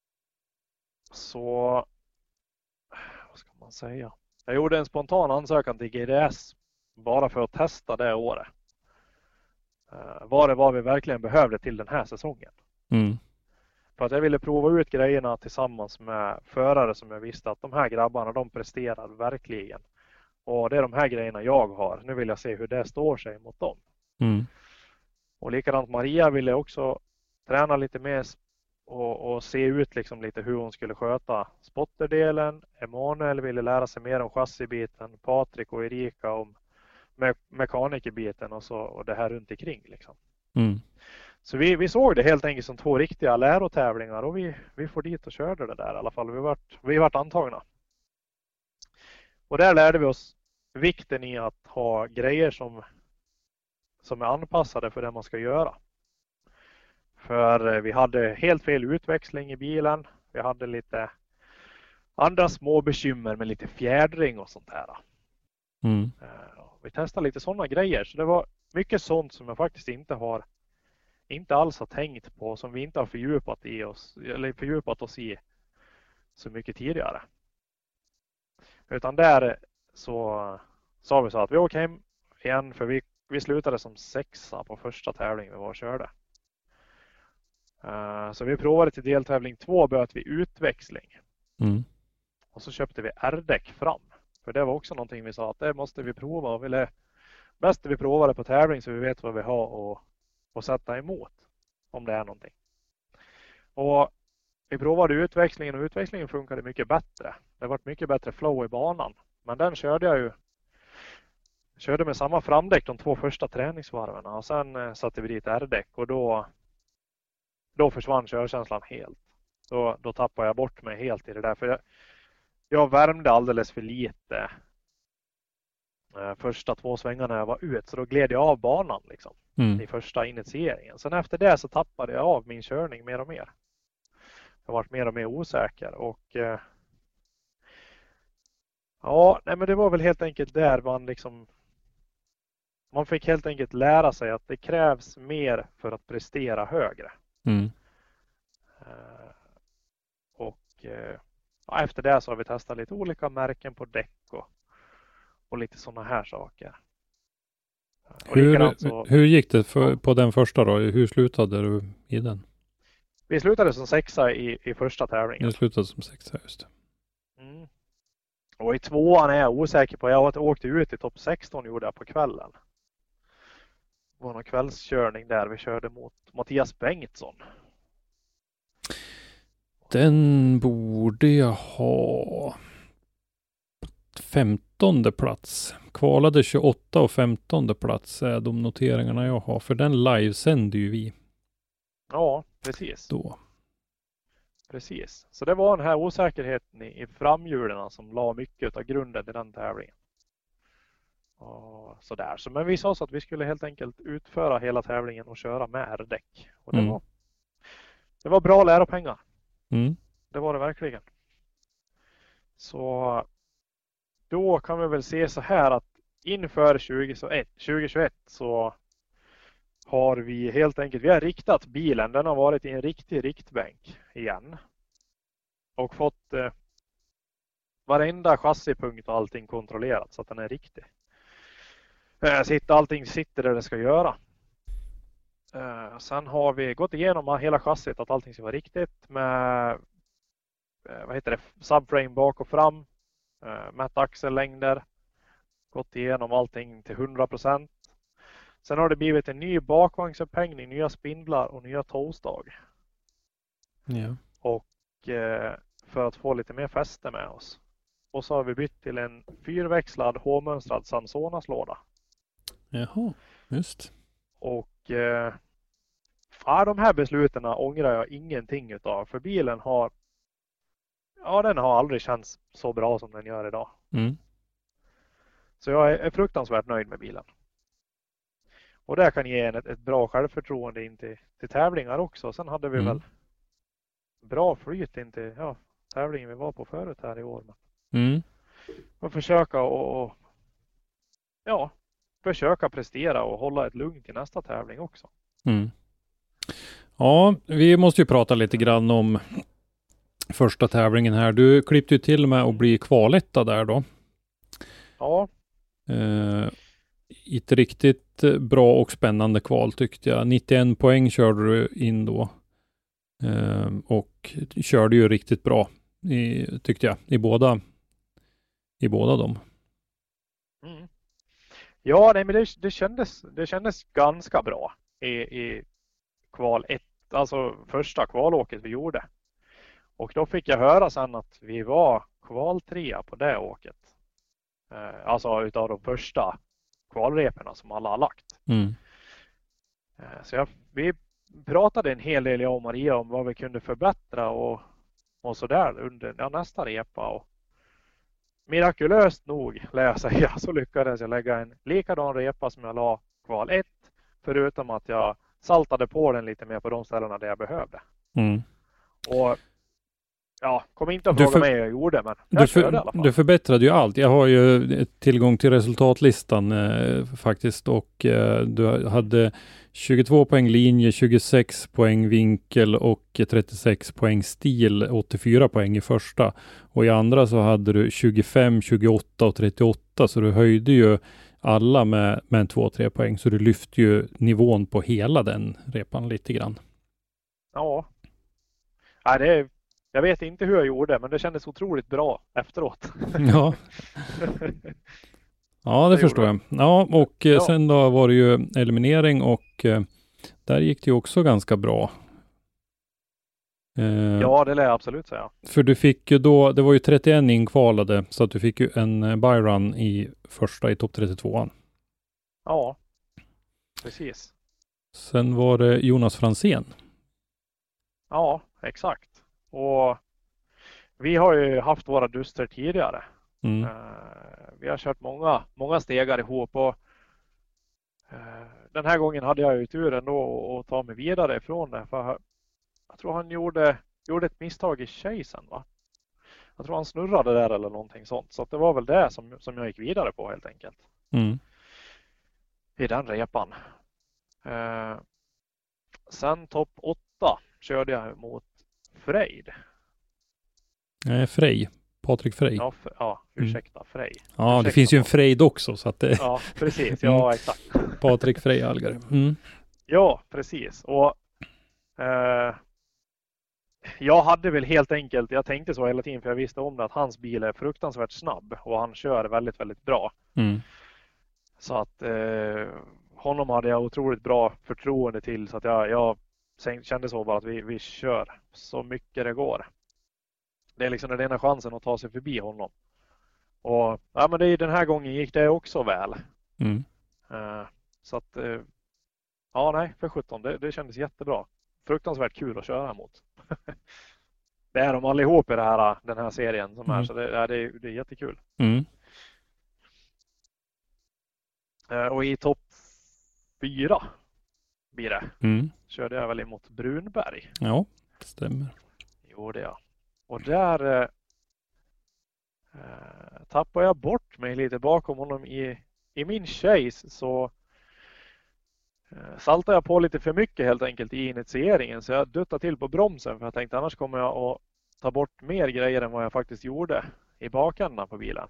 så vad ska man säga? Jag gjorde en spontan ansökan till G D S bara för att testa det året. Uh, vad det var vi verkligen behövde till den här säsongen. Mm. För att jag ville prova ut grejerna tillsammans med förare som jag visste att de här grabbarna, de presterar verkligen. Och det är de här grejerna jag har. Nu vill jag se hur det står sig mot dem. Mm. Och likadant Maria ville också träna lite mer och, och se ut liksom lite hur hon skulle sköta spotterdelen. Emanuel ville lära sig mer om chassibiten. Patrik och Erika om me- mekanikerbiten och, så, och det här runt omkring. Liksom. Mm. Så vi, vi såg det helt enkelt som två riktiga lärotävlingar och vi, vi får dit och körde det där i alla fall. Vi vart, vi vart antagna. Och där lärde vi oss vikten i att ha grejer som, som är anpassade för det man ska göra. För vi hade helt fel utväxling i bilen. Vi hade lite andra små bekymmer med lite fjädring och sånt här. Mm. Vi testade lite sådana grejer. Så det var mycket sånt som jag faktiskt inte har inte alls har tänkt på. Som vi inte har fördjupat, i oss, eller fördjupat oss i så mycket tidigare. Utan där så sa vi så att vi åker hem igen. För vi, vi slutade som sexa på första tävlingen vi var och körde. Uh, så vi provade till deltävling två, började vi utväxling. Mm. Och så köpte vi R-däck fram. För det var också någonting vi sa att det måste vi prova. Och ville, bäst vi provar det på tävling så vi vet vad vi har och, och sätta emot. Om det är någonting. Och vi provade utväxlingen och utväxlingen funkade mycket bättre. Det var mycket bättre flow i banan. Men den körde jag ju. Körde med samma framdäck de två första träningsvarven. Och sen eh, satte vi dit R-däck och då Då försvann körkänslan helt. Då, då tappade jag bort mig helt i det där. För jag, jag värmde alldeles för lite eh, första två svängarna jag var ut. Så då gled jag av banan liksom, mm. i första initieringen. Sen efter det så tappade jag av min körning mer och mer. Jag var mer och mer osäker. Och eh, ja, nej, men det var väl helt enkelt där man liksom Man fick helt enkelt lära sig att det krävs mer för att prestera högre. Mm. Uh, och uh, ja, efter det så har vi testat lite olika märken på däck och, och lite sådana här saker. Uh, hur, så, hur gick det för, på den första då? Hur slutade du i den? Vi slutade som sexa i, i första tävlingen. Du slutade som sexa, just det. Mm. Och i tvåan är jag osäker på. Jag åkte ut i topp sexton gjorde jag på kvällen. Det var någon kvällskörning där vi körde mot Mattias Bengtsson. Den borde jag ha femtonde plats. Kvalade tjugoåtta och femtonde plats är de noteringarna jag har. För den livesänder ju vi. Ja, precis. Då. Precis. Så det var den här osäkerheten i, i framhjulen som la mycket av grunden i den tävlingen. Och sådär. Så, men vi sa så att vi skulle helt enkelt utföra hela tävlingen och köra med R-däck. Och det, Mm. var, det var bra läropengar. Mm. Det var det verkligen. Så då kan vi väl se så här att inför tjugohundratjugoett så har vi helt enkelt, vi har riktat bilen. Den har varit i en riktig riktbänk igen. Och fått eh, varenda chassipunkt och allting kontrollerat så att den är riktig. Eh, sitter, allting sitter där det ska göra. Eh, sen har vi gått igenom hela chassit att allting ska vara riktigt med eh, vad heter det, subframe bak och fram. Eh, mätt axellängder. Gått igenom allting till hundra procent. Sen har det blivit en ny bakvagnsupphängning, nya spindlar och nya toastag. Ja. Och eh, för att få lite mer fäste med oss. Och så har vi bytt till en fyrväxlad H-mönstrad Sansonas-låda. Jaha, just. Och eh, ja, de här besluten ångrar jag ingenting utav. För bilen har, ja, den har aldrig känts så bra som den gör idag. Mm. Så jag är, är fruktansvärt nöjd med bilen. Och det kan ge en ett, ett bra självförtroende in till, till tävlingar också. Sen hade vi Mm. väl bra flyt in till ja, tävlingen vi var på förut här i år. Men Mm. och försöka och, och ja, försöka prestera och hålla ett lugn till nästa tävling också. Mm. Ja, vi måste ju prata lite grann om första tävlingen här. Du klippte ju till med att bli kvaletta där då. Ja. Eh, ett riktigt bra och spännande kval tyckte jag. nittioen poäng körde du in då. Eh, och körde ju riktigt bra i, tyckte jag i båda i båda dem. Mm. Ja, nej, men det, det, kändes, det kändes ganska bra i, i kval ett, alltså första kvalåket vi gjorde. Och då fick jag höra sen att vi var kvaltrea på det åket. Eh, alltså utav de första kvalreporna som alla har lagt. Mm. Eh, så jag, vi pratade en hel del, jag och Maria, om vad vi kunde förbättra och, och sådär under ja, nästa repa. Och mirakulöst nog, lär jag säga, så lyckades jag lägga en likadan repa som jag la kval ett. Förutom att jag saltade på den lite mer på de ställena där jag behövde. Mm. Och ja, kom inte att Du fråga för- mig hur jag gjorde, men jag Du, körde för, i alla fall. du förbättrade ju allt. Jag har ju tillgång till resultatlistan eh, faktiskt och eh, du hade tjugotvå poäng linje, tjugosex poäng vinkel och trettiosex poäng stil, åttiofyra poäng i första. Och i andra så hade du tjugofem, tjugoåtta och trettioåtta, så du höjde ju alla med, med en två tre poäng. Så du lyfte ju nivån på hela den repan lite grann. Ja. Nej, det är, jag vet inte hur jag gjorde, men det kändes otroligt bra efteråt. Ja. Ja, det, Det förstår gjorde jag. Ja, och eh, Ja. sen då var det ju eliminering och eh, där gick det ju också ganska bra. Eh, Ja, det lär jag absolut säga. För du fick ju då, det var ju trettioen inkvalade, så att du fick ju en eh, byrun i första i topp trettiotvåan. Ja, precis. Sen var det Jonas Franzén. Ja, exakt. Och vi har ju haft våra duster tidigare. Mm. Uh, vi har kört många, många stegar ihop och uh, den här gången hade jag ju turen då att ta mig vidare ifrån det. För jag tror han gjorde, gjorde ett misstag i chasen, va? Jag tror han snurrade där eller någonting sånt. Så att det var väl det som, som jag gick vidare på helt enkelt. Mm. i den repan. Eh, sen topp åtta körde jag mot Frejd. Nej, Frej. Patrik Frej. Ja, för, ja ursäkta, Frej. Ja, ursäkta det finns ju en på. Frejd också. Så att det... Ja, precis. Ja, exakt. Patrik Frej Algare. Mm. Ja, precis. Och eh, jag hade väl helt enkelt, jag tänkte så hela tiden för jag visste om det, att hans bil är fruktansvärt snabb och han kör väldigt, väldigt bra. Mm. Så att eh, honom hade jag otroligt bra förtroende till, så att jag, jag kände så bara att vi, vi kör så mycket det går. Det är liksom den ena chansen att ta sig förbi honom. Och ja, men det, den här gången gick det också väl. Mm. Uh, så att uh, ja, nej, för sjutton, det, det kändes jättebra. Fruktansvärt kul att köra mot. Det är de allihop i det här, den här serien som Mm. är, så det, ja, det, är, det är jättekul. Mm. Uh, och i topp fyra blir det. Mm. Körde jag väl emot Brunberg. Ja, det stämmer. Gjorde jag. Och där uh, uh, tappade jag bort mig lite bakom honom i, i min chase, så saltade jag på lite för mycket helt enkelt i initieringen, så jag duttade till på bromsen, för jag tänkte annars kommer jag att ta bort mer grejer än vad jag faktiskt gjorde i bakändan på bilen.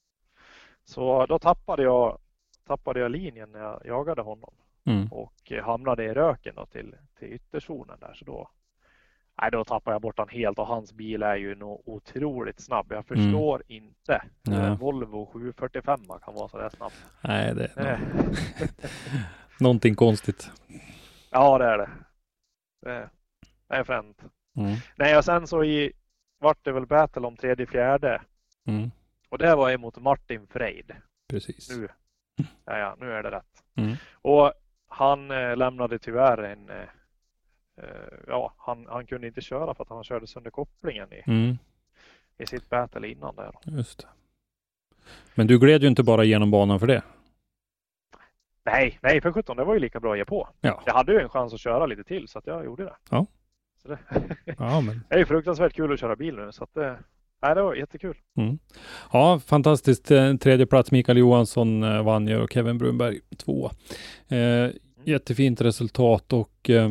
Så då tappade jag, tappade jag linjen när jag jagade honom Mm. och hamnade i röken då till, till ytterzonen där, så då, nej, då tappade jag bort han helt, och hans bil är ju nog otroligt snabb. Jag förstår mm. inte hur ja. en Volvo sju fyrtiofem kan vara så där snabb. Nej, det är någonting konstigt. Ja, det är det. Det är fränt. Mm. Nej, och sen så i, vart det väl battle om tredje fjärde. Mm. Och det var emot Martin Frejd. Precis. Nu, ja, ja, nu är det rätt. Mm. Och han eh, lämnade tyvärr en... Eh, ja, han, han kunde inte köra för att han körde sönder kopplingen i, mm. i sitt battle innan där. Just det. Men du gled ju inte bara genom banan för det. Nej, nej för sjutton, det var ju lika bra att ge på. Ja. Jag hade ju en chans att köra lite till, så att jag gjorde det. Ja. Så det, ja, men... det är ju fruktansvärt kul att köra bil nu, så att det, nej, det var jättekul. Mm. Ja, fantastiskt. Tredje plats Mikael Johansson vann ju och Kevin Brunberg två. Eh, jättefint resultat, och eh,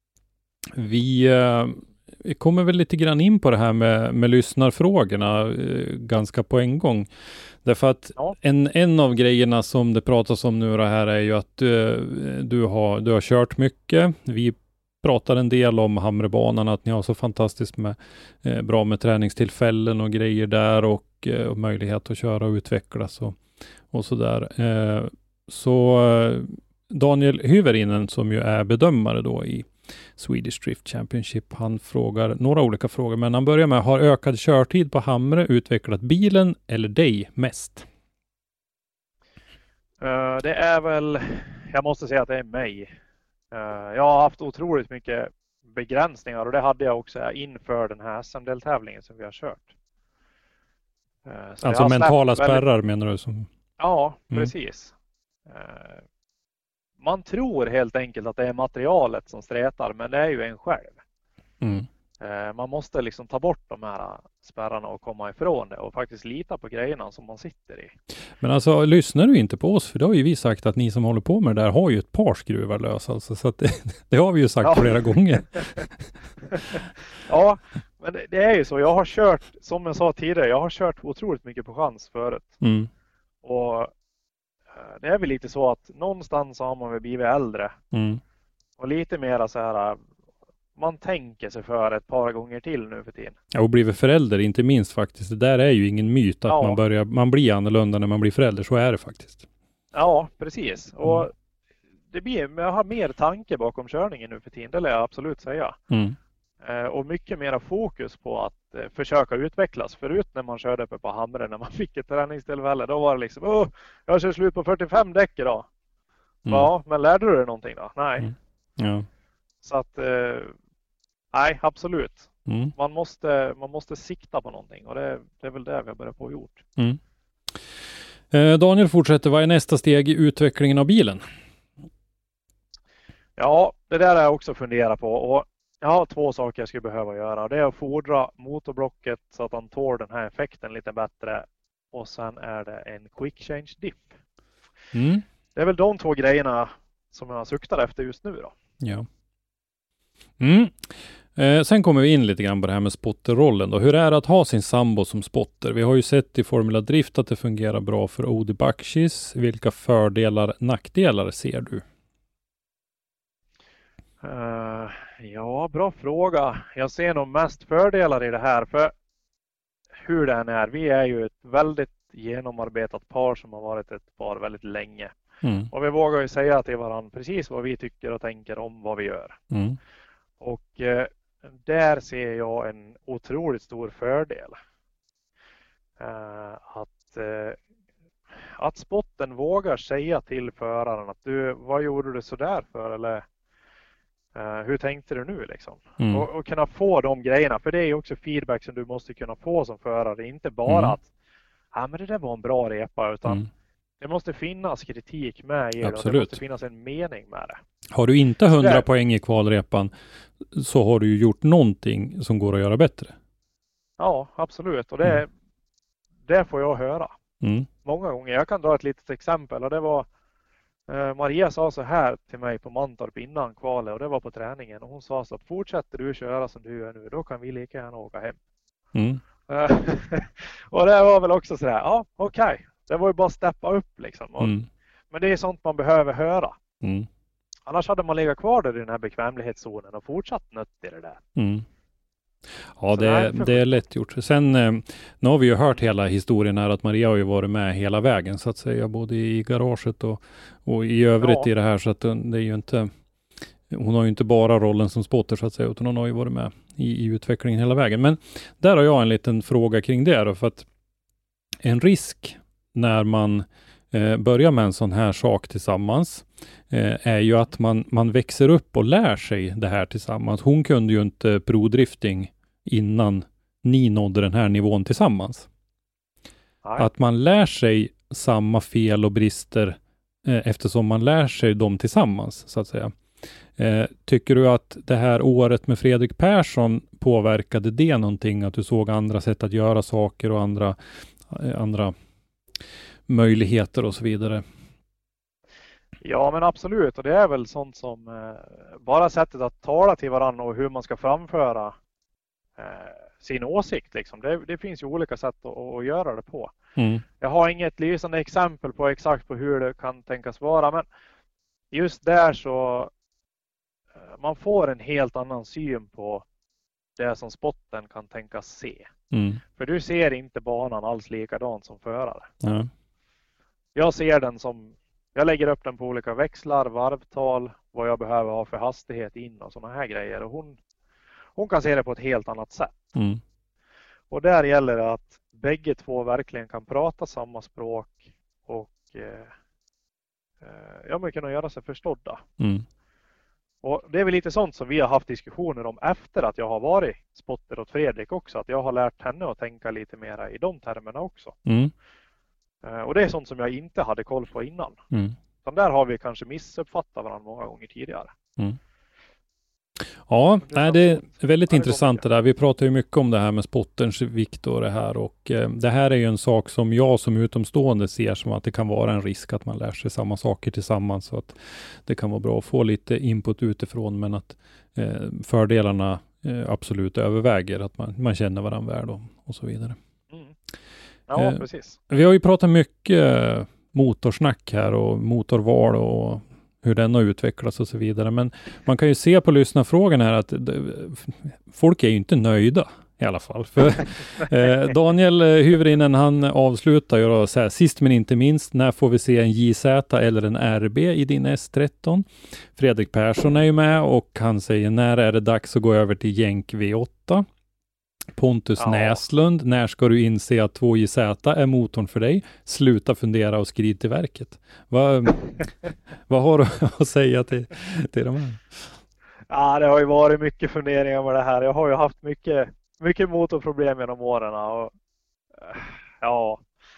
vi, eh, vi kommer väl lite grann in på det här med, med lyssnarfrågorna eh, ganska på en gång. Därför att ja. en, en av grejerna som det pratas om nu det här är ju att du, du, har, du har kört mycket. Vi pratar en del om Hamrebanan, att ni har så fantastiskt med, eh, bra med träningstillfällen och grejer där, och, eh, och möjlighet att köra och utvecklas och, och sådär. Eh, så eh, Daniel Hyvärinen, som ju är bedömare då i Swedish Drift Championship, han frågar några olika frågor, men han börjar med: har ökad körtid på Hamre utvecklat bilen eller dig mest? Uh, det är väl, jag måste säga att det är mig. Uh, jag har haft otroligt mycket begränsningar, och det hade jag också inför den här S M-deltävlingen som vi har kört. Uh, alltså mentala spärrar väldigt... menar du? Som... Ja, precis. Mm. Uh, man tror helt enkelt att det är materialet som strätar, men det är ju en själv. Mm. Uh, man måste liksom ta bort de här spärrarna och komma ifrån det och faktiskt lita på grejerna som man sitter i. Men alltså, lyssnar du inte på oss? För det har ju vi sagt att ni som håller på med det där har ju ett par skruvar lös. Alltså, så att det, det har vi ju sagt ja. flera gånger. Ja, men det, det är ju så. Jag har kört, som jag sa tidigare, jag har kört otroligt mycket på chans förut. Mm. Och det är väl lite så att någonstans har man väl blivit äldre. Mm. Och lite mera så här, man tänker sig för ett par gånger till nu för tiden. Ja, och blivit förälder inte minst faktiskt. Det där är ju ingen myt att ja. man börjar, man blir annorlunda när man blir förälder. Så är det faktiskt. Ja, precis. Och mm. det blir, jag har mer tanke bakom körningen nu för tiden, det vill jag absolut säga. Mm. Eh, och mycket mera fokus på att eh, försöka utvecklas. Förut när man körde uppe på Hamre, när man fick ett träningstillfälle, då var det liksom, åh, jag kör slut på fyrtiofem däck idag. Mm. Ja, men lärde du dig någonting då? Nej. Mm. Ja. Så att, eh, nej, absolut. Mm. Man, måste, man måste sikta på någonting, och det, det är väl det vi har börjat på gjort. Mm. Eh, Daniel fortsätter, vad är nästa steg i utvecklingen av bilen? Ja, det där har jag också funderat på, och jag har två saker jag skulle behöva göra. Det är att fordra motorblocket så att han tål den här effekten lite bättre, och sen är det en quick change diff. Mm. det är väl de två grejerna som jag suktar efter just nu då. Ja. Mm. Eh, sen kommer vi in lite grann på det här med spotterrollen då. Hur är det att ha sin sambo som spotter? Vi har ju sett i Formula Drift att det fungerar bra för Odi Bakshis. Vilka fördelar, nackdelar ser du? Uh, ja, bra fråga. Jag ser nog mest fördelar i det här. För hur den är, vi är ju ett väldigt genomarbetat par som har varit ett par väldigt länge. Mm. Och vi vågar ju säga till varandra precis vad vi tycker och tänker om vad vi gör. Mm. Och eh, där ser jag en otroligt stor fördel. Eh, att, eh, att spotten vågar säga till föraren att du, vad gjorde du så där för? Eller eh, hur tänkte du nu liksom? Mm. Och, och kunna få de grejerna. För det är ju också feedback som du måste kunna få som förare. Inte bara mm. att ja, men det där var en bra repa, utan mm. det måste finnas kritik med er. Och det måste finnas en mening med det. Har du inte hundra det... poäng i kvalrepan så har du ju gjort någonting som går att göra bättre. Ja, absolut. Och det, mm. det får jag höra. Mm. Många gånger. Jag kan dra ett litet exempel. Och det var eh, Maria sa så här till mig på Mantorp innan kvalet. Och det var på träningen. Och hon sa så att fortsätter du köra som du gör nu, då kan vi lika gärna åka hem. Mm. Och det var väl också sådär, ja okej. Okay. Det var ju bara att steppa upp liksom. Och, mm. Men det är sånt man behöver höra. Mm. Annars hade man legat kvar där i den här bekvämlighetszonen och fortsatt nött i det där. Mm. Ja, det är, det är lätt gjort. Sen, nu har vi ju hört hela historien här att Maria har ju varit med hela vägen så att säga, både i garaget och, och i övrigt ja. i det här, så att det är ju inte, hon har ju inte bara rollen som spotter så att säga, utan hon har ju varit med i, i utvecklingen hela vägen. Men där har jag en liten fråga kring det då, för att en risk när man eh, börjar med en sån här sak tillsammans eh, är ju att man, man växer upp och lär sig det här tillsammans. Hon kunde ju inte prodrifting innan ni nådde den här nivån tillsammans. Nej. Att man lär sig samma fel och brister eh, eftersom man lär sig dem tillsammans så att säga. Eh, tycker du att det här året med Fredrik Persson påverkade det någonting? Att du såg andra sätt att göra saker och andra, eh, andra möjligheter och så vidare? Ja, men absolut. Och det är väl sånt som eh, bara sättet att tala till varandra och hur man ska framföra eh, sin åsikt. Liksom. Det, det finns ju olika sätt att, att göra det på. Mm. Jag har inget lysande exempel på exakt på hur det kan tänkas vara, men just där så eh, man får en helt annan syn på det som spotten kan tänkas se. Mm. För du ser inte banan alls likadant som förare. Ja. Jag ser den som, jag lägger upp den på olika växlar, varvtal, vad jag behöver ha för hastighet in och sådana här grejer. Och hon, hon kan se det på ett helt annat sätt. Mm. Och där gäller det att bägge två verkligen kan prata samma språk och eh, eh, ja, men kunna göra sig förstådda. Mm. Och det är väl lite sånt som vi har haft diskussioner om efter att jag har varit spotter åt Fredrik också. Att jag har lärt henne att tänka lite mer i de termerna också. Mm. Uh, och det är sånt som jag inte hade koll på innan. Mm. Så där har vi kanske missuppfattat varandra många gånger tidigare. Mm. Ja, det är, det är väldigt intressant det där. Vi pratar ju mycket om det här med spotterns vikt och det här. Och eh, det här är ju en sak som jag som utomstående ser som att det kan vara en risk att man lär sig samma saker tillsammans. Så att det kan vara bra att få lite input utifrån, men att eh, fördelarna eh, absolut överväger. Att man, man känner varandra väl och, och så vidare. Mm. Ja, eh, precis. Vi har ju pratat mycket motorsnack här och motorval och hur den har utvecklats och så vidare. Men man kan ju se på lyssnarfrågan här att det, folk är ju inte nöjda i alla fall. För eh, Daniel Hyvärinen, han avslutar ju då så här, sist men inte minst, när får vi se en J Z eller en R B i din S tretton? Fredrik Persson är ju med och han säger, när är det dags att gå över till Jänk V åtta? Pontus ja. Näslund, när ska du inse att två J Z är motorn för dig? Sluta fundera och skriv till verket. Vad, vad har du att säga till, till de här? Ja, det har ju varit mycket funderingar med det här. Jag har ju haft mycket, mycket motorproblem genom åren. Och, ja,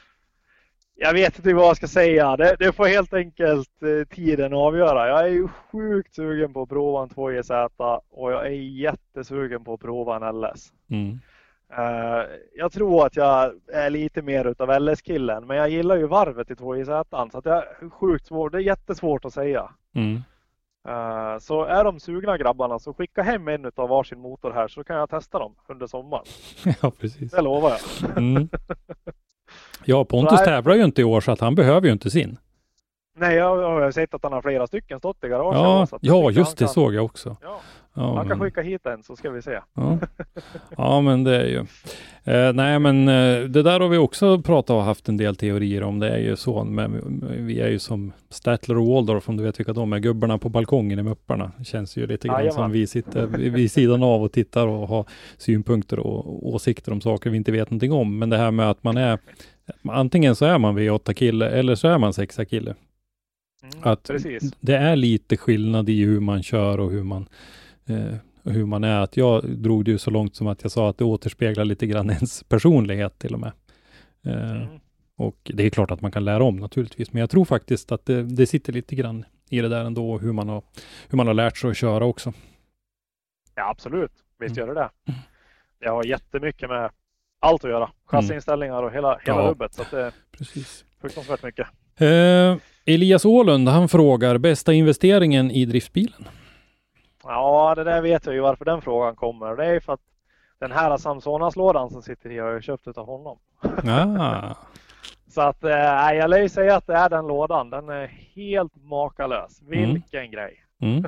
jag vet inte vad jag ska säga. Det, det får helt enkelt eh, tiden avgöra. Jag är ju sjukt sugen på att prova en två J Z och jag är jättesugen på att prova en L S. Mm. Uh, jag tror att jag är lite mer utav L S-killen, men jag gillar ju varvet i två J Z, så att det är sjukt svårt, det är jättesvårt att säga. Mm. Uh, så är de sugna grabbarna, så skicka hem en utav varsin motor här, så kan jag testa dem under sommaren. Ja, precis. Det lovar jag. Mm. Ja, Pontus här... tävlar ju inte i år, så att han behöver ju inte sin. Nej, jag, jag har sett att han har flera stycken stått i garaget. Ja, så ja just det kan... såg jag också. Ja. Ja, Man kan men... skicka hit en, så ska vi se. Ja, ja men det är ju... Eh, nej, men eh, det där har vi också pratat och haft en del teorier om. Det är ju så, men vi är ju som Statler och Waldorf, om du vet vilka de är. Gubbarna på balkongen i Mupparna. Det känns ju lite grann ja, som vi sitter vid sidan av och tittar och har synpunkter och åsikter om saker vi inte vet någonting om. Men det här med att man är... Antingen så är man V åtta kille eller så är man sexa kille. Mm, att precis. Det är lite skillnad i hur man kör och hur man... Eh, hur man är. Att jag drog det ju så långt som att jag sa att det återspeglar lite grann ens personlighet till och med. Eh, mm. Och det är klart att man kan lära om naturligtvis, men jag tror faktiskt att det, det sitter lite grann i det där ändå, hur man har, hur man har lärt sig att köra också. Ja, absolut. Visst Mm. gör det det. Det har jättemycket med allt att göra. Chassinställningar och hela, hela Ja, rubbet. Så att det är precis. fruktansvärt mycket. Eh, Elias Åhlund, han frågar bästa investeringen i driftbilen. Ja, det där vet jag ju varför den frågan kommer. Det är för att den här Samsonas-lådan som sitter i har jag köpt utav honom. Ah. Så att, eh, jag lär ju säga att det är den lådan. Den är helt makalös. Vilken mm. grej. Mm.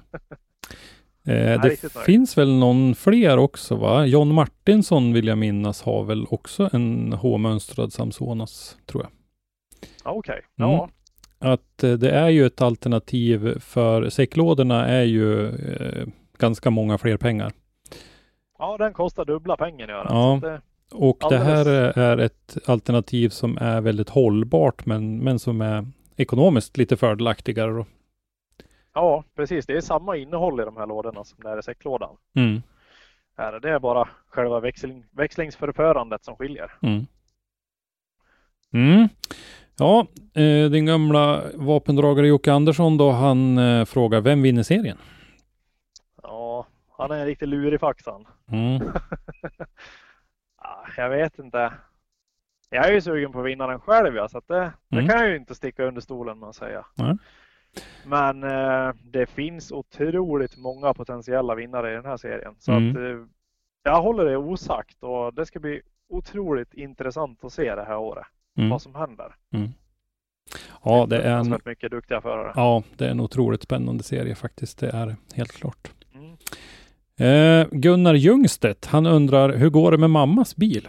Eh, det finns väl någon fler också, va? John Martinsson vill jag minnas har väl också en H-mönstrad Samsonas, tror jag. Okej, okay. Ja. Mm. Att eh, det är ju ett alternativ, för säcklådorna är ju eh, ganska många fler pengar. Ja, den kostar dubbla pengar göra. Ja, det och alldeles... det här är ett alternativ som är väldigt hållbart, men, men som är ekonomiskt lite fördelaktigare då. Ja, precis. Det är samma innehåll i de här lådorna som det är i säcklådan. Mm. Här, det är bara själva växling, växlingsförförandet som skiljer. Mm. Mm. Ja, eh, din gamla vapendragare Jocke Andersson då, han eh, frågar, vem vinner serien? Ja, han är en riktigt lurig faxan. Mm. ja, jag vet inte. Jag är ju sugen på att vinna den själv, ja, så att det, mm. det kan jag ju inte sticka under stolen med att säga. Mm. Men eh, det finns otroligt många potentiella vinnare i den här serien. Så Mm. att eh, jag håller det osagt, och det ska bli otroligt intressant att se det här året. Mm. Vad som händer. Mm. Ja, det är en, mycket duktiga förare. ja, det är en otroligt spännande serie faktiskt. Det är helt klart. Mm. Eh, Gunnar Ljungstedt, han undrar, hur går det med mammas bil?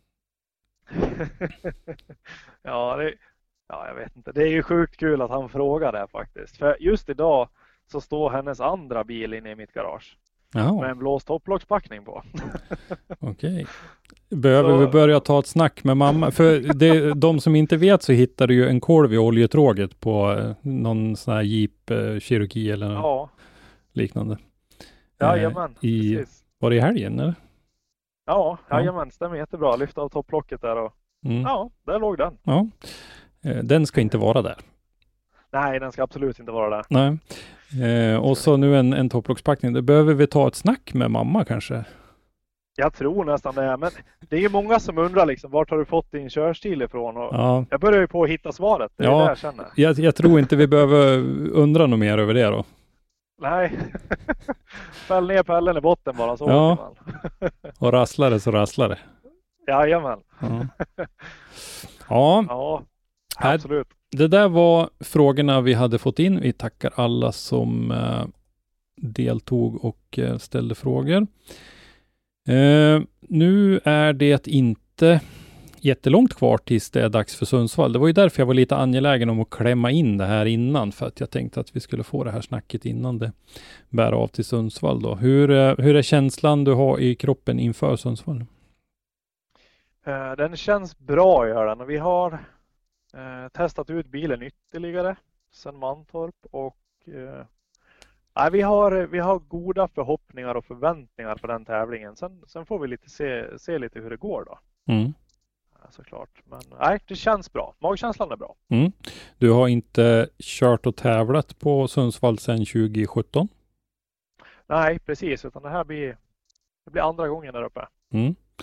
ja, det, ja, jag vet inte. Det är ju sjukt kul att han frågar det faktiskt. För just idag så står hennes andra bil inne i mitt garage. Jaha. Med en blåst topplockspackning på. Okej. Behöver så... vi börja ta ett snack med mamma? För det, de som inte vet, så hittar du ju en kolv i oljetråget på eh, någon sån här Jeep eh, Cherokee eller ja. liknande. Ja, eh, jajamän. i, precis. Var det i helgen eller? Ja, Ja. jajamän. Stämmer jättebra. Lyfta av topplocket där och Mm. ja, där låg den. Ja. Eh, den ska inte vara där. Nej, den ska absolut inte vara där. Nej. Eh, och så nu en, en topplockspackning. Det behöver vi ta ett snack med mamma kanske. Jag tror nästan det. Men det är ju många som undrar liksom, vart har du fått din körstil ifrån? Och Ja. jag börjar ju på att hitta svaret. Det är Ja. det jag känner. Jag, jag tror inte vi behöver undra något mer över det då. Nej. Fäll ner pällen i botten bara, så Ja. åker man. Och rasslar det så rasslar det. Jajamän. Ja. Ja. Ja, Här- absolut. Det där var frågorna vi hade fått in. Vi tackar alla som eh, deltog och eh, ställde frågor. Eh, nu är det inte jättelångt kvar tills det är dags för Sundsvall. Det var ju därför jag var lite angelägen om att klämma in det här innan, för att jag tänkte att vi skulle få det här snacket innan det bär av till Sundsvall då. Hur, eh, hur är känslan du har i kroppen inför Sundsvall? Eh, Den känns bra, gör den. Och vi har eh, testat ut bilen ytterligare sedan Mantorp. Och eh, nej, vi, har, vi har goda förhoppningar och förväntningar på den tävlingen. Sen, sen får vi lite se, se lite hur det går då. Mm. Såklart. Men nej, det känns bra. Magkänslan är bra. Mm. Du har inte kört och tävlat på Sundsvall sedan tjugo sjutton? Nej, precis. Utan det här blir, det blir andra gången där uppe. Mm.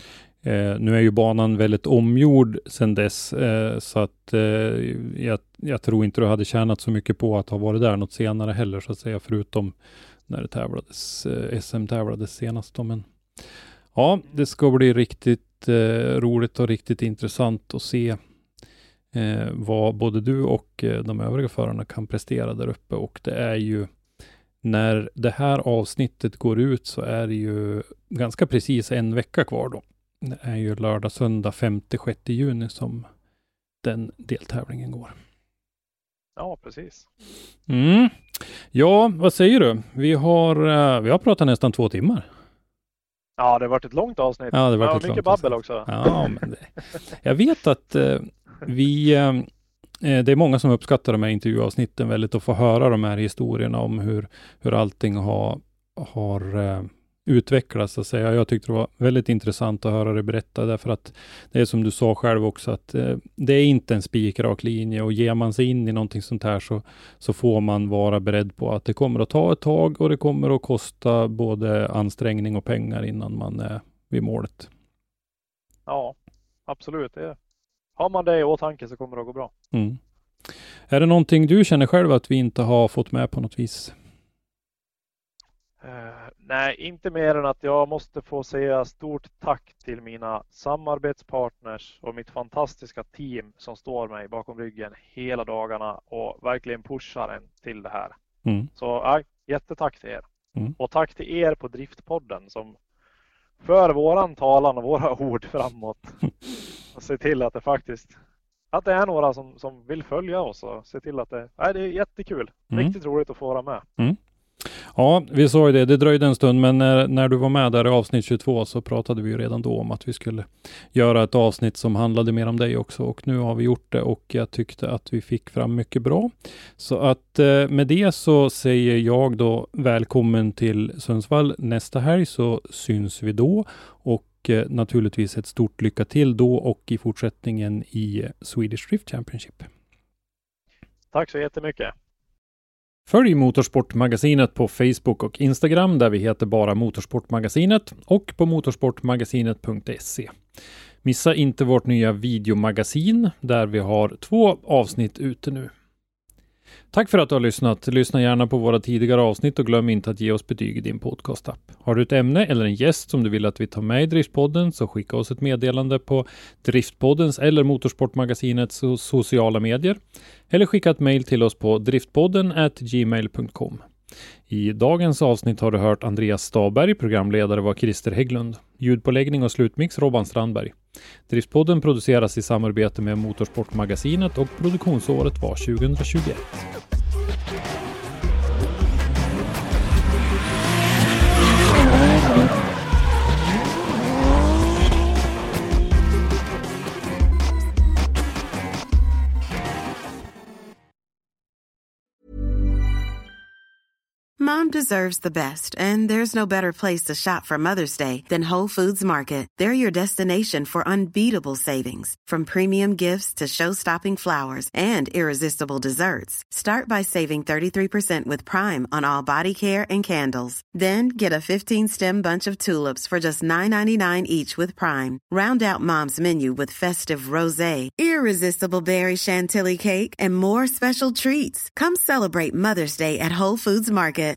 Eh, nu är ju banan väldigt omgjord sedan dess, eh, så att eh, jag, jag tror inte du hade tjänat så mycket på att ha varit där något senare heller, så att säga, förutom när det tävlades, eh, S M tävlades senast då. Men ja, det ska bli riktigt eh, roligt och riktigt intressant att se eh, vad både du och eh, de övriga förarna kan prestera där uppe. Och det är ju, när det här avsnittet går ut så är det ju ganska precis en vecka kvar då. Det är ju lördag, söndag, femte sjätte juni som den deltävlingen går. Ja, precis. Mm. Ja, vad säger du? Vi har, uh, vi har pratat nästan två timmar. Ja, det har varit ett långt avsnitt. Ja, det har varit ja, ett mycket långt babbel avsnitt. också. Ja, men det, jag vet att uh, vi, uh, det är många som uppskattar de här intervjuavsnitten väldigt, att få höra de här historierna om hur, hur allting har, har uh, utvecklas, så att säga. Jag tyckte det var väldigt intressant att höra dig berätta, därför att det är som du sa själv också, att eh, det är inte en spikrak linje, och ger man sig in i någonting sånt här så, så får man vara beredd på att det kommer att ta ett tag, och det kommer att kosta både ansträngning och pengar innan man är vid målet. Ja, absolut. Det. Har man det i åtanke så kommer det att gå bra. Mm. Är det någonting du känner själv att vi inte har fått med på något vis? Uh, nej, inte mer än att jag måste få säga stort tack till mina samarbetspartners och mitt fantastiska team som står mig bakom ryggen hela dagarna och verkligen pushar en till det här. Mm. Så nej, jättetack till er. Mm. Och tack till er på Driftpodden som för våran talan och våra ord framåt och se till att det faktiskt att det är några som, som vill följa oss och se till att det, nej, det är jättekul. Mm. Riktigt roligt att få vara med. Mm. Ja, vi sa ju det. Det dröjde en stund, men när, när du var med där i avsnitt tjugotvå så pratade vi ju redan då om att vi skulle göra ett avsnitt som handlade mer om dig också, och nu har vi gjort det, och jag tyckte att vi fick fram mycket bra. Så att eh, med det så säger jag då välkommen till Sundsvall nästa helg, så syns vi då, och eh, naturligtvis ett stort lycka till då och i fortsättningen i Swedish Drift Championship. Tack så jättemycket. Följ Motorsportmagasinet på Facebook och Instagram, där vi heter bara Motorsportmagasinet, och på motorsportmagasinet punkt se. Missa inte vårt nya videomagasin där vi har två avsnitt ute nu. Tack för att du har lyssnat. Lyssna gärna på våra tidigare avsnitt och glöm inte att ge oss betyg i din podcast-app. Har du ett ämne eller en gäst som du vill att vi tar med i Driftpodden, så skicka oss ett meddelande på Driftpoddens eller Motorsportmagasinets sociala medier. Eller skicka ett mejl till oss på driftpodden at gmail punkt com. I dagens avsnitt har du hört Andreas Staberg, programledare var Christer Hägglund. Ljudpåläggning och slutmix Robban Strandberg. Driftpodden produceras i samarbete med Motorsportmagasinet och produktionsåret var tjugohundratjugoett. Mom deserves the best, and there's no better place to shop for Mother's Day than Whole Foods Market. They're your destination for unbeatable savings, from premium gifts to show-stopping flowers and irresistible desserts. Start by saving thirty-three percent with Prime on all body care and candles. Then get a fifteen-stem bunch of tulips for just nine ninety-nine each with Prime. Round out Mom's menu with festive rosé, irresistible berry chantilly cake, and more special treats. Come celebrate Mother's Day at Whole Foods Market.